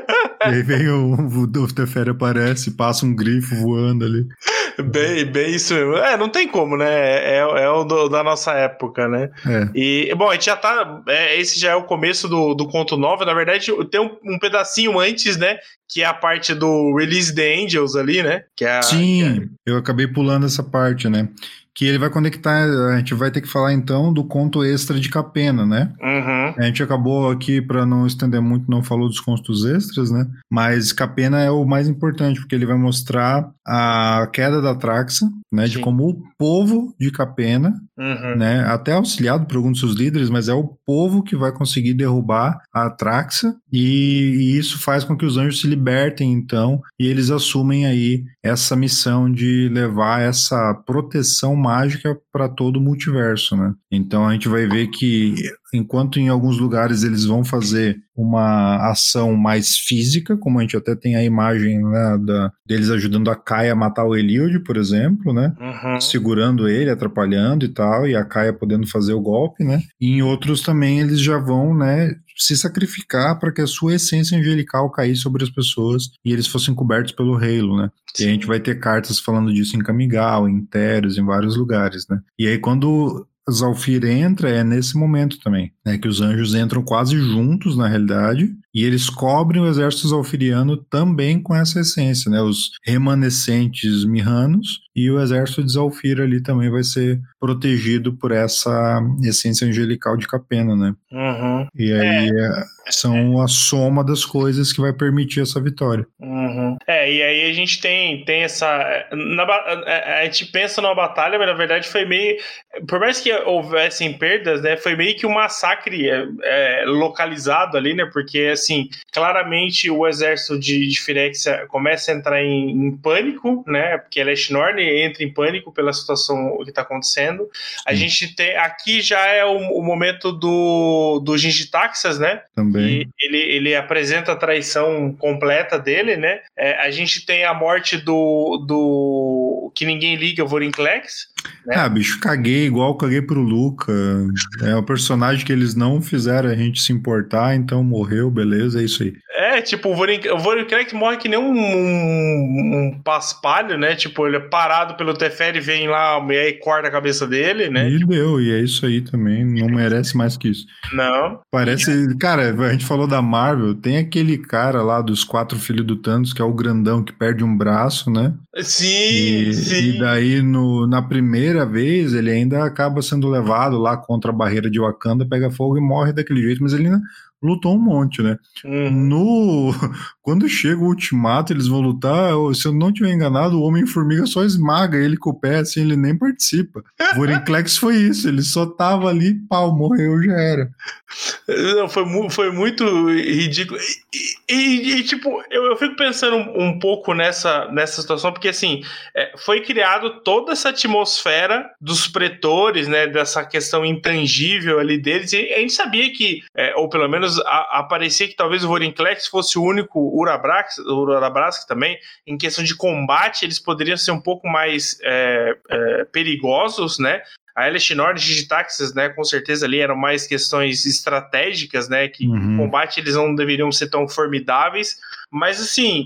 E aí vem o, o Teferi aparece, passa um grifo voando ali. Bem, bem isso mesmo. É, não tem como, né? É, é o do, da nossa época, né? É. E, bom, a gente já tá... É, esse já é o começo do, do conto nove. Na verdade, tem um, um pedacinho antes, né? Que é a parte do Release the Angels ali, né? Que é a, Sim, que é... eu acabei pulando essa parte, né? Que ele vai conectar, a gente vai ter que falar então do conto extra de Capena, né? Uhum. A gente acabou aqui, para não estender muito, não falou dos contos extras, né? Mas Capena é o mais importante, porque ele vai mostrar a queda da Traxa, né? Sim. De como o povo de Capena, uhum. né? Até auxiliado por alguns dos seus líderes, mas é o povo que vai conseguir derrubar a Traxa, e, e isso faz com que os anjos se libertem, então, e eles assumem aí essa missão de levar essa proteção mágica para todo o multiverso, né? Então a gente vai ver que enquanto em alguns lugares eles vão fazer uma ação mais física, como a gente até tem a imagem, né, da, deles ajudando a Kaia a matar o Eliod, por exemplo, né? Uhum. Segurando ele, atrapalhando e tal, e a Kaia podendo fazer o golpe, né? E em outros também eles já vão, né, se sacrificar para que a sua essência angelical caísse sobre as pessoas e eles fossem cobertos pelo Halo, né? Sim. E a gente vai ter cartas falando disso em Kamigawa, em Teros, em vários lugares, né? E aí quando Zhalfir entra, é nesse momento também. né, que os anjos entram quase juntos, na realidade, e eles cobrem o exército zalfiriano também com essa essência, né, os remanescentes mirranos, e o exército de Zalfir ali também vai ser protegido por essa essência angelical de Capena, né? Uhum. E aí é, são a soma das coisas que vai permitir essa vitória. Uhum. É, e aí a gente tem, tem essa... Na, a, a gente pensa numa batalha, mas na verdade foi meio... Por mais que houvessem perdas, né, foi meio que um massacre é, é, localizado ali, né? Porque, assim, claramente o exército de, de Phyrexia começa a entrar em, em pânico, né? Porque Elesh Norn entra em pânico pela situação que está acontecendo. A Sim. gente tem... Aqui já é o, o momento do, do Jin-Gitaxias, né? Também. E ele, ele apresenta a traição completa dele, né? É, a gente tem a morte do... do que ninguém liga, Vorinclex. Né? Ah, bicho, caguei igual caguei pro Luca. É o personagem que eles não fizeram a gente se importar, então morreu, beleza, é isso aí. É, tipo, o Vorinclex morre que nem um, um, um paspalho, né? Tipo, ele é parado pelo Teferi, vem lá e aí corta a cabeça dele, né? E tipo... deu, e é isso aí também, não merece mais que isso. Não. Parece, cara, a gente falou da Marvel, tem aquele cara lá dos quatro filhos do Thanos, que é o grandão que perde um braço, né? Sim, e, sim. E daí, no, na primeira vez, ele ainda acaba sendo levado lá contra a barreira de Wakanda, pega fogo e morre daquele jeito, mas ele ainda lutou um monte, né? Uhum. No... Quando chega o Ultimato, eles vão lutar, se eu não tiver enganado, o Homem-Formiga só esmaga ele com o pé, assim, ele nem participa. Vorinclex foi isso, ele só tava ali, pau, morreu, já era. Não, foi, foi muito ridículo. E, e, e tipo, eu, eu fico pensando um, um pouco nessa, nessa situação, porque, assim, é, foi criado toda essa atmosfera dos pretores, né, dessa questão intangível ali deles, e a gente sabia que, é, ou pelo menos a, aparecia que talvez o Vorinclex fosse o único Urabrask, o Urabrask também, em questão de combate, eles poderiam ser um pouco mais é, é, perigosos, né? A Elesh Norn e Jin-Gitaxias, né, com certeza ali eram mais questões estratégicas, né, que uhum. no combate eles não deveriam ser tão formidáveis, mas assim,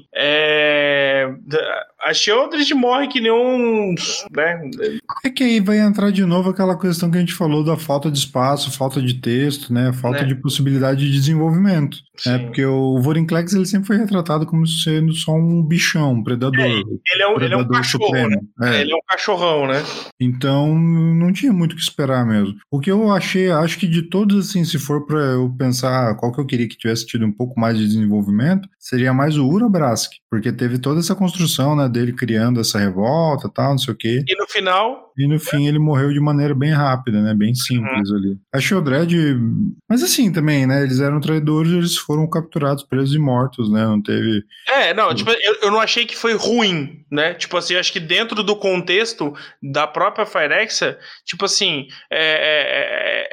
é... a Sheoldred morre que nem um... né? É que aí vai entrar de novo aquela questão que a gente falou da falta de espaço, falta de texto, né, falta né? de possibilidade de desenvolvimento. É, porque o Vorinclex ele sempre foi retratado como sendo só um bichão, um predador. É, ele, é um, ele é um cachorro, né? É. Ele é um cachorrão, né? Então não tinha muito o que esperar mesmo. O que eu achei, acho que de todos, assim, se for pra eu pensar qual que eu queria que tivesse tido um pouco mais de desenvolvimento, seria mais o Urabrask, porque teve toda essa construção, né, dele criando essa revolta e tal, não sei o quê. E no final... E no fim ele morreu de maneira bem rápida, né, bem simples uhum. ali. A Sheoldred... Mas assim também, né, eles eram traidores, eles foram capturados, presos e mortos, né, não teve... É, não, tipo, eu, eu não achei que foi ruim, né, tipo assim, acho que dentro do contexto da própria Phyrexia, tipo assim, é... é,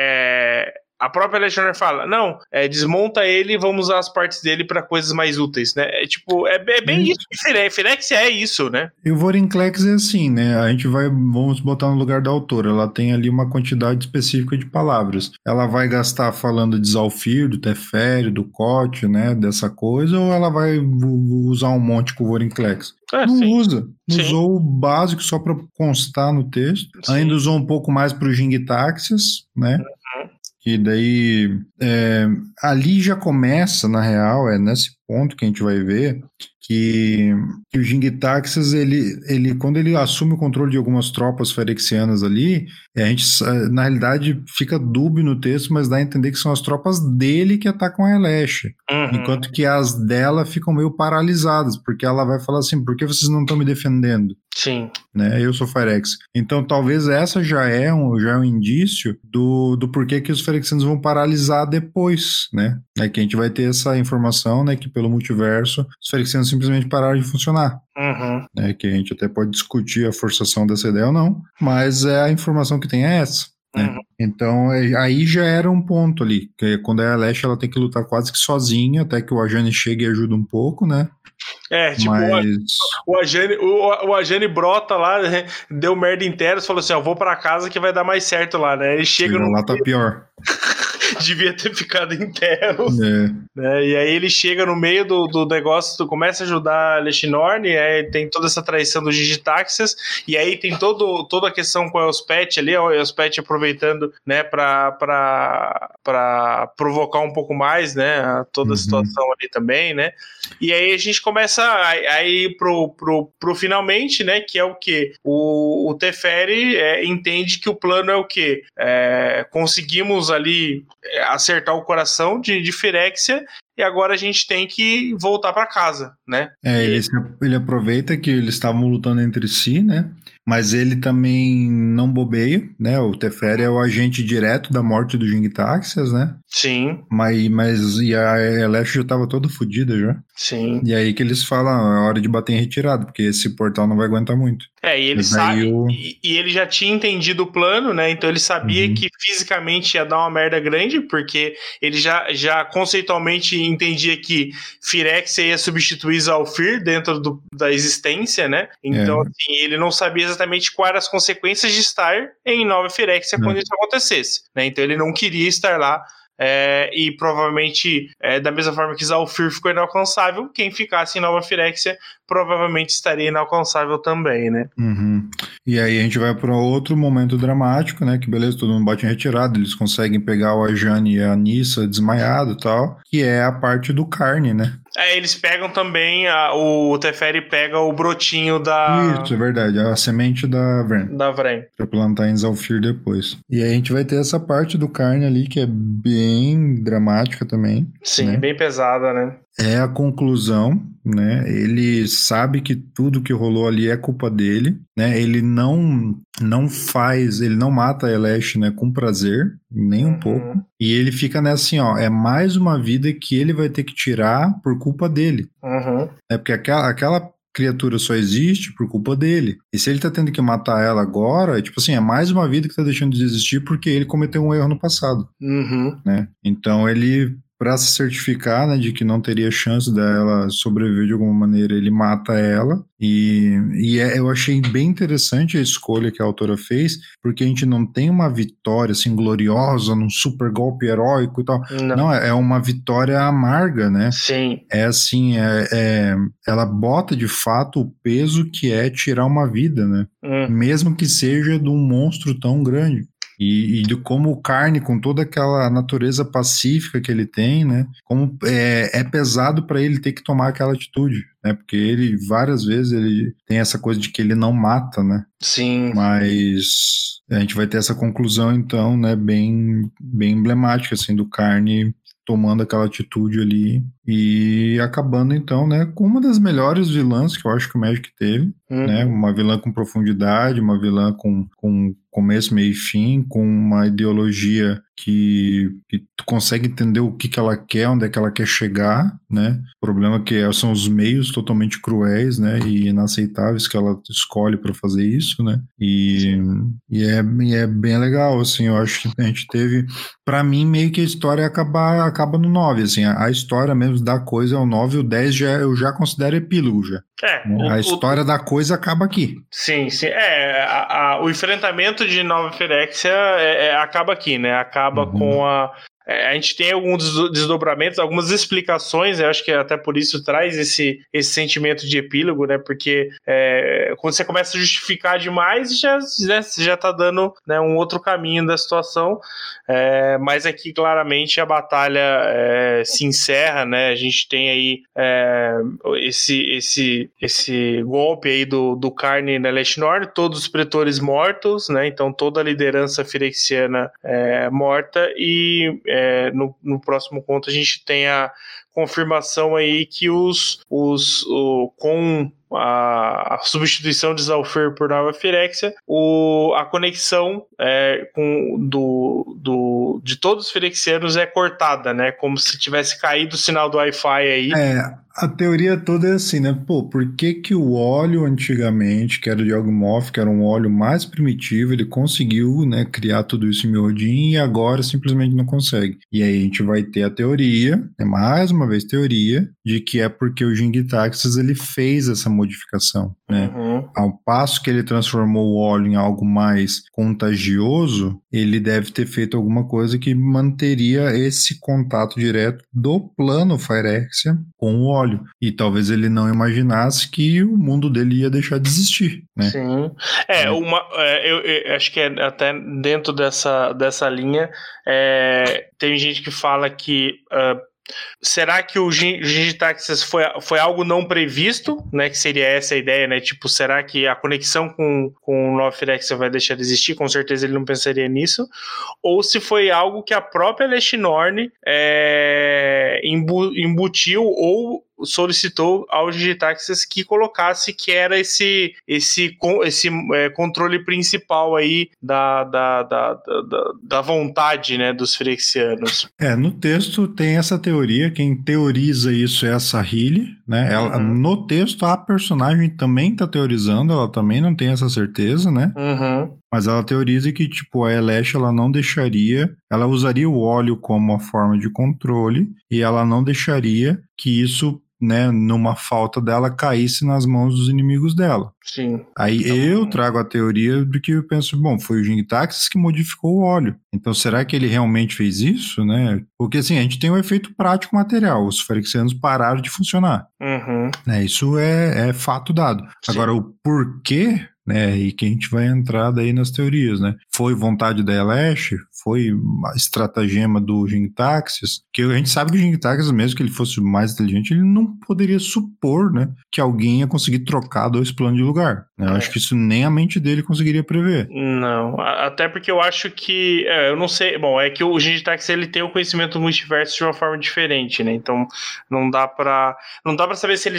é, é a própria Alexandre fala, não, é, desmonta ele e vamos usar as partes dele para coisas mais úteis, né? É tipo, é, é bem isso que Phyrexia é isso, né? E o Vorinclex é assim, né? A gente vai, vamos botar no lugar da autora, ela tem ali uma quantidade específica de palavras. Ela vai gastar falando de Zalfir, do Teferi, do Koth, né? Dessa coisa, ou ela vai usar um monte com o Vorinclex? É, não sim. usa. Sim. Usou o básico só para constar no texto. Sim. Ainda usou um pouco mais para o Jin-Gitaxias, né? Uhum. Que daí é, ali já começa, na real, é nesse ponto que a gente vai ver que, que o Jin-Gitaxias, ele, ele, quando ele assume o controle de algumas tropas phyrexianas ali, a gente, na realidade, fica dúbio no texto, mas dá a entender que são as tropas dele que atacam a Elesh, uhum. enquanto que as dela ficam meio paralisadas, porque ela vai falar assim, por que vocês não estão me defendendo? Sim. Né? Eu sou Phyrexia. Então talvez essa já é um, já é um indício do, do porquê que os Phyrexianos vão paralisar depois, né? É que a gente vai ter essa informação, né, que pelo multiverso os Phyrexianos simplesmente pararam de funcionar. Uhum. Né, que a gente até pode discutir a forçação dessa ideia ou não, mas é a informação que tem é essa. Né? Uhum. Então é, aí já era um ponto ali, que quando a Elesh ela tem que lutar quase que sozinha, até que o Ajani chega e ajuda um pouco, né? É, tipo, Mas... o, Ajani, o, o Ajani brota lá, né? Deu merda inteira, falou assim, ó, vou pra casa que vai dar mais certo lá, né? Ele chega no... no... lá tá pior. devia ter ficado em Telos. É. Né? E aí ele chega no meio do, do negócio, começa a ajudar a Lechinor, e aí tem toda essa traição dos Digitaxias, e aí tem todo, toda a questão com o Elspeth ali, o Elspeth aproveitando, né, pra, pra, pra provocar um pouco mais, né, toda a Uhum. situação ali também, né, e aí a gente começa a, a ir pro, pro, pro finalmente, né, que é o que? O, o Teferi é, entende que o plano é o que? É, conseguimos ali é, acertar o coração de, de Firexia, e agora a gente tem que voltar para casa, né? É, ele, ele aproveita que eles estavam lutando entre si, né? Mas ele também não bobeia, né? O Teferi é o agente direto da morte do Jin-Gitaxias, né? Sim. Mas, mas e a Elesh já estava toda fodida já. Sim. E aí que eles falam, é hora de bater em retirada, porque esse portal não vai aguentar muito. É, e ele Mas aí sabe, o- e, e ele já tinha entendido o plano, né? Então ele sabia Uhum. que fisicamente ia dar uma merda grande, porque ele já, já conceitualmente entendia que Firexia ia substituir Zalfir dentro do, da existência, né? Então, É. assim, ele não sabia exatamente quais eram as consequências de estar em Nova Firexia Não. quando isso acontecesse, né? Então ele não queria estar lá. É, e provavelmente, é, da mesma forma que Zalfir ficou inalcançável, quem ficasse em Nova Firexia provavelmente estaria inalcançável também, né? Uhum. E aí a gente vai para outro momento dramático, né? Que beleza, todo mundo bate em retirada, eles conseguem pegar o Ajani e a Nissa desmaiado e tal, que é a parte do carne, né? É, eles pegam também, a, o Teferi pega o brotinho da, Isso, é verdade, a semente da Vern, da Vren. pra plantar em Zalfir depois. E aí a gente vai ter essa parte do carne ali que é bem dramática também. Sim, né? bem pesada, né? É a conclusão, né? Ele sabe que tudo que rolou ali é culpa dele, né? Ele não não faz, ele não mata a Elesh, né, com prazer, nem um Uhum. pouco. E ele fica nessa assim, ó, é mais uma vida que ele vai ter que tirar por culpa dele. Uhum. É porque aquela, aquela criatura só existe por culpa dele. E se ele tá tendo que matar ela agora, tipo assim, é mais uma vida que tá deixando de existir porque ele cometeu um erro no passado, Uhum. né? Então ele, para se certificar, né, de que não teria chance dela sobreviver de alguma maneira, ele mata ela. E, e é, eu achei bem interessante a escolha que a autora fez, porque a gente não tem uma vitória assim gloriosa, num super golpe heróico e tal. Não. Não, é uma vitória amarga, né? Sim. É assim, é, é, ela bota de fato o peso que é tirar uma vida, né? Hum. Mesmo que seja de um monstro tão grande. E, e de como o carne, com toda aquela natureza pacífica que ele tem, né? Como é, é pesado para ele ter que tomar aquela atitude, né? Porque ele, várias vezes, ele tem essa coisa de que ele não mata, né? Sim. Mas a gente vai ter essa conclusão, então, né? Bem, bem emblemática, assim, do carne tomando aquela atitude ali e acabando, então, né, com uma das melhores vilãs que eu acho que o Magic teve, Uhum. né, uma vilã com profundidade, uma vilã com, com começo, meio e fim, com uma ideologia que, que tu consegue entender o que, que ela quer, onde é que ela quer chegar, né, o problema é que são os meios totalmente cruéis, né, e inaceitáveis que ela escolhe para fazer isso, né, e, e, é, e é bem legal, assim, eu acho que a gente teve, para mim, meio que a história acaba, acaba no nove, assim, a, a história mesmo da coisa é o nove, o dez já, eu já considero epílogo já. É, Né? o, A o- história da coisa acaba aqui. Sim, sim. É, a- a- o enfrentamento de Nova Firexia é, é, acaba aqui, né? Acaba Uhum. com a. é, a gente tem alguns des- desdobramentos, algumas explicações, eu acho que até por isso traz esse, esse sentimento de epílogo, né? Porque é, quando você começa a justificar demais, já, já, já tá dando, né, um outro caminho da situação. É, mas aqui, claramente, a batalha é, se encerra, né? A gente tem aí é, esse, esse, esse golpe aí do, do Carne na Lechinor, todos os pretores mortos, né? Então toda a liderança firexiana é, morta, e é, no, no próximo conto a gente tem a confirmação aí que os, os o, com a, a substituição de Zalfir por Nova Firexia, o, a conexão é, com, do, do, de todos os firexianos é cortada, né? Como se tivesse caído o sinal do Wi-Fi aí. É, a teoria toda é assim, né? Pô, por que que o óleo antigamente, que era de Yawgmoth, que era um óleo mais primitivo, ele conseguiu, né, criar tudo isso em Mirrodin e agora simplesmente não consegue? E aí a gente vai ter a teoria, né, mais uma uma vez, teoria de que é porque o Jing-Taxis ele fez essa modificação, né? Uhum. Ao passo que ele transformou o óleo em algo mais contagioso, ele deve ter feito alguma coisa que manteria esse contato direto do plano Phyrexia com o óleo. E talvez ele não imaginasse que o mundo dele ia deixar de existir, né? Sim. É, uma, é, eu, eu acho que é até dentro dessa, dessa linha, é, tem gente que fala que uh, será que o Jing-Taxis foi, foi algo não previsto, né? Que seria essa a ideia, né? Tipo, será que a conexão com, com o Nova Phyrexia vai deixar de existir? Com certeza ele não pensaria nisso. Ou se foi algo que a própria Leste Norne é, imbu, embutiu ou solicitou ao Jing-Taxis que colocasse que era esse, esse, esse é, controle principal aí da, da, da, da, da vontade, né, dos Phyrexianos. É, no texto tem essa teoria, quem teoriza isso é a Sahili, né? Ela, uhum. No texto a personagem também está teorizando, ela também não tem essa certeza, né? Uhum. Mas ela teoriza que, tipo, a Elesh, ela não deixaria, ela usaria o óleo como uma forma de controle e ela não deixaria que isso, né, numa falta dela, caísse nas mãos dos inimigos dela. Sim. Aí então, eu trago a teoria do que eu penso, bom, foi o Jing-Taxis que modificou o óleo. Então, será que ele realmente fez isso, né? Porque, assim, a gente tem um efeito prático material. Os Phyrexianos pararam de funcionar. Uhum. Né, isso é, é fato dado. Sim. Agora, o porquê, né, e que a gente vai entrar daí nas teorias, né? Foi vontade da Elesh? Foi uma estratagema do Jing-Taxis? Que a gente sabe que o Jing-Taxis, mesmo que ele fosse mais inteligente, ele não poderia supor, né, que alguém ia conseguir trocar dois planos de lugar. Né? Eu é. acho que isso nem a mente dele conseguiria prever. Não, até porque eu acho que, é, eu não sei, bom, é que o Jing-Taxis ele tem o conhecimento do multiverso de uma forma diferente, né? Então não dá pra, não dá pra saber se ele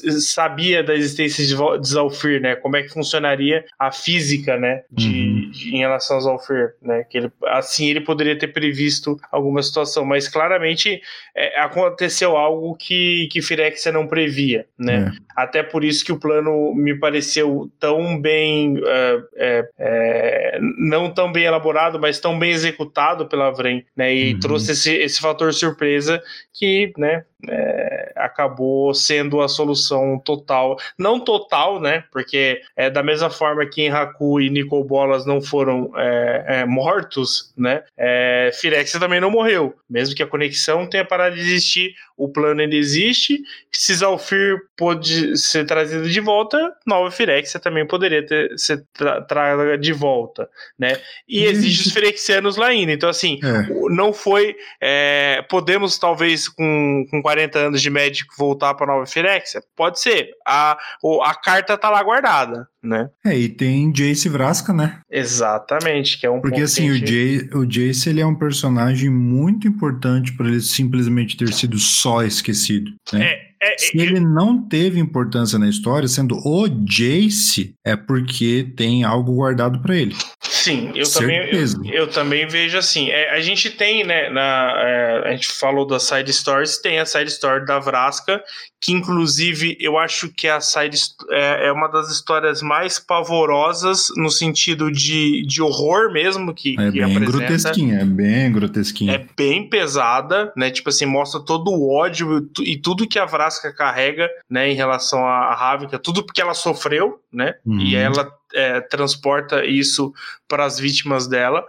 sabia da existência de Zalfir, né? Como é que funcionaria a física, né, de, uhum. de, em relação a Zalfir, né? Que ele, assim ele poderia ter previsto alguma situação, mas claramente é, aconteceu algo que, que Phyrexia não previa, né? É. Até por isso que o plano me pareceu tão bem, uh, é, é, não tão bem elaborado, mas tão bem executado pela Vren, né? E uhum. trouxe esse, esse fator surpresa que, né, é, acabou sendo a solução total, não total, né? Porque é da mesma forma que Enraku e Nicol Bolas não foram é, é, mortos, né? É, Phyrexia também não morreu, mesmo que a conexão tenha parado de existir, o plano ainda existe. Se Zalfir pôde ser trazido de volta, Nova Phyrexia também poderia ter, ser tra- traga de volta, né? E existem os Phyrexianos lá ainda, então assim, é. não foi, é, podemos talvez com, com quarenta anos de médico voltar para Nova Phyrexia? Pode ser, a, a carta tá lá guardada, né? É, e tem Jace Vraska, né? Exatamente, que é um Porque assim, o, Jay, o Jace, ele é um personagem muito importante para ele simplesmente ter sido só esquecido, né? É. É, Se eu... ele não teve importância na história, sendo o Jace, é porque tem algo guardado para ele. Sim, eu também, eu, eu também vejo assim. É, a gente tem, né, na, é, a gente falou das side stories, tem a side story da Vraska, que inclusive eu acho que a side é, é uma das histórias mais pavorosas no sentido de, de horror mesmo que, é que bem apresenta. grotesquinha, é bem grotesquinha. É bem pesada, né? Tipo assim, mostra todo o ódio e tudo que a Vraska carrega, né, em relação à Ravnica, tudo porque ela sofreu, né? Uhum. E ela é, transporta isso para as vítimas dela.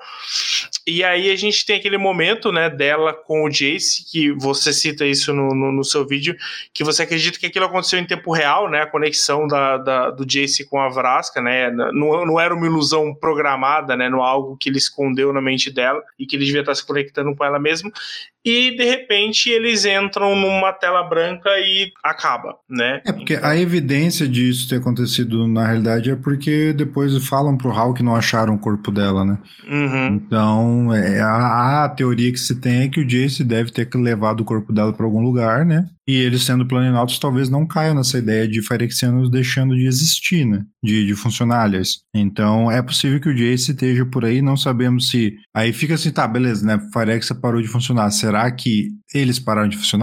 E aí a gente tem aquele momento, né, dela com o Jace, que você cita isso no, no, no seu vídeo, que você acredita que aquilo aconteceu em tempo real, né, a conexão da, da, do Jace com a Vraska, né, não, não era uma ilusão programada, né, não é algo que ele escondeu na mente dela e que ele devia estar se conectando com ela mesmo. E, de repente, eles entram numa tela branca e acaba, né? É, porque então... a evidência disso ter acontecido, na realidade, é porque depois falam pro Hal que não acharam o corpo dela, né? Uhum. Então, é, a, a teoria que se tem é que o Jace deve ter levado o corpo dela para algum lugar, né? E eles, sendo planinautas, talvez não caiam nessa ideia de Phyrexianos deixando de existir, né? De, de funcionar, aliás. Então, é possível que o Jace esteja por aí, não sabemos se... Aí fica assim, tá, beleza, né? Phyrexia parou de funcionar. Será que eles pararam de funcionar?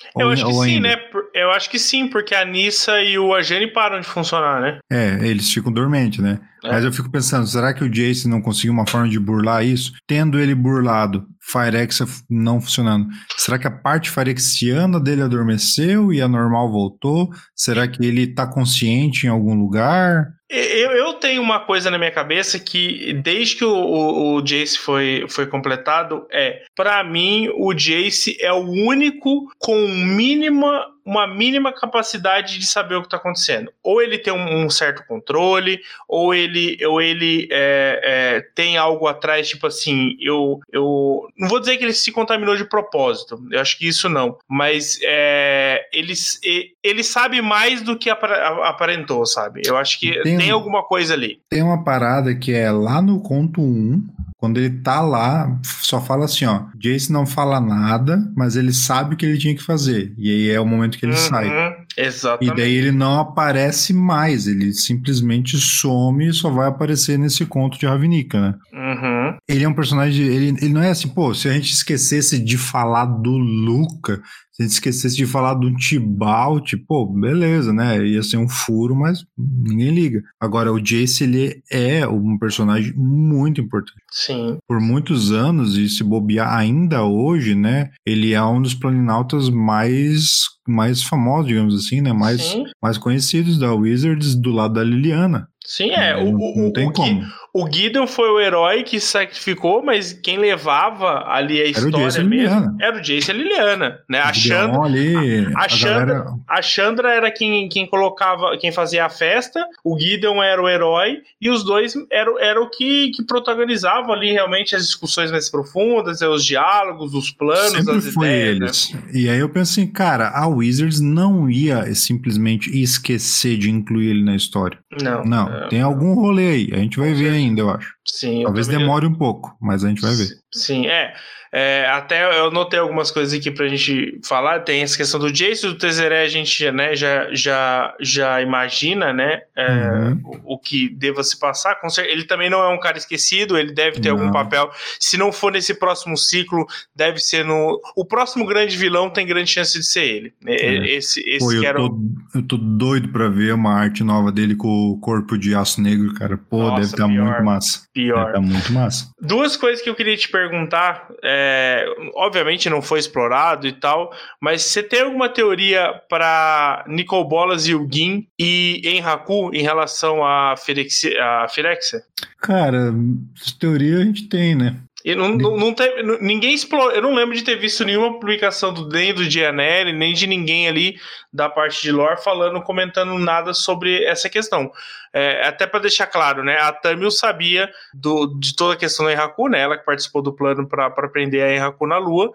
Eu Ou- acho que ou sim, ainda? né? Por- Eu acho que sim, porque a Nissa e o Ajani param de funcionar, né? É, eles ficam dormentes, né? É. Mas eu fico pensando, será que o Jace não conseguiu uma forma de burlar isso? Tendo ele burlado, Firexa não funcionando, será que a parte firexiana dele adormeceu e a normal voltou? Será que ele tá consciente em algum lugar? Eu, eu tenho uma coisa na minha cabeça que, desde que o, o, o Jace foi, foi completado, é, pra mim, o Jace é o único com mínima, uma mínima capacidade de saber o que tá acontecendo. Ou ele tem um, um certo controle, ou ele, ou ele é, é, tem algo atrás, tipo assim, eu, eu não vou dizer que ele se contaminou de propósito, eu acho que isso não, mas é, ele, ele sabe mais do que aparentou, sabe? Eu acho que Tem- tem alguma coisa ali. Tem uma parada que é lá no conto um, quando ele tá lá, só fala assim, ó, Jace não fala nada, mas ele sabe o que ele tinha que fazer. E aí é o momento que ele Uhum, sai. exatamente. E daí ele não aparece mais, ele simplesmente some e só vai aparecer nesse conto de Ravnica, né? Uhum. Ele é um personagem, ele, ele não é assim, pô, se a gente esquecesse de falar do Luca, se a gente esquecesse de falar do Tibalt, pô, beleza, né? Ia ser um furo, mas ninguém liga. Agora, o Jace, ele é um personagem muito importante. Sim. Por muitos anos, e se bobear ainda hoje, né? Ele é um dos planinautas mais, mais famosos, digamos assim, né? Mais, Sim. mais conhecidos da Wizards do lado da Liliana. Sim, é. O, não, o, não tem o, como. Gui, o Gideon foi o herói que sacrificou, mas quem levava ali a história Era o Jace e a mesmo Liliana. era o Jace e a Liliana, né? A Gideon Chandra, ali, a, a Chandra, galera... a Chandra era quem, quem colocava, quem fazia a festa, o Gideon era o herói, e os dois eram, eram o que, que protagonizavam ali realmente as discussões mais profundas, os diálogos, os planos, Sempre as foi ideias. eles. Né? E aí eu penso assim, cara, a Wizards não ia simplesmente esquecer de incluir ele na história. Não. Não, é, tem algum rolê aí. A gente vai Com ver certeza. ainda, eu acho. Sim, Talvez eu também- demore um pouco, mas a gente vai ver. Sim, é. É, até eu notei algumas coisas aqui pra gente falar. Tem essa questão do Jace, do Tezzeret, a gente né, já, já, já imagina né, é, Uhum. o, o que deva se passar. Com certeza, ele também não é um cara esquecido, ele deve ter Não. algum papel. Se não for nesse próximo ciclo, deve ser no. O próximo grande vilão tem grande chance de ser ele. É. Esse, esse Pô, que eu era tô, o... eu tô doido pra ver uma arte nova dele com o corpo de aço negro, cara. Pô, Nossa, deve estar pior. muito massa. pior. Deve tá muito massa. Duas coisas que eu queria te perguntar, é, obviamente não foi explorado e tal, mas você tem alguma teoria para Nicol Bolas e o Gin e Enraku em relação a Phyrexia? Cara, teoria a gente tem, né? E não, não, não tem, ninguém explora. Eu não lembro de ter visto nenhuma publicação do, nem do Gianelli, nem de ninguém ali da parte de lore falando, comentando nada sobre essa questão. É, até para deixar claro, né? A Tamil sabia do, de toda a questão da Enraku, né? Ela que participou do plano para prender a Enraku na Lua.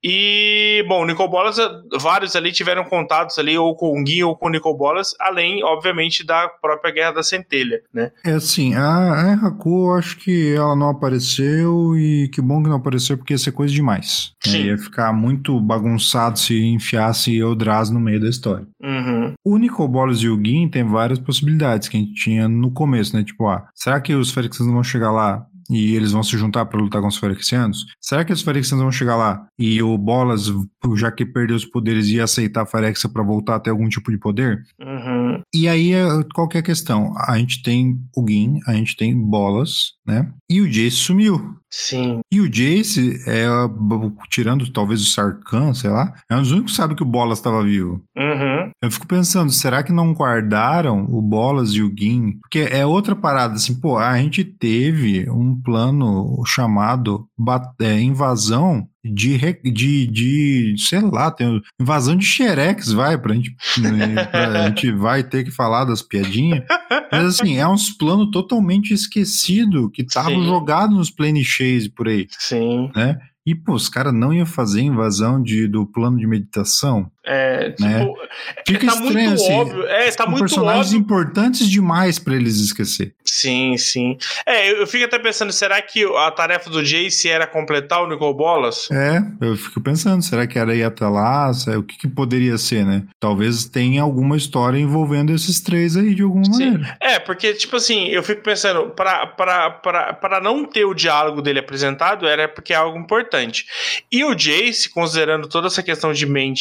E, bom, o Nicol Bolas, vários ali tiveram contatos ali, ou com o Gui ou com o Nicol Bolas, além, obviamente, da própria Guerra da Centelha, né? É assim, a, a Enraku, eu acho que ela não apareceu e que bom que não apareceu, porque ia ser coisa demais. Sim. É, ia ficar muito bagunçado se enfiasse Eldrazi no meio da história. Uhum. O Nicol Bolas e o Gin tem várias possibilidades que a gente tinha no começo, né? Tipo, ah, será que os Phyrexianos vão chegar lá e eles vão se juntar para lutar com os Phyrexianos? Será que os Phyrexianos vão chegar lá e o Bolas, já que perdeu os poderes, ia aceitar a Phyrexia para voltar a ter algum tipo de poder? Uhum. E aí, qual que é a questão? A gente tem o Gin, a gente tem Bolas, né? E o Jace sumiu. Sim. E o Jace, é, tirando talvez o Sarkhan, sei lá, é um dos únicos que sabe que o Bolas estava vivo. Uhum. Eu fico pensando, será que não guardaram o Bolas e o Gin? Porque é outra parada, assim, pô, a gente teve um plano chamado é, invasão de, de, de, sei lá, tem invasão de xerex, vai, pra gente, pra, a gente vai ter que falar das piadinhas, mas assim, é uns planos totalmente esquecidos que estavam jogados nos plane chase por aí. Sim. Né? E, pô, os caras não iam fazer invasão de, do plano de meditação? É, tipo, né? Fica tá estranho, muito assim, óbvio. É, tá são muito personagens óbvio. importantes demais pra eles esquecer. Sim, sim. É, eu, eu fico até pensando, será que a tarefa do Jace era completar o Nicol Bolas? É, eu fico pensando, será que era ir até lá? O que, que poderia ser, né? Talvez tenha alguma história envolvendo esses três aí de alguma Sim. maneira. É, porque, tipo assim, eu fico pensando, pra, pra, pra, pra não ter o diálogo dele apresentado, era porque é algo importante. E o Jace, considerando toda essa questão de mente dele,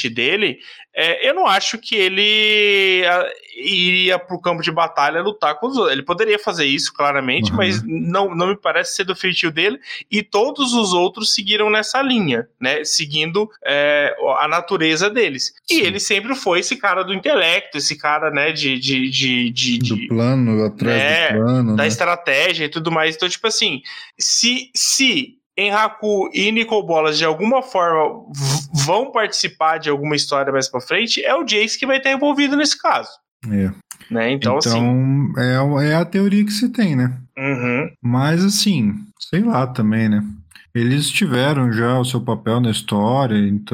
dele, é, eu não acho que ele a, iria pro campo de batalha lutar com os outros. Ele poderia fazer isso, claramente, uhum. mas não, não me parece ser do feitio dele, e todos os outros seguiram nessa linha, né, seguindo é, a natureza deles. Sim. E ele sempre foi esse cara do intelecto, esse cara, né, de... de, de, de do de, plano, atrás né, do plano, da né? estratégia e tudo mais. Então, tipo assim, se... se Enraku e Nicol Bolas de alguma forma v- vão participar de alguma história mais pra frente, é o Jace que vai estar envolvido nesse caso. É. Né? Então, então assim... é, é a teoria que se tem, né? Uhum. Mas assim, sei lá também, né? Eles tiveram já o seu papel na história,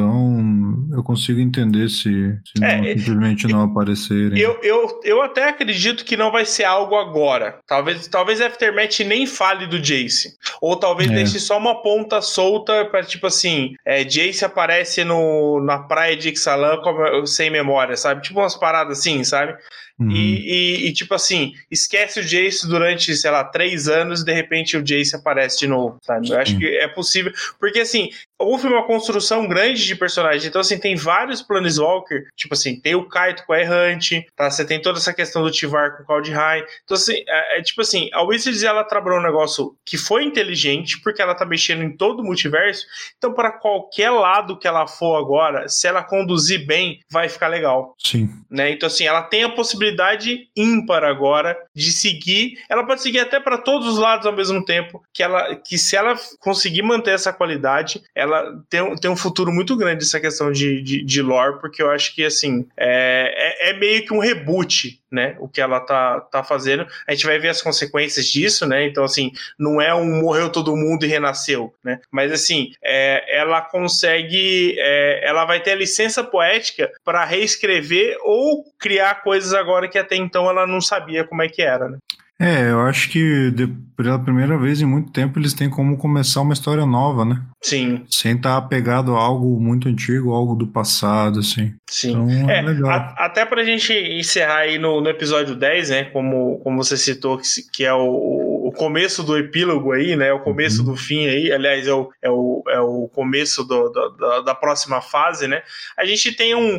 então eu consigo entender se, se não, é, simplesmente não aparecerem. Eu, eu, eu até acredito que não vai ser algo agora. Talvez, talvez Aftermath nem fale do Jace. Ou talvez é. deixe só uma ponta solta para tipo assim, é, Jace aparece no, na praia de Ixalan como, sem memória, sabe? Tipo umas paradas assim, sabe? Uhum. E, e, e tipo assim, esquece o Jace durante, sei lá, três anos e de repente o Jace aparece de novo, sabe? Eu acho que é possível, porque assim, houve uma construção grande de personagens, então assim, tem vários Planeswalker, tipo assim, tem o Kaito com a Errante, tá? Você tem toda essa questão do Tivar com o Kaldheim, então assim, é, é tipo assim, a Wizards ela trabalhou um negócio que foi inteligente, porque ela tá mexendo em todo o multiverso, então para qualquer lado que ela for agora, se ela conduzir bem, vai ficar legal. Sim. Né? Então assim, ela tem a possibilidade ímpar agora de seguir, ela pode seguir até para todos os lados ao mesmo tempo, que, ela, que se ela conseguir manter essa qualidade, ela tem, tem um futuro muito grande essa questão de, de, de lore, porque eu acho que assim, é, é, é meio que um reboot, né, o que ela tá, tá fazendo. A gente vai ver as consequências disso, né, então assim, não é um morreu todo mundo e renasceu, né, mas assim, é, ela consegue, é, ela vai ter a licença poética para reescrever ou criar coisas agora que até então ela não sabia como é que era, né. É, eu acho que de, pela primeira vez em muito tempo eles têm como começar uma história nova, né? Sim. Sem estar apegado a algo muito antigo, algo do passado, assim. Sim. Então, é, é legal. A, até pra gente encerrar aí no, no episódio dez, né? Como, como você citou, que, que é o, o começo do epílogo aí, né? O começo uhum. do fim aí. Aliás, é o, é o, é o começo do, do, da, da próxima fase, né? A gente tem um,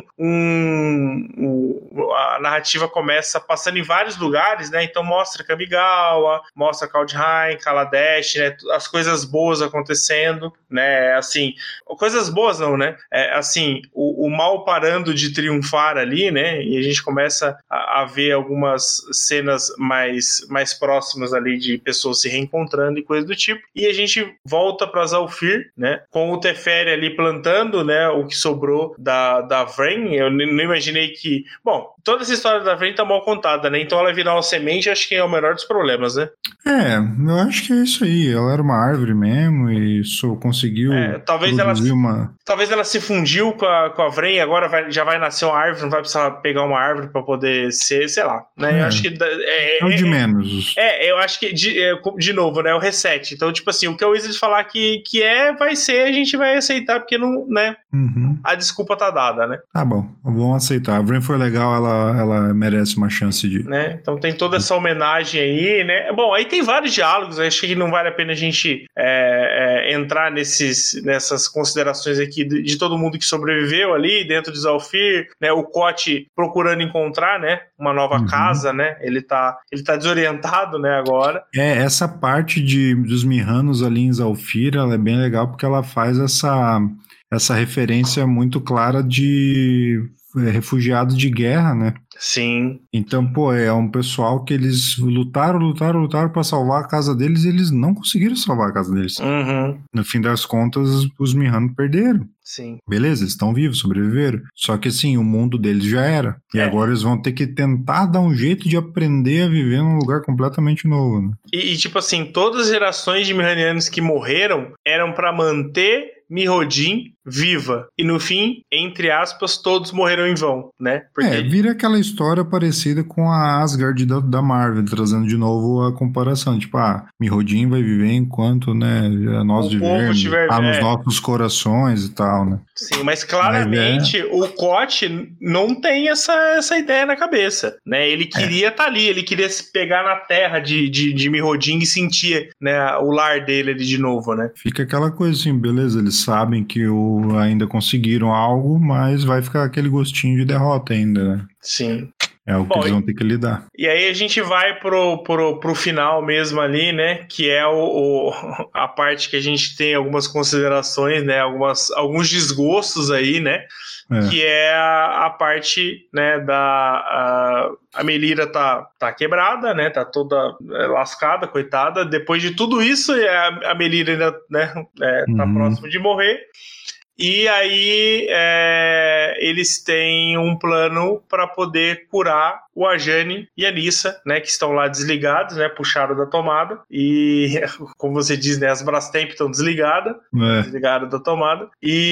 um, um... A narrativa começa passando em vários lugares, né? Então mostra Kamigawa, mostra Kaldheim, Kaladesh, né? As coisas boas acontecendo, né? Assim, coisas boas não, né? É, assim, o, o mal parando de triunfar ali, né? E a gente começa a, a ver algumas cenas mais, mais próximas ali de pessoas se reencontrando e coisa do tipo. E a gente volta para Zhalfir, né? Com o Teferi ali plantando, né? O que sobrou da, da Vayne. Eu não imaginei que... Bom, toda essa história da Vayne tá mal contada, né? Então ela virar uma semente, acho que é o menor dos problemas, né? É, eu acho que é isso aí. Ela era uma árvore mesmo e só conseguiu é, talvez ela uma... Talvez ela se fundiu com a, com a Vayne, agora vai, já vai nascer uma árvore, não vai precisar pegar uma árvore para poder ser, sei lá, né? É, eu acho que... É, é o de é, menos. É, eu acho que, de, de novo, né? O reset. Então, tipo assim, o que a Wizards falar que, que é, vai ser, a gente vai aceitar, porque não, né? Uhum. A desculpa tá dada, né? Tá bom, vamos aceitar. A Vayne foi legal, ela, ela merece uma chance de... Né? Então tem toda essa homenagem aí, né? Bom, aí tem vários diálogos, acho que não vale a pena a gente é, é, entrar nesses, nessas considerações aqui de, de todo mundo que sobreviveu ali dentro de Zhalfir, né? O Kote procurando encontrar, né? Uma nova uhum. casa, né? Ele tá, ele tá desorientado, né? Agora. É, essa parte de, dos Mirranos ali em Zhalfir, ela é bem legal porque ela faz essa, essa referência muito clara de é, refugiados de guerra, né? Sim. Então, pô, é um pessoal que eles lutaram, lutaram, lutaram pra salvar a casa deles e eles não conseguiram salvar a casa deles. Uhum. No fim das contas, os Mirranos perderam. Sim. Beleza, eles estão vivos, sobreviveram. Só que assim, o mundo deles já era. E é. agora eles vão ter que tentar dar um jeito de aprender a viver num lugar completamente novo. Né? E, e tipo assim, todas as gerações de Mirranianos que morreram eram pra manter Mirrodin viva. E no fim, entre aspas, todos morreram em vão, né? Porque... É, vira aquela história parecida com a Asgard da, da Marvel, trazendo de novo a comparação. Tipo, ah, Mirrodin vai viver enquanto, né, nós vivermos, tá nos nossos corações e tal, né? Sim, mas claramente mas é... o Kote não tem essa, essa ideia na cabeça, né? Ele queria estar é. tá ali, ele queria se pegar na terra de, de, de Mirrodin e sentir, né, o lar dele ali de novo, né? Fica aquela coisa assim, beleza, eles sabem que o tipo, ainda conseguiram algo, mas vai ficar aquele gostinho de derrota ainda, né? Sim. É o que Bom, eles vão ter que lidar. E aí a gente vai pro, pro, pro final mesmo ali, né? Que é o, o, a parte que a gente tem algumas considerações, né? Algumas, alguns desgostos aí, né? É. Que é a, a parte, né, da... A, a Melira tá, tá quebrada, né? Tá toda lascada, coitada. Depois de tudo isso, a, a Melira ainda, né, é, tá uhum. próximo de morrer. E aí é, eles têm um plano para poder curar o Ajani e a Nissa, né, que estão lá desligados, né, puxaram da tomada e, como você diz, né, as Brastemp estão desligadas, é. desligaram da tomada,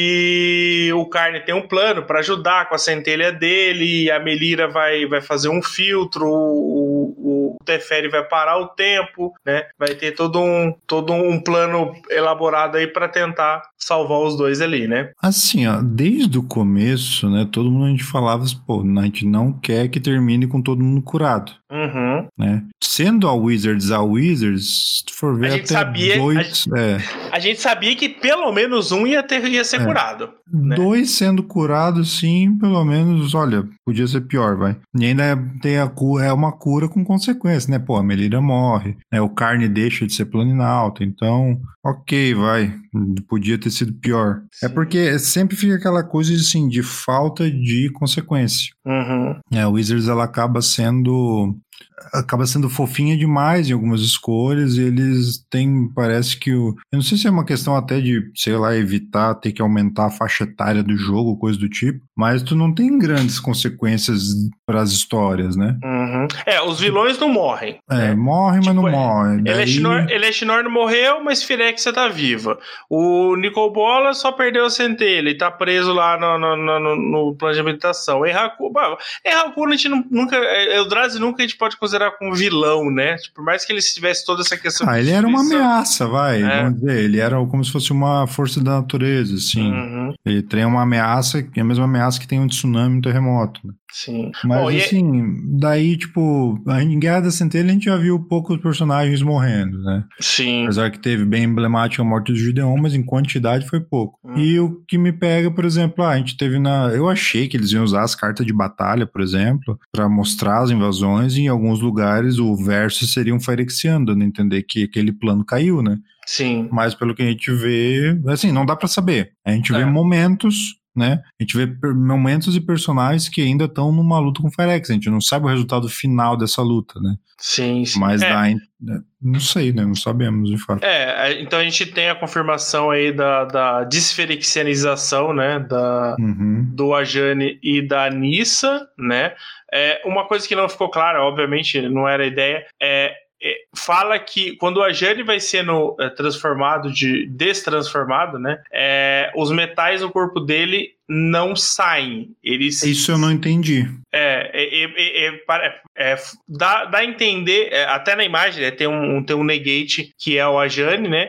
e o Carne tem um plano para ajudar com a centelha dele, e a Melira vai, vai fazer um filtro, o, o Teferi vai parar o tempo, né, vai ter todo um, todo um plano elaborado aí para tentar salvar os dois ali, né. Assim, ó, desde o começo, né, todo mundo a gente falava, pô, a gente não quer que termine com todo mundo curado. Uhum. Né? Sendo a Wizards a Wizards, se for ver a gente até sabia, dois... A gente, é. a gente sabia que pelo menos um ia, ter, ia ser é. curado. Né? Dois sendo curados, sim, pelo menos, olha, podia ser pior, vai. E ainda tem a cura, é uma cura com consequência, né? Pô, a Melira morre, né? O Carne deixa de ser Planinauta, então, ok, vai. Podia ter sido pior. Sim. É porque sempre fica aquela coisa, assim, de falta de consequência. Uhum. É, a Wizards, ela acaba sendo... acaba sendo fofinha demais em algumas escolhas, e eles têm, parece que o... eu não sei se é uma questão até de, sei lá, evitar ter que aumentar a faixa etária do jogo, coisa do tipo, mas tu não tem grandes consequências para as histórias, né? Uhum. É, os vilões não morrem. É, né? morrem, tipo, mas não morrem. Daí... Eleshinor não morreu, mas Firexia tá viva. O Nicol Bola só perdeu a centelha e tá preso lá no, no, no, no plano de habilitação. Enraku, Enraku a gente não, nunca... Eldrazi nunca a gente pode considerar como vilão, né? Tipo, por mais que ele tivesse toda essa questão... Ah, ele era uma ameaça, vai, é. vamos dizer. Ele era como se fosse uma força da natureza, assim. Uhum. Ele tem uma ameaça, que é a mesma ameaça que tem um tsunami, um terremoto. Né? Sim. Mas, Bom, assim, e... daí, tipo, em Guerra da Centelha a gente já viu poucos personagens morrendo, né? Sim. Apesar que teve bem emblemática a morte do Gideon, mas em quantidade foi pouco. Hum. E o que me pega, por exemplo, ah, a gente teve na... Eu achei que eles iam usar as cartas de batalha, por exemplo, pra mostrar as invasões, e em alguns lugares o verso seria um Phyrexiano, dando a entender que aquele plano caiu, né? Sim. Mas pelo que a gente vê, assim, não dá pra saber. A gente é. vê momentos... né? A gente vê momentos e personagens que ainda estão numa luta com o Phyrex. A gente não sabe o resultado final dessa luta, né? Sim, sim. Mas é. dá, não sei, né? Não sabemos, de fato. É, então a gente tem a confirmação aí da, da desferexianização, né? Da, uhum. do Ajani e da Nissa, né? É, uma coisa que não ficou clara, obviamente, não era a ideia, é fala que quando o Ajani vai sendo é, transformado, de destransformado, né, é, os metais no corpo dele não saem. Eles, Isso eu não entendi. É, é, é, é, é, é dá, dá a entender, é, até na imagem, né, tem, um, tem um negate que é o Ajani, né,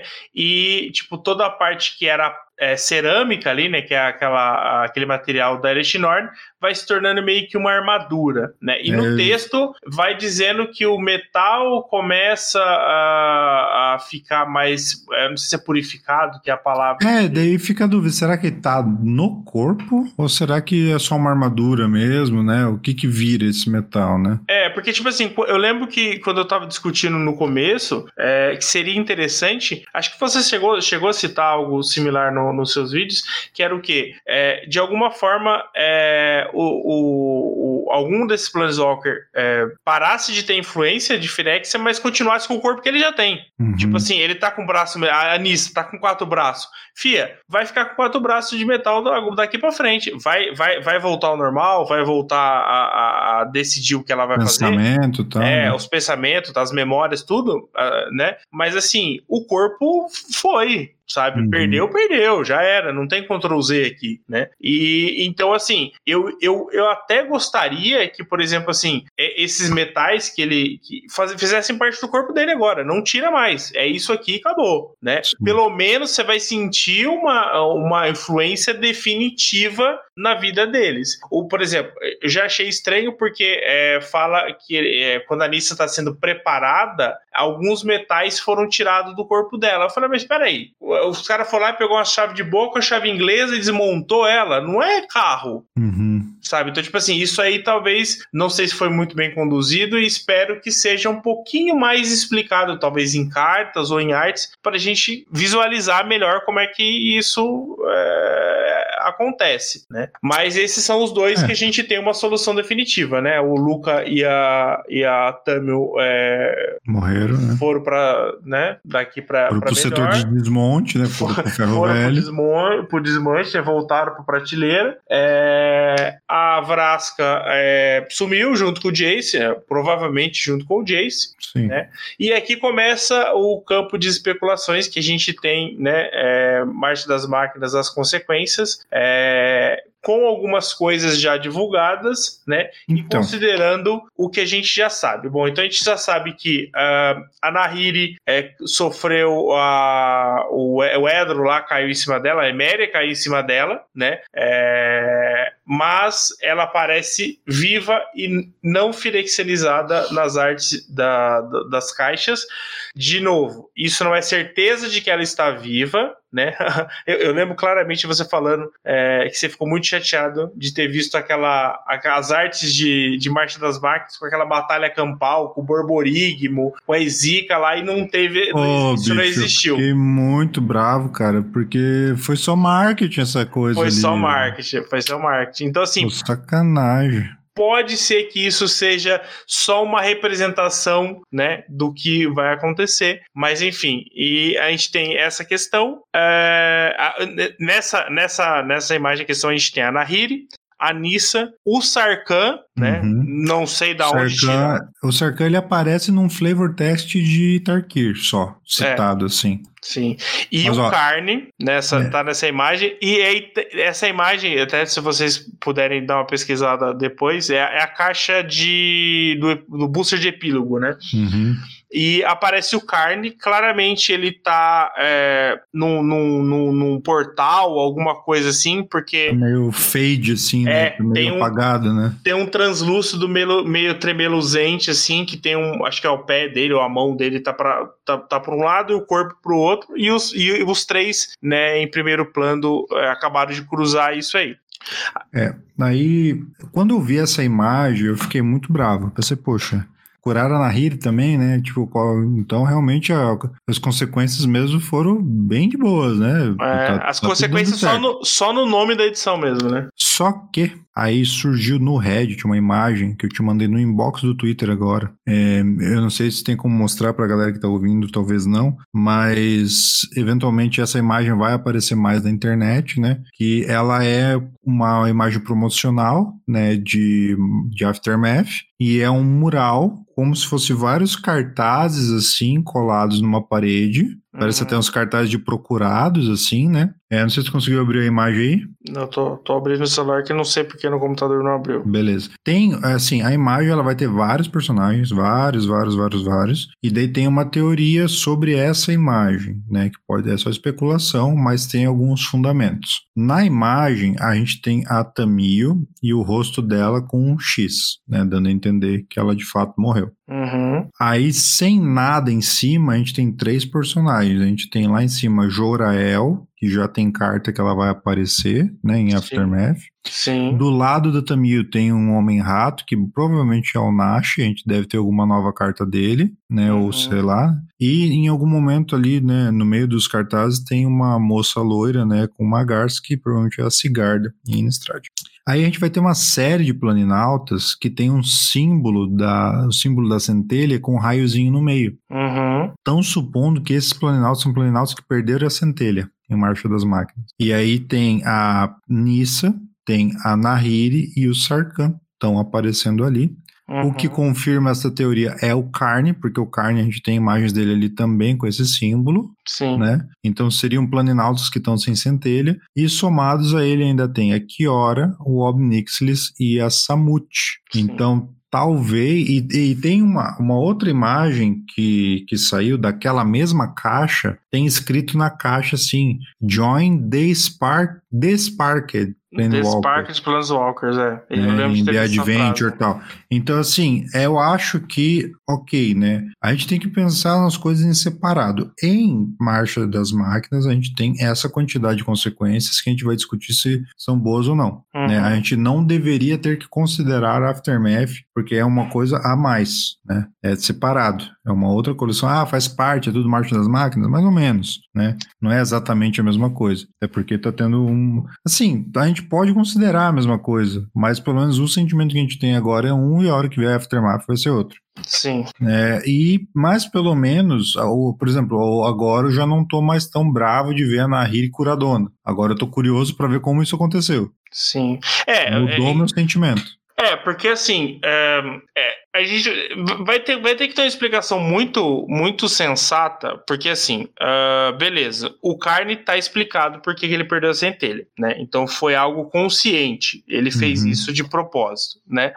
e tipo, toda a parte que era é, cerâmica ali, né, que é aquela, aquele material da Eleshinor, vai se tornando meio que uma armadura, né, e é. no texto vai dizendo que o metal começa a, a ficar mais, eu não sei se é purificado, que é a palavra. É, daí fica a dúvida, será que tá no corpo, ou será que é só uma armadura mesmo, né, o que que vira esse metal, né? É, porque tipo assim, eu lembro que quando eu tava discutindo no começo, é, que seria interessante, acho que você chegou, chegou a citar algo similar no nos seus vídeos, que era o quê? É, de alguma forma, é, o, o, o, algum desses Planeswalker é, parasse de ter influência de Phyrexia, mas continuasse com o corpo que ele já tem. Uhum. Tipo assim, ele tá com o braço, a Nissa tá com quatro braços. Fia, vai ficar com quatro braços de metal daqui pra frente. Vai, vai, vai voltar ao normal, vai voltar a, a, a decidir o que ela vai Pensamento, fazer. Tá, é, né? Os pensamentos, as memórias, tudo, uh, né? Mas assim, o corpo foi... sabe, uhum. perdeu, perdeu, já era, não tem control Z aqui, né, e então assim, eu, eu, eu até gostaria que, por exemplo, assim, esses metais que ele que faz, fizessem parte do corpo dele agora, não tira mais, é isso aqui e acabou, né, Sim. pelo menos você vai sentir uma, uma influência definitiva na vida deles, ou por exemplo, eu já achei estranho porque é, fala que é, quando a Nyssa está sendo preparada, alguns metais foram tirados do corpo dela. Eu falei, mas peraí, os caras foram lá e pegou uma chave de boca, a chave inglesa e desmontou ela. Não é carro. Uhum. Sabe? Então, tipo assim, isso aí talvez, não sei se foi muito bem conduzido e espero que seja um pouquinho mais explicado, talvez em cartas ou em artes, para a gente visualizar melhor como é que isso é, acontece, né? Mas esses são os dois é. que a gente tem uma solução definitiva, né? O Luca e a, e a Tamil é, morreram, né? Foram para, né? Daqui para Foram para o setor de desmonte, né? Foram para o ferro foram velho. Para o desmonte, né? Voltaram para a prateleira. É, a Vraska é, sumiu junto com o Jace, é, provavelmente junto com o Jace. Sim. Né? E aqui começa o campo de especulações que a gente tem, né? É, Marcha das Máquinas, as consequências. É, com algumas coisas já divulgadas, né? Então. E considerando o que a gente já sabe. Bom, então a gente já sabe que uh, a Nahiri é, sofreu a, o, o Edro lá caiu em cima dela, a Eméria caiu em cima dela, né? É, mas ela aparece viva e não filexelizada nas artes da, da, das caixas. De novo, isso não é certeza de que ela está viva, né? eu, eu lembro claramente você falando é, que você ficou muito chateado de ter visto aquela, aquelas artes de, de Marcha das Máquinas com aquela batalha campal, com o Borborigmo, com a Ezika lá e não teve. Oh, isso bicho, não existiu. Eu fiquei muito bravo, cara, porque foi só marketing essa coisa. Foi ali, só marketing, foi só marketing. Então, assim. Pô, sacanagem. Pode ser que isso seja só uma representação, né, do que vai acontecer, mas enfim, e a gente tem essa questão, é, a, nessa, nessa, nessa imagem a questão a gente tem a Nahiri, a Nyssa, o Sarkhan, né, uhum. não sei da Sarkhan, onde tira. O Sarkhan ele aparece num flavor test de Tarkir só, citado é. assim. Sim, e Mas, o ó, Carne, nessa, é. tá nessa imagem, e aí, essa imagem, até se vocês puderem dar uma pesquisada depois, é, é a caixa de, do, do booster de epílogo, né? Uhum. E aparece o Carne, claramente ele tá é, num, num, num, num portal, alguma coisa assim, porque... É meio fade, assim, é, né? Meio tem um, apagado, né? Tem um translúcido meio, meio tremeluzente, assim, que tem um, acho que é o pé dele ou a mão dele tá para tá, tá pra um lado e o corpo pro outro, e os, e os três, né, em primeiro plano, é, acabaram de cruzar isso aí. É, aí, quando eu vi essa imagem, eu fiquei muito bravo. Pensei, poxa, curaram a Nahiri também, né? Tipo, qual, então realmente a, as consequências mesmo foram bem de boas, né? É, tá, as tá consequências só no, só no nome da edição mesmo, né? Só que aí surgiu no Reddit uma imagem que eu te mandei no inbox do Twitter agora. É, eu não sei se tem como mostrar pra galera que tá ouvindo, talvez não, mas eventualmente essa imagem vai aparecer mais na internet, né? Que ela é uma imagem promocional, né? De, de Aftermath, e é um mural, como se fosse vários cartazes assim, colados numa parede. Parece Uhum. até uns cartazes de procurados, assim, né? É, não sei se você conseguiu abrir a imagem aí. Não, tô, tô abrindo o celular que não sei porque no computador não abriu. Beleza. Tem, assim, a imagem ela vai ter vários personagens, vários, vários, vários, vários. E daí tem uma teoria sobre essa imagem, né? Que pode é só especulação, mas tem alguns fundamentos. Na imagem, a gente tem a Tamil e o rosto dela com um X, né? Dando a entender que ela de fato morreu. Uhum. Aí, sem nada em cima, a gente tem três personagens. A gente tem lá em cima Jorael, que já tem carta que ela vai aparecer, né, em Aftermath. Sim. Do lado da Tamil tem um Homem-Rato, que provavelmente é o Nash, a gente deve ter alguma nova carta dele, né, uhum. ou sei lá. E em algum momento ali, né, no meio dos cartazes, tem uma moça loira, né, com uma garça, que provavelmente é a Sigarda, em Innistrad. Aí a gente vai ter uma série de planinautas que tem um símbolo da, o símbolo da centelha com um raiozinho no meio. Uhum. Estão supondo que esses planinautas são planinautas que perderam a centelha em Marcha das Máquinas. E aí tem a Nyssa, tem a Nahiri e o Sarkhan estão aparecendo ali. Uhum. O que confirma essa teoria é o Carne, porque o Carne a gente tem imagens dele ali também com esse símbolo. Sim. Né? Então seriam planinautas que estão sem centelha, e somados a ele ainda tem a Kiora, o Ob-Nixilis e a Samut. Sim. Então talvez, e, e tem uma, uma outra imagem que, que saiu daquela mesma caixa, tem escrito na caixa assim, Join the Spar The Sparked The Sparked Planeswalkers, é. Eu é, lembro de ter The visto essa Adventure e tal. Então, assim, eu acho que, ok, né? A gente tem que pensar nas coisas em separado. Em Marcha das Máquinas, a gente tem essa quantidade de consequências que a gente vai discutir se são boas ou não. Uhum. Né? A gente não deveria ter que considerar Aftermath, porque é uma coisa a mais, né? É separado. É uma outra coleção. Ah, faz parte, é tudo Marcha das Máquinas? Mais ou menos, né? Não é exatamente a mesma coisa. É porque tá tendo um... Assim, a gente pode considerar a mesma coisa, mas pelo menos o sentimento que a gente tem agora é um e a hora que vier Aftermath vai ser outro. Sim. É, e, mas pelo menos, por exemplo, agora eu já não tô mais tão bravo de ver a Nahiri curadona. Agora eu tô curioso para ver como isso aconteceu. Sim. É, Mudou é, meu sentimento. É, porque assim, é, é, a gente vai ter, vai ter que ter uma explicação muito, muito sensata, porque assim, uh, beleza, o Carne tá explicado por que ele perdeu a centelha, né? Então foi algo consciente, ele fez Uhum. isso de propósito, né?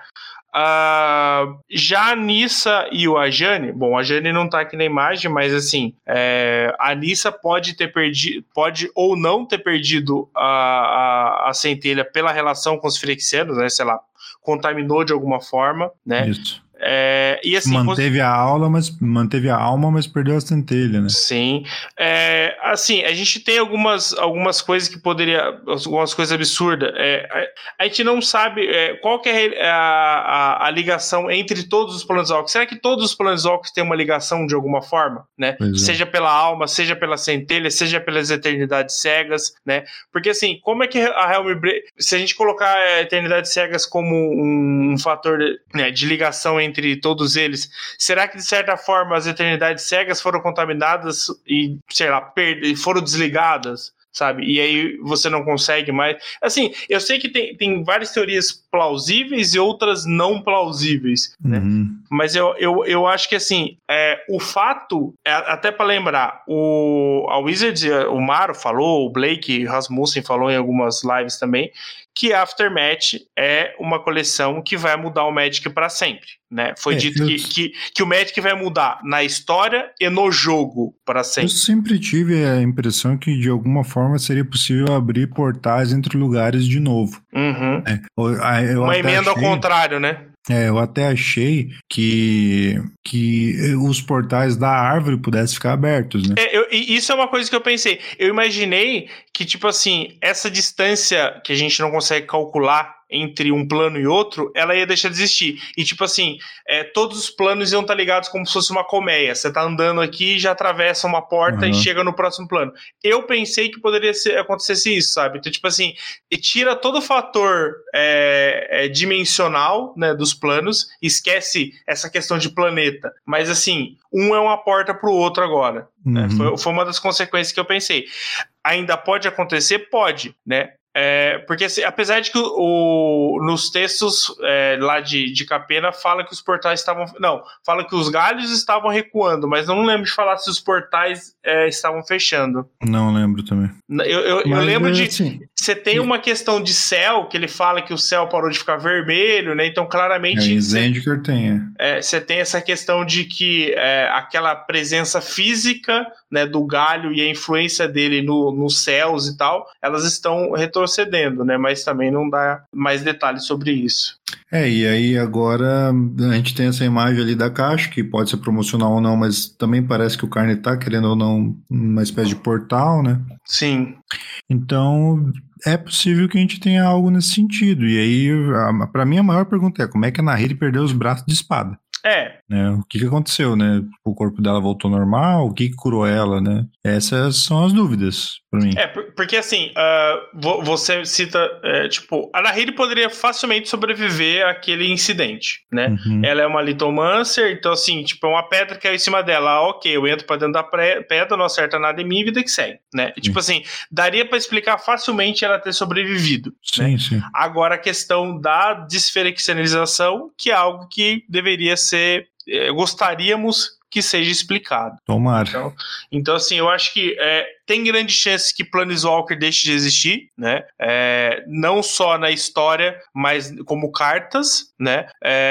Uh, já a Nissa e o Ajani, bom, a Ajani não tá aqui na imagem, mas assim, é, a Nissa pode ter perdido, pode ou não ter perdido a, a, a centelha pela relação com os Phyrexianos, né? Sei lá, contaminou de alguma forma, né? Isso. É, e assim, manteve a aula, mas manteve a alma, mas perdeu a centelha, né? Sim. É, assim, a gente tem algumas, algumas coisas que poderia, algumas coisas absurdas. É, a, a gente não sabe é, qual que é a, a, a ligação entre todos os Planeswalkers. Será que todos os Planeswalkers têm uma ligação de alguma forma, né? Pois seja é. pela alma, seja pela centelha, seja pelas eternidades cegas, né? Porque assim, como é que a Helmbreaker, se a gente colocar a eternidades cegas como um, um fator, né, de ligação entre entre todos eles, será que de certa forma as eternidades cegas foram contaminadas e, sei lá, per- foram desligadas, sabe? E aí você não consegue mais... Assim, eu sei que tem, tem várias teorias plausíveis e outras não plausíveis, né? Uhum. Mas eu, eu, eu acho que, assim, é, o fato, é, até para lembrar, o, a Wizards, o Maro falou, o Blake Rasmussen falou em algumas lives também, que Aftermath é uma coleção que vai mudar o Magic para sempre, né? Foi É, dito eu... que, que, que o Magic vai mudar na história e no jogo para sempre. Eu sempre tive a impressão que de alguma forma seria possível abrir portais entre lugares de novo. Uhum. É, eu, eu uma emenda achei... ao contrário, né? É, eu até achei que, que os portais da árvore pudessem ficar abertos, né? É, eu, isso é uma coisa que eu pensei. Eu imaginei que, tipo assim, essa distância que a gente não consegue calcular entre um plano e outro, ela ia deixar de existir. E, tipo assim, é, todos os planos iam estar ligados como se fosse uma colmeia. Você tá andando aqui e já atravessa uma porta uhum. e chega no próximo plano. Eu pensei que poderia ser, acontecesse isso, sabe? Então, tipo assim, tira todo o fator é, é, dimensional, né, dos planos, esquece essa questão de planeta. Mas, assim, um é uma porta pro outro agora. Uhum. Né? Foi, foi uma das consequências que eu pensei. Ainda pode acontecer? Pode, né? É, porque assim, apesar de que o, o, nos textos é, lá de, de Capena fala que os portais estavam... Não, fala que os galhos estavam recuando, mas não lembro de falar se os portais é, estavam fechando. Não lembro também. Eu, eu, eu lembro de... Assim, você tem uma questão de céu, que ele fala que o céu parou de ficar vermelho, né? Então, claramente... É, Zendikar tem, é. Você tem essa questão de que é, aquela presença física, né, do galho e a influência dele no, nos céus e tal, elas estão retrocedendo, né? Mas também não dá mais detalhes sobre isso. É, e aí agora a gente tem essa imagem ali da caixa, que pode ser promocional ou não, mas também parece que o Carne tá querendo ou não uma espécie de portal, né? Sim. Então, é possível que a gente tenha algo nesse sentido. E aí, para mim, a maior pergunta é como é que a Nahiri perdeu os braços de espada? É. Né? O que, que aconteceu, né? O corpo dela voltou normal? O que, que curou ela, né? Essas são as dúvidas pra mim. É, porque assim, uh, você cita, é, tipo, a Nahiri poderia facilmente sobreviver àquele incidente, né? Uhum. Ela é uma Lithomancer, então assim, tipo, é uma pedra que caiu em cima dela. Ah, ok, eu entro pra dentro da pedra, não acerta nada em mim, vida que segue, né? Sim. Tipo assim, daria pra explicar facilmente ela ter sobrevivido. Sim, né? sim. Agora a questão da desferexianização, que é algo que deveria ser, é, gostaríamos que seja explicado. Tomara. Então, então assim, eu acho que é, tem grandes chances que Planeswalker deixe de existir, né? É, não só na história, mas como cartas, né?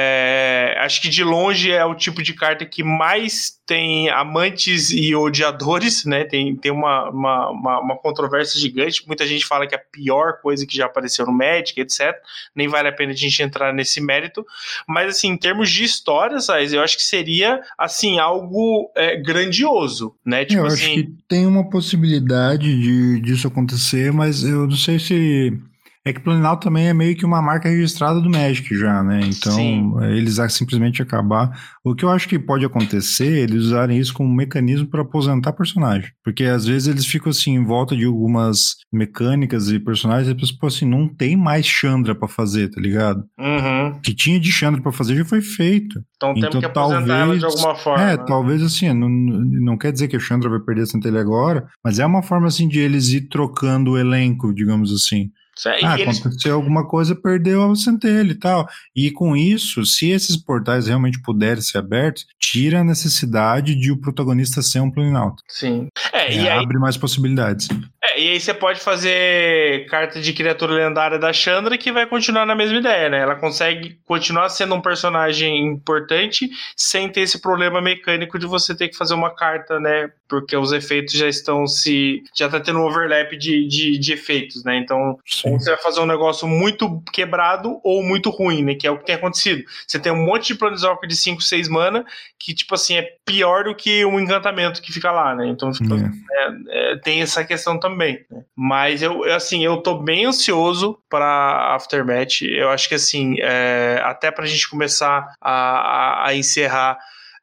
É, acho que de longe é o tipo de carta que mais tem amantes e odiadores, né? Tem, tem uma, uma, uma, uma controvérsia gigante. Muita gente fala que é a pior coisa que já apareceu no Magic, etcétera. Nem vale a pena a gente entrar nesse mérito. Mas, assim, em termos de história, Sais, eu acho que seria, assim, algo é, grandioso, né? Tipo eu assim... acho que tem uma possibilidade de, disso acontecer, mas eu não sei se... É que Planinauta também é meio que uma marca registrada do Magic já, né? Então, sim, eles simplesmente acabar... O que eu acho que pode acontecer é eles usarem isso como um mecanismo para aposentar personagem. Porque às vezes eles ficam assim, em volta de algumas mecânicas e personagens e as pessoas, assim, não tem mais Chandra para fazer, tá ligado? Uhum. O que tinha de Chandra para fazer já foi feito. Então, então temos que aposentar talvez, ela de alguma forma. É, né? Talvez assim, não, não quer dizer que a Chandra vai perder a centelha agora, mas é uma forma assim de eles ir trocando o elenco, digamos assim. Ah, eles... aconteceu alguma coisa, perdeu a centelha e tal. E com isso, se esses portais realmente puderem ser abertos, tira a necessidade de o protagonista ser um Planinauta. Sim. É, é, e aí... abre mais possibilidades. É, e aí você pode fazer carta de criatura lendária da Chandra que vai continuar na mesma ideia, né? Ela consegue continuar sendo um personagem importante sem ter esse problema mecânico de você ter que fazer uma carta, né? Porque os efeitos já estão se... Já tá tendo um overlap de, de, de efeitos, né? Então... Sim. Ou você vai fazer um negócio muito quebrado ou muito ruim, né? Que é o que tem acontecido. Você tem um monte de Planeswalker de cinco, seis mana que, tipo assim, é pior do que um encantamento que fica lá, né? Então, tipo, é. É, é, tem essa questão também. Né? Mas, eu, assim, eu tô bem ansioso pra Aftermath. Eu acho que, assim, é, até pra gente começar a, a, a encerrar...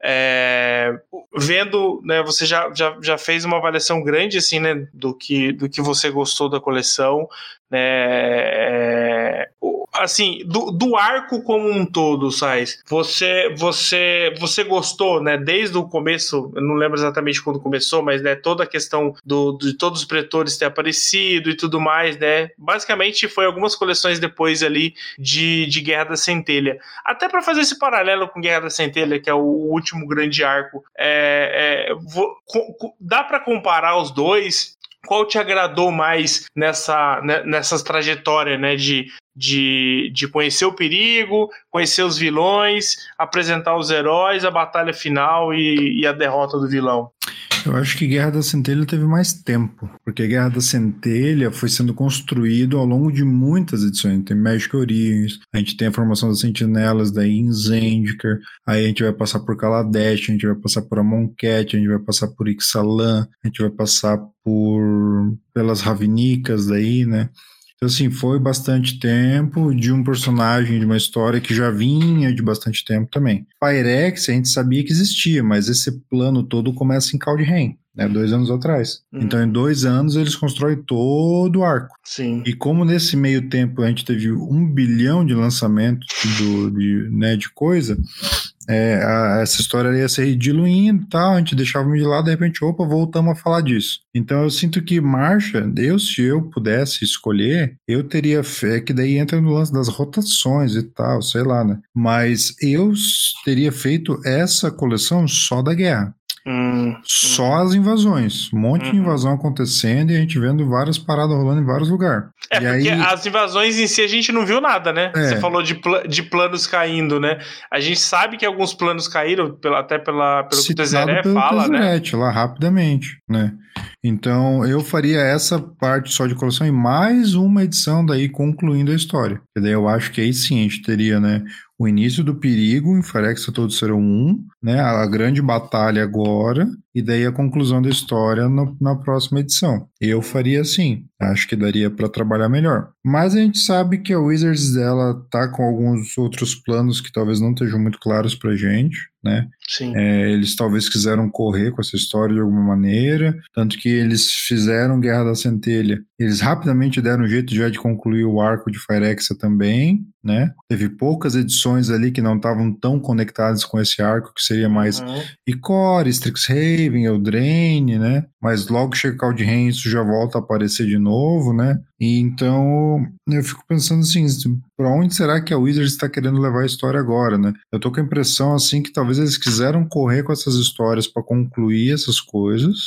É, vendo, né, você já, já, já fez uma avaliação grande assim, né, do que, do que você gostou da coleção, né, é, assim, do, do arco como um todo, Sais, você, você, você gostou, né, desde o começo, eu não lembro exatamente quando começou, mas, né, toda a questão do, de todos os pretores ter aparecido e tudo mais, né, basicamente foi algumas coleções depois ali de, de Guerra da Centelha, até para fazer esse paralelo com Guerra da Centelha, que é o último grande arco, é, é, vou, co, dá para comparar os dois? Qual te agradou mais nessa, nessas trajetórias, né, de, de, de conhecer o perigo, conhecer os vilões, apresentar os heróis, a batalha final e, e a derrota do vilão? Eu acho que Guerra da Centelha teve mais tempo, porque Guerra da Centelha foi sendo construído ao longo de muitas edições. Tem Magic Origins, a gente tem a formação das Sentinelas, daí em Zendikar, aí a gente vai passar por Kaladesh, a gente vai passar por Amonkhet, a gente vai passar por Ixalan, a gente vai passar por pelas Ravnicas daí, né? Então, assim, foi bastante tempo de um personagem, de uma história que já vinha de bastante tempo também. Pyrex, a gente sabia que existia, mas esse plano todo começa em Kaldheim, né, dois anos atrás. Hum. Então, em dois anos, eles constroem todo o arco. Sim. E como nesse meio tempo a gente teve um bilhão de lançamentos do, de, né, de coisa... É, a, essa história ia ser diluindo e tal, a gente deixava de lado, de repente, opa, voltamos a falar disso. Então eu sinto que Marcha, eu, se eu pudesse escolher, eu teria fé, que daí entra no lance das rotações e tal, sei lá, né? Mas eu teria feito essa coleção só da guerra. Hum, Só hum. as invasões, um monte Uhum. de invasão acontecendo e a gente vendo várias paradas rolando em vários lugares. É, e porque aí... as invasões em si a gente não viu nada, né? É. Você falou de, pl- de planos caindo, né? A gente sabe que alguns planos caíram, pela, até pela, pelo que o Tezzeret fala, Tezzeret, né? lá rapidamente, né? Então eu faria essa parte só de coleção e mais uma edição daí concluindo a história. E daí eu acho que aí sim a gente teria, né, o início do perigo em Phyrexia Todos Serão Um, né, a grande batalha agora, e daí a conclusão da história no, na próxima edição. Eu faria assim, acho que daria para trabalhar melhor. Mas a gente sabe que a Wizards dela tá com alguns outros planos que talvez não estejam muito claros pra gente, né? Sim. É, eles talvez quiseram correr com essa história de alguma maneira, tanto que eles fizeram Guerra da Centelha. Eles rapidamente deram um jeito já de concluir o arco de Phyrexia também, né? Teve poucas edições ali que não estavam tão conectadas com esse arco, que seria mais Uhum. Icor, Strixhaven, Eldraine, né? Mas logo chega Kaldheim, isso já volta a aparecer de novo, né? E então eu fico pensando assim, para onde será que a Wizards está querendo levar a história agora, né? Eu tô com a impressão assim que talvez eles quiseram correr com essas histórias para concluir essas coisas,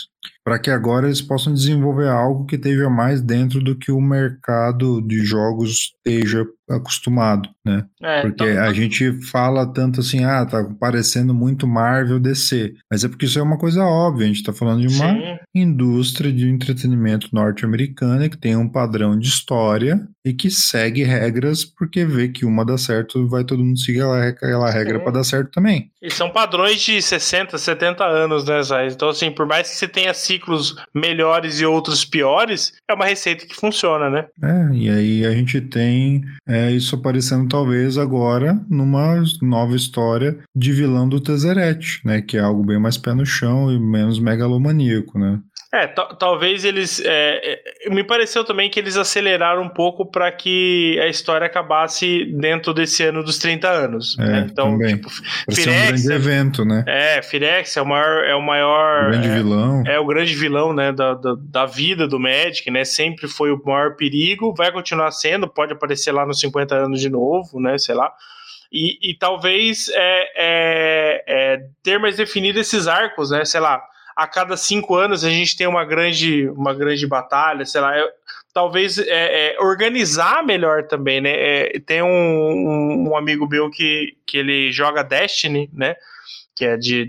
para que agora eles possam desenvolver algo que esteja mais dentro do que o mercado de jogos esteja acostumado, né? É, porque então... a gente fala tanto assim, ah, tá parecendo muito Marvel D C, mas é porque isso é uma coisa óbvia, a gente tá falando de uma Sim. indústria de entretenimento norte-americana que tem um padrão de história e que segue regras porque vê que uma dá certo, vai todo mundo seguir aquela regra para dar certo também. E são padrões de sessenta, setenta anos, né, Zay? Então, assim, por mais que você tenha ciclos melhores e outros piores, é uma receita que funciona, né? É, e aí a gente tem é, isso aparecendo talvez agora numa nova história de vilão do Tezzeret, né? Que é algo bem mais pé no chão e menos megalomaníaco, né? É, t- talvez eles... É, é, me pareceu também que eles aceleraram um pouco para que a história acabasse dentro desse ano dos trinta anos. É, né? Então, também. tipo, Firex, um grande evento, né? É, Firex é o maior... É o, maior, o grande é, vilão. É o grande vilão, né, da, da, da vida do Magic, né? Sempre foi o maior perigo, vai continuar sendo, pode aparecer lá nos cinquenta anos de novo, né? Sei lá. E, e talvez é, é, é, ter mais definido esses arcos, né? Sei lá, a cada cinco anos a gente tem uma grande, uma grande batalha, sei lá, é, talvez é, é, organizar melhor também, né? É, tem um, um, um amigo meu que, que ele joga Destiny, né? Que é de,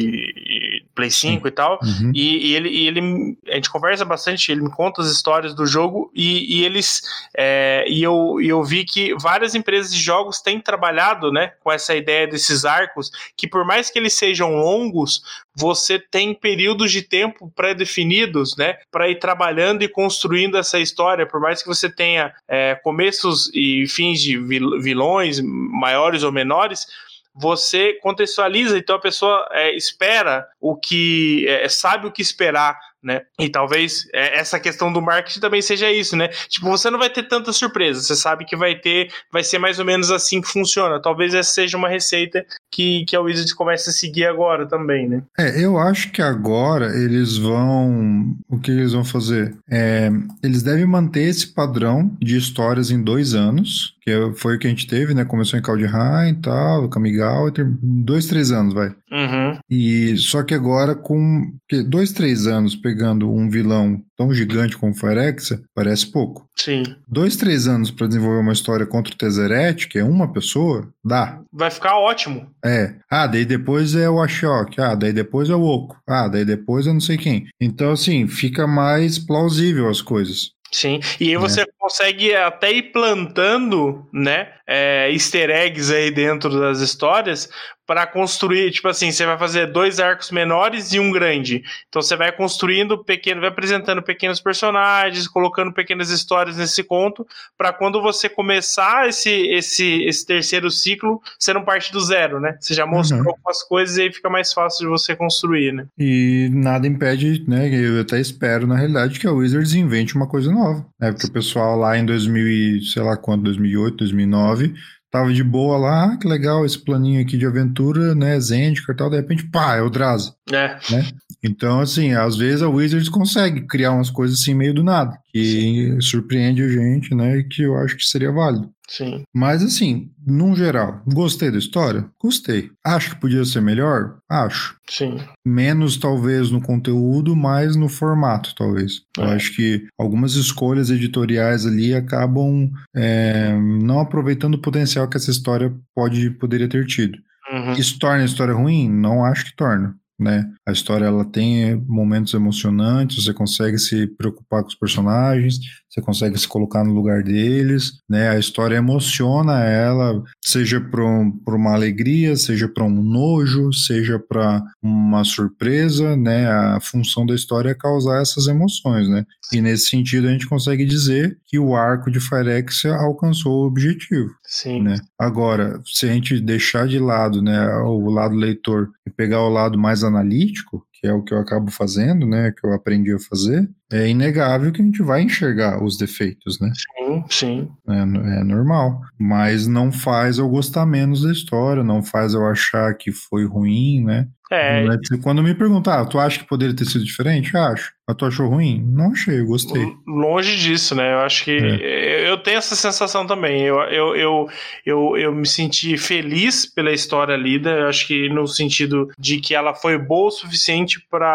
de Play cinco Sim. e tal, uhum. e, e, ele, e ele, a gente conversa bastante, ele me conta as histórias do jogo, e, e eles, é, e eu, e eu vi que várias empresas de jogos têm trabalhado, né, com essa ideia desses arcos, que por mais que eles sejam longos, você tem períodos de tempo pré-definidos, né, para ir trabalhando e construindo essa história, por mais que você tenha é, começos e fins de vilões, maiores ou menores, você contextualiza, então a pessoa é, espera o que, é, sabe o que esperar, né? E talvez é, essa questão do marketing também seja isso, né? Tipo, você não vai ter tanta surpresa, você sabe que vai ter, vai ser mais ou menos assim que funciona. Talvez essa seja uma receita que, que a Wizards comece a seguir agora também, né? É, eu acho que agora eles vão, o que eles vão fazer? É, eles devem manter esse padrão de histórias em dois anos, que foi o que a gente teve, né? Começou em Kaldheim e tal, Kamigawa, dois, três anos, vai. Uhum. E só que agora com dois, três anos pegando um vilão tão gigante como Phyrexia, parece pouco. Sim. Dois, três anos para desenvolver uma história contra o Tezzeret, que é uma pessoa, dá. Vai ficar ótimo. É. Ah, daí depois é o Ashok. Ah, daí depois é o Oco. Ah, daí depois é não sei quem. Então, assim, fica mais plausível as coisas. Sim, e aí você é. consegue até ir plantando, né, é, easter eggs aí dentro das histórias para construir, tipo assim, você vai fazer dois arcos menores e um grande. Então você vai construindo pequeno, vai apresentando pequenos personagens, colocando pequenas histórias nesse conto, para quando você começar esse, esse, esse terceiro ciclo, você não parte do zero, né? Você já mostrou uhum. algumas coisas e aí fica mais fácil de você construir, né? E nada impede, né? Eu até espero, na realidade, que a Wizards invente uma coisa nova, né? Porque o pessoal lá em dois mil e, sei lá quando, dois mil e oito, dois mil e nove, tava de boa lá, ah, que legal esse planinho aqui de aventura, né, Zendikar e tal, de repente, pá, é o Draza. É. Né? Então, assim, às vezes a Wizards consegue criar umas coisas assim meio do nada, que Sim. surpreende a gente, né, e que eu acho que seria válido. Sim. Mas, assim, num geral, gostei da história? Gostei. Acho que podia ser melhor? Acho. Sim. Menos, talvez, no conteúdo, mais no formato, talvez. É. Eu acho que algumas escolhas editoriais ali acabam é, não aproveitando o potencial que essa história pode, poderia ter tido. Uhum. Isso torna a história ruim? Não acho que torna. Né? A história ela tem momentos emocionantes, você consegue se preocupar com os personagens, você consegue se colocar no lugar deles, né? A história emociona ela, seja para um, uma alegria, seja para um nojo, seja para uma surpresa, né? A função da história é causar essas emoções, né? E nesse sentido a gente consegue dizer que o arco de Phyrexia alcançou o objetivo. Sim. Né? Agora, se a gente deixar de lado, né, o lado leitor e pegar o lado mais analítico, que é o que eu acabo fazendo, né, que eu aprendi a fazer, é inegável que a gente vai enxergar os defeitos, né? Sim, sim. É, é normal. Mas não faz eu gostar menos da história, não faz eu achar que foi ruim, né? É. Quando me perguntar, ah, tu acha que poderia ter sido diferente? Acho. Mas tu achou ruim? Não achei, eu gostei. Longe disso, né? Eu acho que é. eu tenho essa sensação também. Eu, eu, eu, eu, eu me senti feliz pela história lida. Eu acho que no sentido de que ela foi boa o suficiente para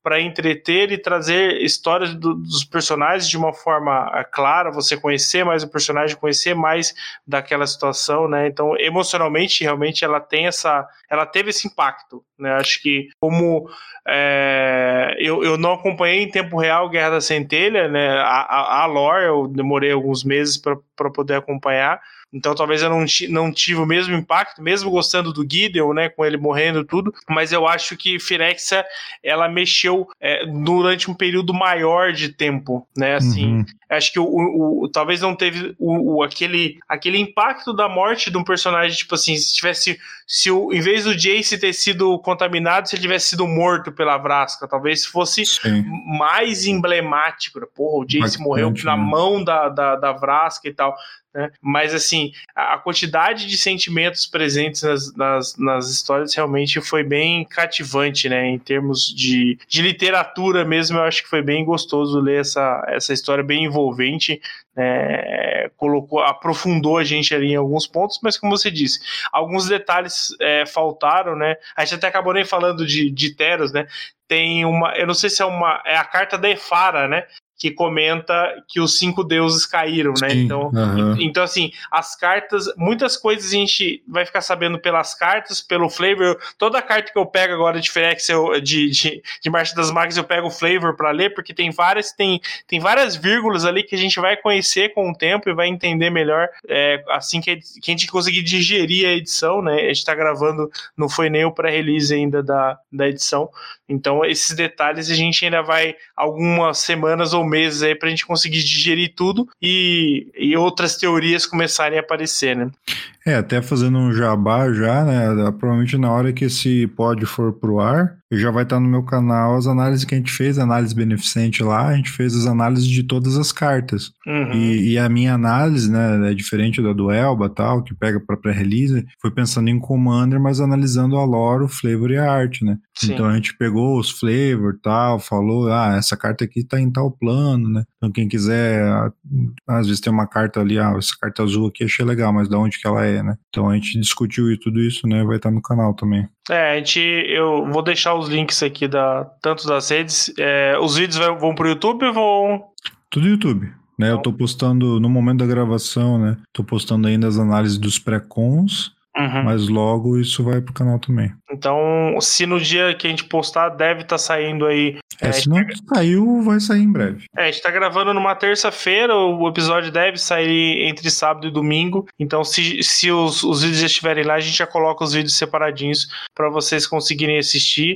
para entreter e trazer histórias do, dos personagens de uma forma clara, você conhecer mais o personagem, conhecer mais daquela situação, né? Então, emocionalmente, realmente, ela tem essa, ela teve esse impacto, né? Acho que como é, eu, eu não acompanhei em tempo real Guerra da Centelha, né? A, a, a lore, eu demorei alguns meses para poder acompanhar. Então talvez eu não, não tive o mesmo impacto, mesmo gostando do Gideon, né, com ele morrendo e tudo, mas eu acho que Phyrexia, ela mexeu é, durante um período maior de tempo, né, assim, uhum. Acho que o, o, o, talvez não teve o, o, aquele, aquele impacto da morte de um personagem, tipo assim, se tivesse, se o, em vez do Jace ter sido contaminado, se ele tivesse sido morto pela Vraska, talvez fosse Sim. mais emblemático, porra, o Jace Bastante, morreu na né? mão da, da, da Vraska e tal, né? Mas assim, a quantidade de sentimentos presentes nas, nas, nas histórias realmente foi bem cativante, né? Em termos de, de literatura mesmo, eu acho que foi bem gostoso ler essa, essa história bem envolvente, né? Colocou, aprofundou a gente ali em alguns pontos, mas como você disse, alguns detalhes é, faltaram, né? A gente até acabou nem falando de, de Teros, né? Tem uma, eu não sei se é uma, é a carta da Ephara, né? Que comenta que os cinco deuses caíram, né? Sim, então, uh-huh. então, assim, as cartas, muitas coisas a gente vai ficar sabendo pelas cartas, pelo flavor. Toda carta que eu pego agora de Phyrexia, de, de, de Marcha das Máquinas, eu pego o flavor para ler, porque tem várias, tem, tem várias vírgulas ali que a gente vai conhecer com o tempo e vai entender melhor é, assim que a, que a gente conseguir digerir a edição, né? A gente tá gravando, não foi nem o pré-release ainda da, da edição. Então, esses detalhes a gente ainda vai algumas semanas ou meses aí pra gente conseguir digerir tudo e, e outras teorias começarem a aparecer, né? É, até fazendo um jabá já, né? Provavelmente na hora que esse pod for pro ar, já vai estar no meu canal as análises que a gente fez, análise beneficente lá, a gente fez as análises de todas as cartas. Uhum. E, e a minha análise, né, é diferente da do Elba, tal, que pega para pré-release, foi pensando em Commander, mas analisando a lore, o flavor e a arte, né? Sim. Então a gente pegou os flavor, tal, falou, ah, essa carta aqui tá em tal plano, né? Então quem quiser, às vezes tem uma carta ali, ah, essa carta azul aqui achei legal, mas de onde que ela é, né? Então a gente discutiu tudo isso, né? Vai estar no canal também. É, a gente, eu vou deixar os links aqui da, tanto das redes. É, os vídeos vão, vão pro YouTube ou vão... Tudo YouTube, né? Então... Eu tô postando, no momento da gravação, né? Tô postando ainda as análises dos pré-cons, uhum. Mas logo isso vai pro canal também. Então, se no dia que a gente postar, deve estar tá saindo aí... É, é, se não saiu, vai sair em breve. É, a gente tá gravando numa terça-feira, o episódio deve sair entre sábado e domingo, então se, se os, os vídeos já estiverem lá, a gente já coloca os vídeos separadinhos para vocês conseguirem assistir.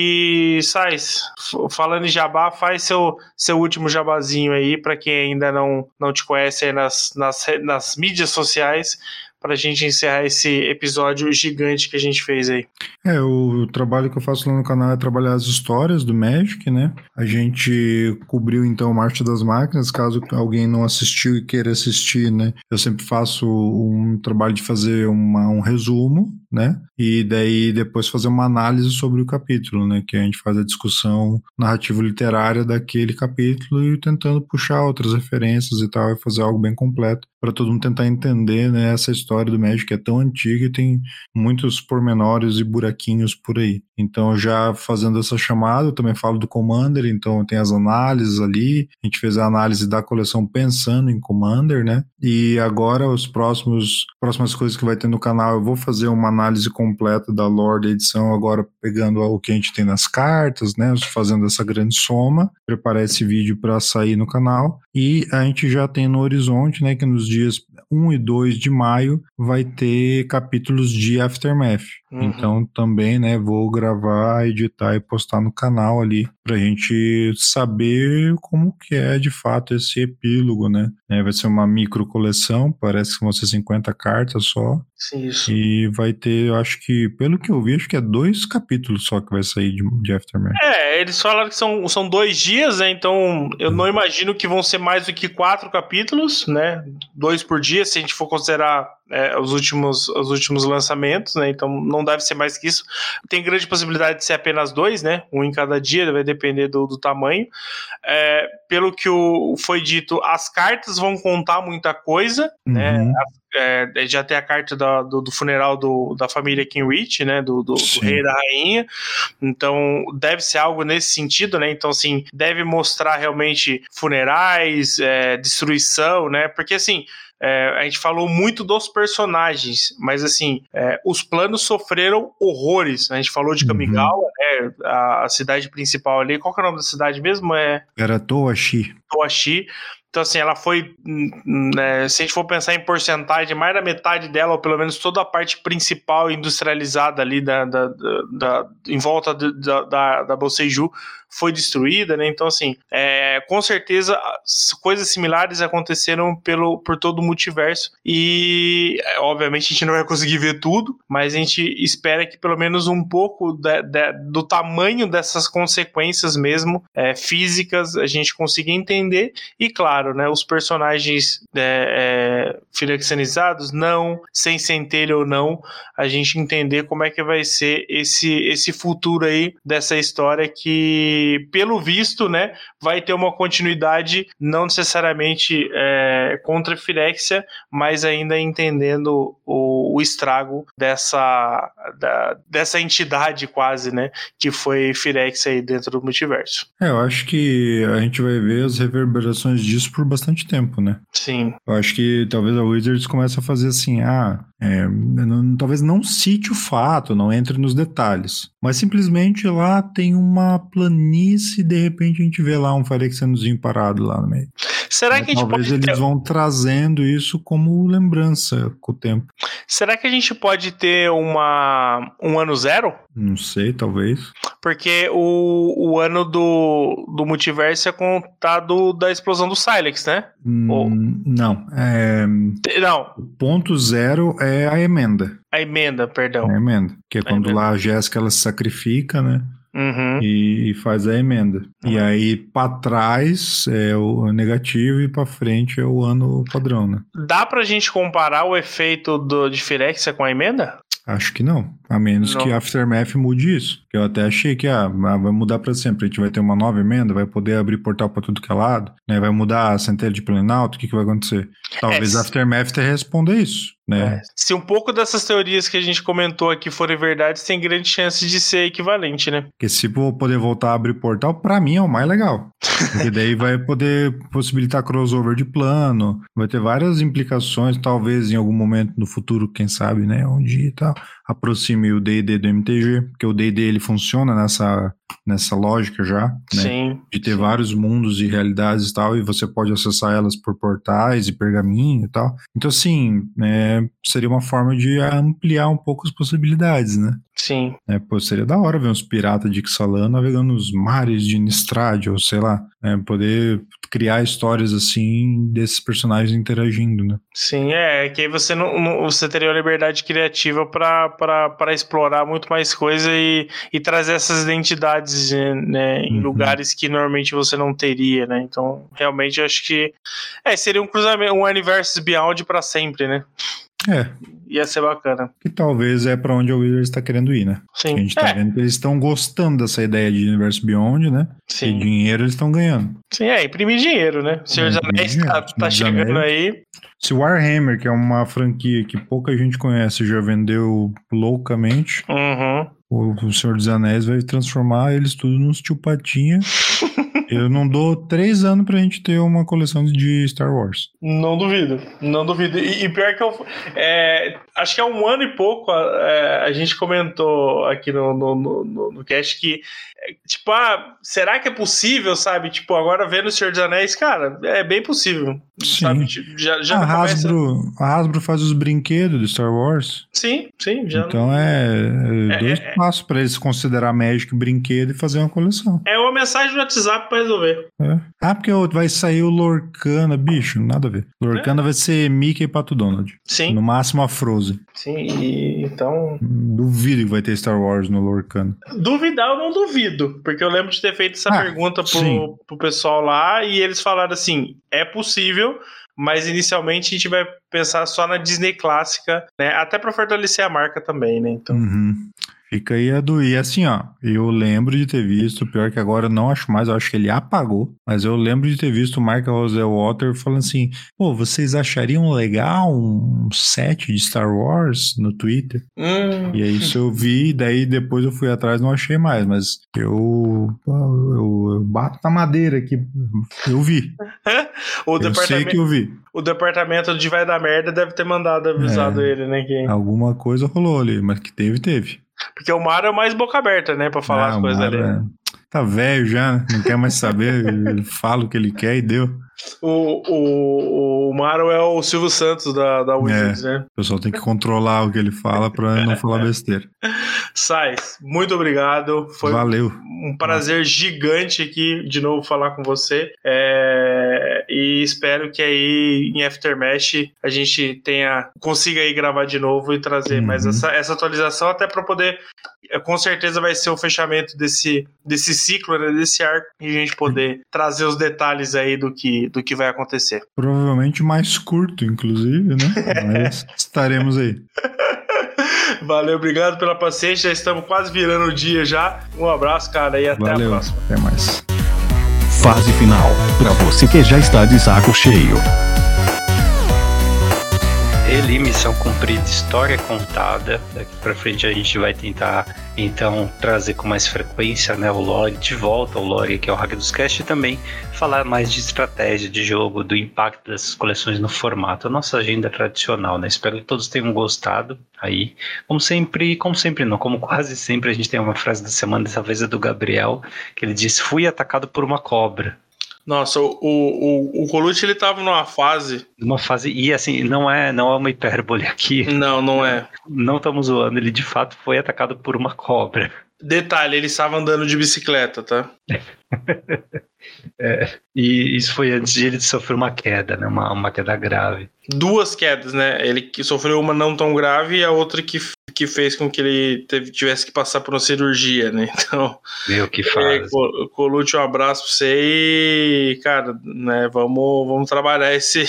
E, Sais, falando em jabá, faz seu, seu último jabazinho aí, para quem ainda não, não te conhece aí nas, nas, nas mídias sociais, para a gente encerrar esse episódio gigante que a gente fez aí. É, o, o trabalho que eu faço lá no canal é trabalhar as histórias do Magic, né? A gente cobriu, então, Marcha das Máquinas, caso alguém não assistiu e queira assistir, né? Eu sempre faço um trabalho de fazer uma, um resumo, né? E daí depois fazer uma análise sobre o capítulo, né? Que a gente faz a discussão narrativo-literária daquele capítulo e tentando puxar outras referências e tal, e fazer algo bem completo para todo mundo tentar entender, né, essa história do Magic que é tão antiga e tem muitos pormenores e buraquinhos por aí. Então, já fazendo essa chamada, eu também falo do Commander, então tem as análises ali, a gente fez a análise da coleção pensando em Commander, né, e agora os próximos próximas coisas que vai ter no canal, eu vou fazer uma análise completa da lore da edição, agora pegando o que a gente tem nas cartas, né, fazendo essa grande soma, preparar esse vídeo para sair no canal, e a gente já tem no horizonte, né, que nos dias um e dois de maio vai ter capítulos de Aftermath. Uhum. Então também, né, vou gravar, editar e postar no canal ali pra gente saber como que é de fato esse epílogo, né? É, vai ser uma micro coleção, parece que vão ser cinquenta cartas só. Sim, isso. E vai ter, eu acho que, pelo que eu vi, acho que é dois capítulos só que vai sair de, de Aftermath. É, eles falaram que são, são dois dias, né? Então eu não imagino que vão ser mais do que quatro capítulos, né? Dois por dia, se a gente for considerar é, os, últimos, os últimos lançamentos, né? Então não deve ser mais que isso. Tem grande possibilidade de ser apenas dois, né? Um em cada dia, vai depender do, do tamanho. É, pelo que o, foi dito, as cartas vão contar muita coisa, uhum. né? É, já tem a carta da, do, do funeral do, da família Kinrich, né? Do, do, do rei e da rainha. Então deve ser algo nesse sentido, né? Então, assim, deve mostrar realmente funerais, é, destruição, né? Porque, assim, É, a gente falou muito dos personagens, mas assim, é, os planos sofreram horrores. A gente falou de Kamigawa, uhum. né, a, a cidade principal ali. Qual que é o nome da cidade mesmo? É... Era Toashi. Toashi. Então, assim, ela foi, né, se a gente for pensar em porcentagem, mais da metade dela, ou pelo menos toda a parte principal industrializada ali da, da, da, da, em volta da, da, da Boseiju foi destruída, né? Então, assim, é, com certeza coisas similares aconteceram pelo, por todo o multiverso e, obviamente, a gente não vai conseguir ver tudo, mas a gente espera que pelo menos um pouco da, da, do tamanho dessas consequências mesmo, é, físicas, a gente consiga entender e, claro, né, os personagens é, é, filexianizados, não, sem centelha ou não, a gente entender como é que vai ser esse, esse futuro aí dessa história que pelo visto, né, vai ter uma continuidade não necessariamente é, contra a Phyrexia, mas ainda entendendo o, o estrago dessa, da, dessa entidade quase, né, que foi Phyrexia aí dentro do multiverso. É, eu acho que a gente vai ver as reverberações disso por bastante tempo, né? Sim. Eu acho que talvez a Wizards comece a fazer assim, ah, é, não, talvez não cite o fato, não entre nos detalhes, mas simplesmente lá tem uma planície e de repente a gente vê lá um Phyrexianozinho parado lá no meio. Será Mas que a gente talvez pode eles ter... vão trazendo isso como lembrança com o tempo. Será que a gente pode ter uma, um ano zero? Não sei, talvez. Porque o, o ano do, do multiverso é contado da explosão do Silex, né? Hum, Ou... Não. É... Não. O ponto zero é a emenda. A emenda, perdão. É a emenda. Que é quando emenda. lá a Jéssica ela se sacrifica, né? Uhum. E, e faz a emenda. Uhum. E aí pra trás é o negativo e pra frente é o ano padrão, né? Dá pra gente comparar o efeito do, de Phyrexia com a emenda? Acho que não. A menos não. que Aftermath mude isso. Eu até achei que ah, vai mudar pra sempre. A gente vai ter uma nova emenda, vai poder abrir portal pra tudo que é lado, né? Vai mudar a centelha de Planalto, o que, que vai acontecer? Talvez é, Aftermath te responda isso, né? É. Se um pouco dessas teorias que a gente comentou aqui forem verdade, tem grande chance de ser equivalente, né? Porque se for poder voltar a abrir portal, pra mim é o mais legal. Porque daí vai poder possibilitar crossover de plano, vai ter várias implicações, talvez em algum momento no futuro, quem sabe, né? Um dia e tal, aproxime o D e D do M T G, porque o D e D ele funciona nessa, nessa lógica já, né? Sim. De ter sim. vários mundos e realidades e tal, e você pode acessar elas por portais e pergaminho e tal. Então, assim, é, seria uma forma de ampliar um pouco as possibilidades, né? Sim. É, pô, seria da hora ver uns piratas de Ixalan navegando nos mares de Nistrad, ou sei lá, né? Poder criar histórias assim desses personagens interagindo, né? Sim, é, que aí você, não, não, você teria uma liberdade criativa para explorar muito mais coisa e, e trazer essas identidades, né, em uhum. lugares que normalmente você não teria, né? Então, realmente, eu acho que é, seria um cruzamento, um Universe Beyond para sempre, né? É. Ia ser bacana. Que talvez é pra onde a Wizards está querendo ir, né? Sim. A gente tá é. vendo que eles estão gostando dessa ideia de Universe Beyond, né? Sim. E dinheiro eles estão ganhando. Sim, é, imprimir dinheiro, né? O Senhor dos Anéis tá, tá chegando aí. Se Warhammer, que é uma franquia que pouca gente conhece, já vendeu loucamente, uhum. o, o Senhor dos Anéis vai transformar eles tudo nos tio Patinha. Eu não dou três anos pra gente ter uma coleção de Star Wars. Não duvido, não duvido. E, e pior que eu... É, acho que há um ano e pouco é, a gente comentou aqui no, no, no, no cast que, tipo, ah, será que é possível, sabe? Tipo, agora vendo o Senhor dos Anéis, cara, é bem possível. Sim. Sabe? Já, já a, começa... Hasbro, a Hasbro faz os brinquedos do Star Wars. Sim, sim. Já então não... é, é dois é, passos pra eles considerar Magic brinquedo e fazer uma coleção. É uma mensagem do WhatsApp pra resolver. É. Ah, porque vai sair o Lorcana, bicho, nada a ver. Lorcana é. vai ser Mickey e Pato Donald. Sim. No máximo a Frozen. Sim, e então... Duvido que vai ter Star Wars no Lorcana. Duvidar eu não duvido, porque eu lembro de ter feito essa ah, pergunta pro, pro pessoal lá e eles falaram assim, é possível, mas inicialmente a gente vai pensar só na Disney clássica, né? Até pra fortalecer a marca também, né? Então... Uhum. Fica aí a do... E assim, ó, eu lembro de ter visto, pior que agora eu não acho mais, eu acho que ele apagou, mas eu lembro de ter visto o Michael Rosewater falando assim, pô, vocês achariam legal um set de Star Wars no Twitter? Hum. E aí isso eu vi, daí depois eu fui atrás e não achei mais, mas eu, eu, eu bato na madeira aqui, eu vi. o eu departamento... sei que eu vi. O departamento de vai dar merda deve ter mandado avisado é, ele, né? Que... Alguma coisa rolou ali, mas que teve, teve. Porque o Mario é mais boca aberta, né? Pra falar ah, as coisas ali. É... Tá velho já, não quer mais saber. Ele fala o que ele quer e deu. O, o, o Mario é o Silvio Santos da, da Wizards, é, né? O pessoal tem que controlar o que ele fala pra não falar besteira. Sais, muito obrigado. Foi Valeu. um prazer Nossa. gigante aqui de novo falar com você. É, e espero que aí em Aftermath a gente tenha, consiga aí gravar de novo e trazer uhum. mais essa, essa atualização, até para poder, com certeza vai ser o fechamento desse, desse ciclo, né, desse arco, e a gente poder uhum. trazer os detalhes aí do que, do que vai acontecer. Provavelmente mais curto, inclusive, né? Mas estaremos aí. Valeu, obrigado pela paciência, já estamos quase virando o dia já. Um abraço, cara, e até Valeu, a próxima. Até mais. Fase final, para você que já está de saco cheio. Ele, missão cumprida, história contada. Daqui pra frente a gente vai tentar, então, trazer com mais frequência, né, o lore de volta, o lore que é o Hack dos Cast, e também falar mais de estratégia de jogo, do impacto dessas coleções no formato. A nossa agenda tradicional, né? Espero que todos tenham gostado. Aí, como sempre, como sempre não, como quase sempre, a gente tem uma frase da semana, dessa vez é do Gabriel, que ele disse: fui atacado por uma cobra. Nossa, o, o, o Colucci, ele tava numa fase... Uma fase, e assim, não é, não é uma hipérbole aqui. Não, não é. Não estamos zoando, ele de fato foi atacado por uma cobra. Detalhe, ele estava andando de bicicleta, tá? É, e isso foi antes de ele sofrer uma queda, né? Uma, uma queda grave. Duas quedas, né? Ele sofreu uma não tão grave e a outra que, que fez com que ele teve, tivesse que passar por uma cirurgia, né? Então, meu, que fase. É, Colucci, um abraço pra você e, cara, né, vamos, vamos trabalhar esse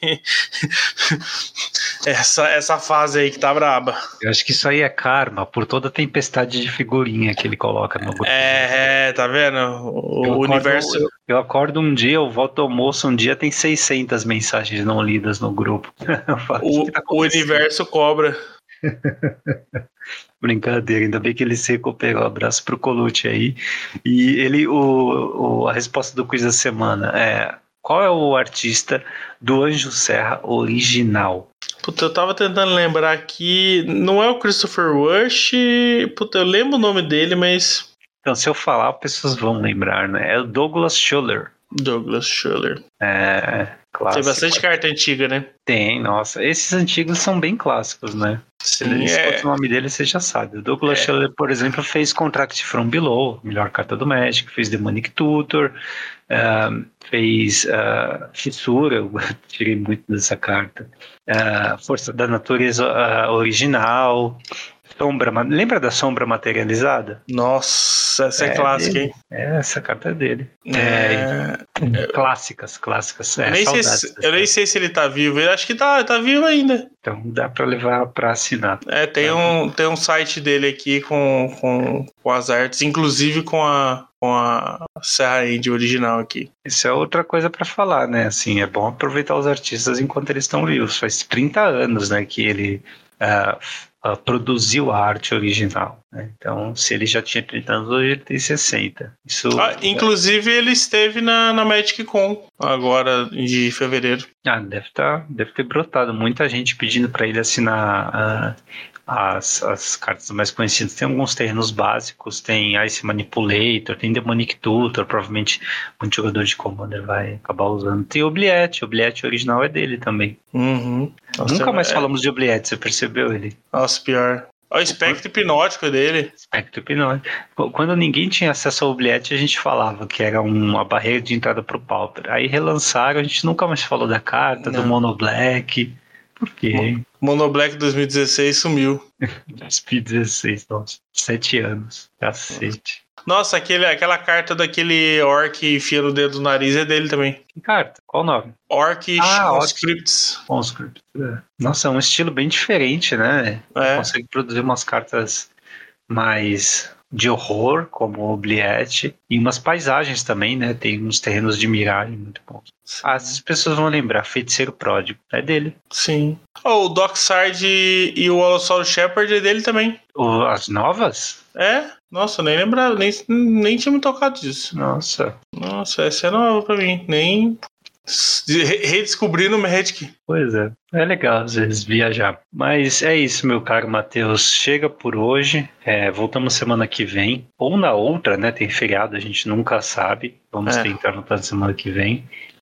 essa, essa fase aí que tá braba. Eu acho que isso aí é karma por toda a tempestade de figurinha que ele coloca no grupo. É, é, tá vendo? O eu universo... Acordo, eu, eu acordo um dia, eu volto ao almoço, um dia tem seiscentas mensagens não lidas no grupo. o, tá o universo cobra. Brincadeira, ainda bem que ele se recuperou. Um abraço pro Colucci aí. E ele, o, o, a resposta do quiz da semana é: qual é o artista do Anjo Serra original? Puta, eu tava tentando lembrar aqui. Não é o Christopher Rush. Puta, eu lembro o nome dele, mas... Então, se eu falar, as pessoas vão lembrar, né? É o Douglas Schuller. Douglas Schuller. É, clássico. Tem bastante carta antiga, né? Tem, nossa. Esses antigos são bem clássicos, né? Se Sim, é. o nome dele, você já sabe. O Douglas é. Schuller, por exemplo, fez Contract from Below, melhor carta do Magic, fez Demonic Tutor, uh, fez uh, Fissura, eu tirei muito dessa carta. Uh, Força da Natureza uh, original. Sombra, lembra da Sombra Materializada? Nossa, essa é, é clássica, dele. hein? É, essa carta é dele. É... É... Clássicas, clássicas. É, eu, nem sei se, eu nem sei se ele tá vivo. Eu acho que tá, tá vivo ainda. Então dá pra levar pra assinar. É, tem, tá. um, tem um site dele aqui com, com, com as artes, inclusive com a, com a Serra Indie original aqui. Isso é outra coisa pra falar, né? Assim, é bom aproveitar os artistas enquanto eles estão vivos. Faz trinta anos, né, que ele... Uh, Uh, produziu a arte original, né? Então, se ele já tinha trinta anos, hoje ele tem sessenta. Isso, ah, inclusive, ele esteve na, na Magic Con agora de fevereiro. Ah, deve, tá, deve ter brotado muita gente pedindo para ele assinar uh, as, as cartas mais conhecidas. Tem alguns terrenos básicos, tem Ice Manipulator, tem Demonic Tutor, provavelmente muito jogador de Commander vai acabar usando. Tem Oubliette, o Oubliette original é dele também. Uhum. Nossa, Nunca mais é... falamos de Oubliette, você percebeu ele? Nossa, pior. O espectro hipnótico dele. Espectro hipnótico. Quando ninguém tinha acesso ao Oubliette, a gente falava que era uma barreira de entrada pro Pauper. Aí relançaram, a gente nunca mais falou da carta, Não. do Mono Black. Por quê? Mono Black dois mil e dezesseis sumiu. dois mil e dezesseis, nossa. Sete anos. Cacete. Nossa, aquele, aquela carta daquele orc enfia no dedo do nariz é dele também. Que carta? Qual o nome? Orc ah, Conscripts. Conscripts. É. Nossa, é um estilo bem diferente, né? É. Consegue produzir umas cartas mais de horror, como o Oubliette, e umas paisagens também, né? Tem uns terrenos de miragem muito bons. Ah, essas pessoas vão lembrar, Feiticeiro Pródigo, é dele. Sim. Oh, o Dockside e o Holosaur Shepherd é dele também. O, as novas? É? Nossa, nem lembrava, nem, nem tinha me tocado disso. Nossa. Nossa, essa é nova pra mim, nem... redescobrindo o Magic. Pois é, é legal às vezes viajar. Mas é isso, meu caro Matheus. Chega por hoje. É, voltamos semana que vem. Ou na outra, né? Tem feriado, a gente nunca sabe. Vamos é. tentar voltar semana que vem.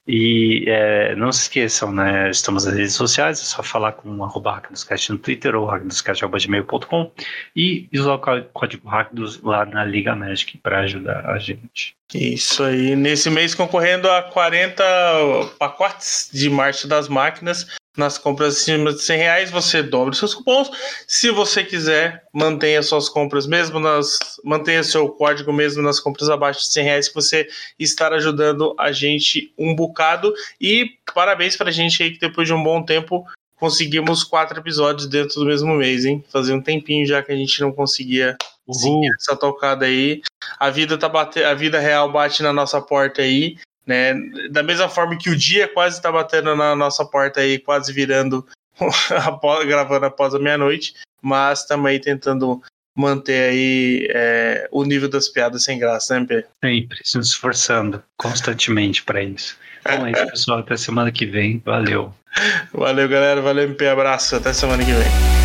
E é, não se esqueçam, né? Estamos nas redes sociais, é só falar com arroba hackdoscast no Twitter ou hackdoscast arroba gmail ponto com e usar o código hackdos lá na Liga Magic para ajudar a gente. Isso aí. Nesse mês concorrendo a quarenta pacotes de Marcha das Máquinas. Nas compras acima de cem reais, você dobra os seus cupons. Se você quiser, mantenha suas compras mesmo nas... Mantenha seu código mesmo nas compras abaixo de cem reais, que você estará ajudando a gente um bocado. E parabéns pra gente aí que depois de um bom tempo conseguimos quatro episódios dentro do mesmo mês, hein? Fazia um tempinho já que a gente não conseguia Uhul. seguir essa tocada aí. A vida, tá bate... a vida real bate na nossa porta aí. Né? Da mesma forma que o dia quase está batendo na nossa porta aí, quase virando gravando após a meia-noite, mas estamos aí tentando manter aí é, o nível das piadas sem graça, né, P? Sempre, se esforçando constantemente para isso. Então é isso, pessoal, até semana que vem, valeu. Valeu, galera, valeu, M P, abraço, até semana que vem.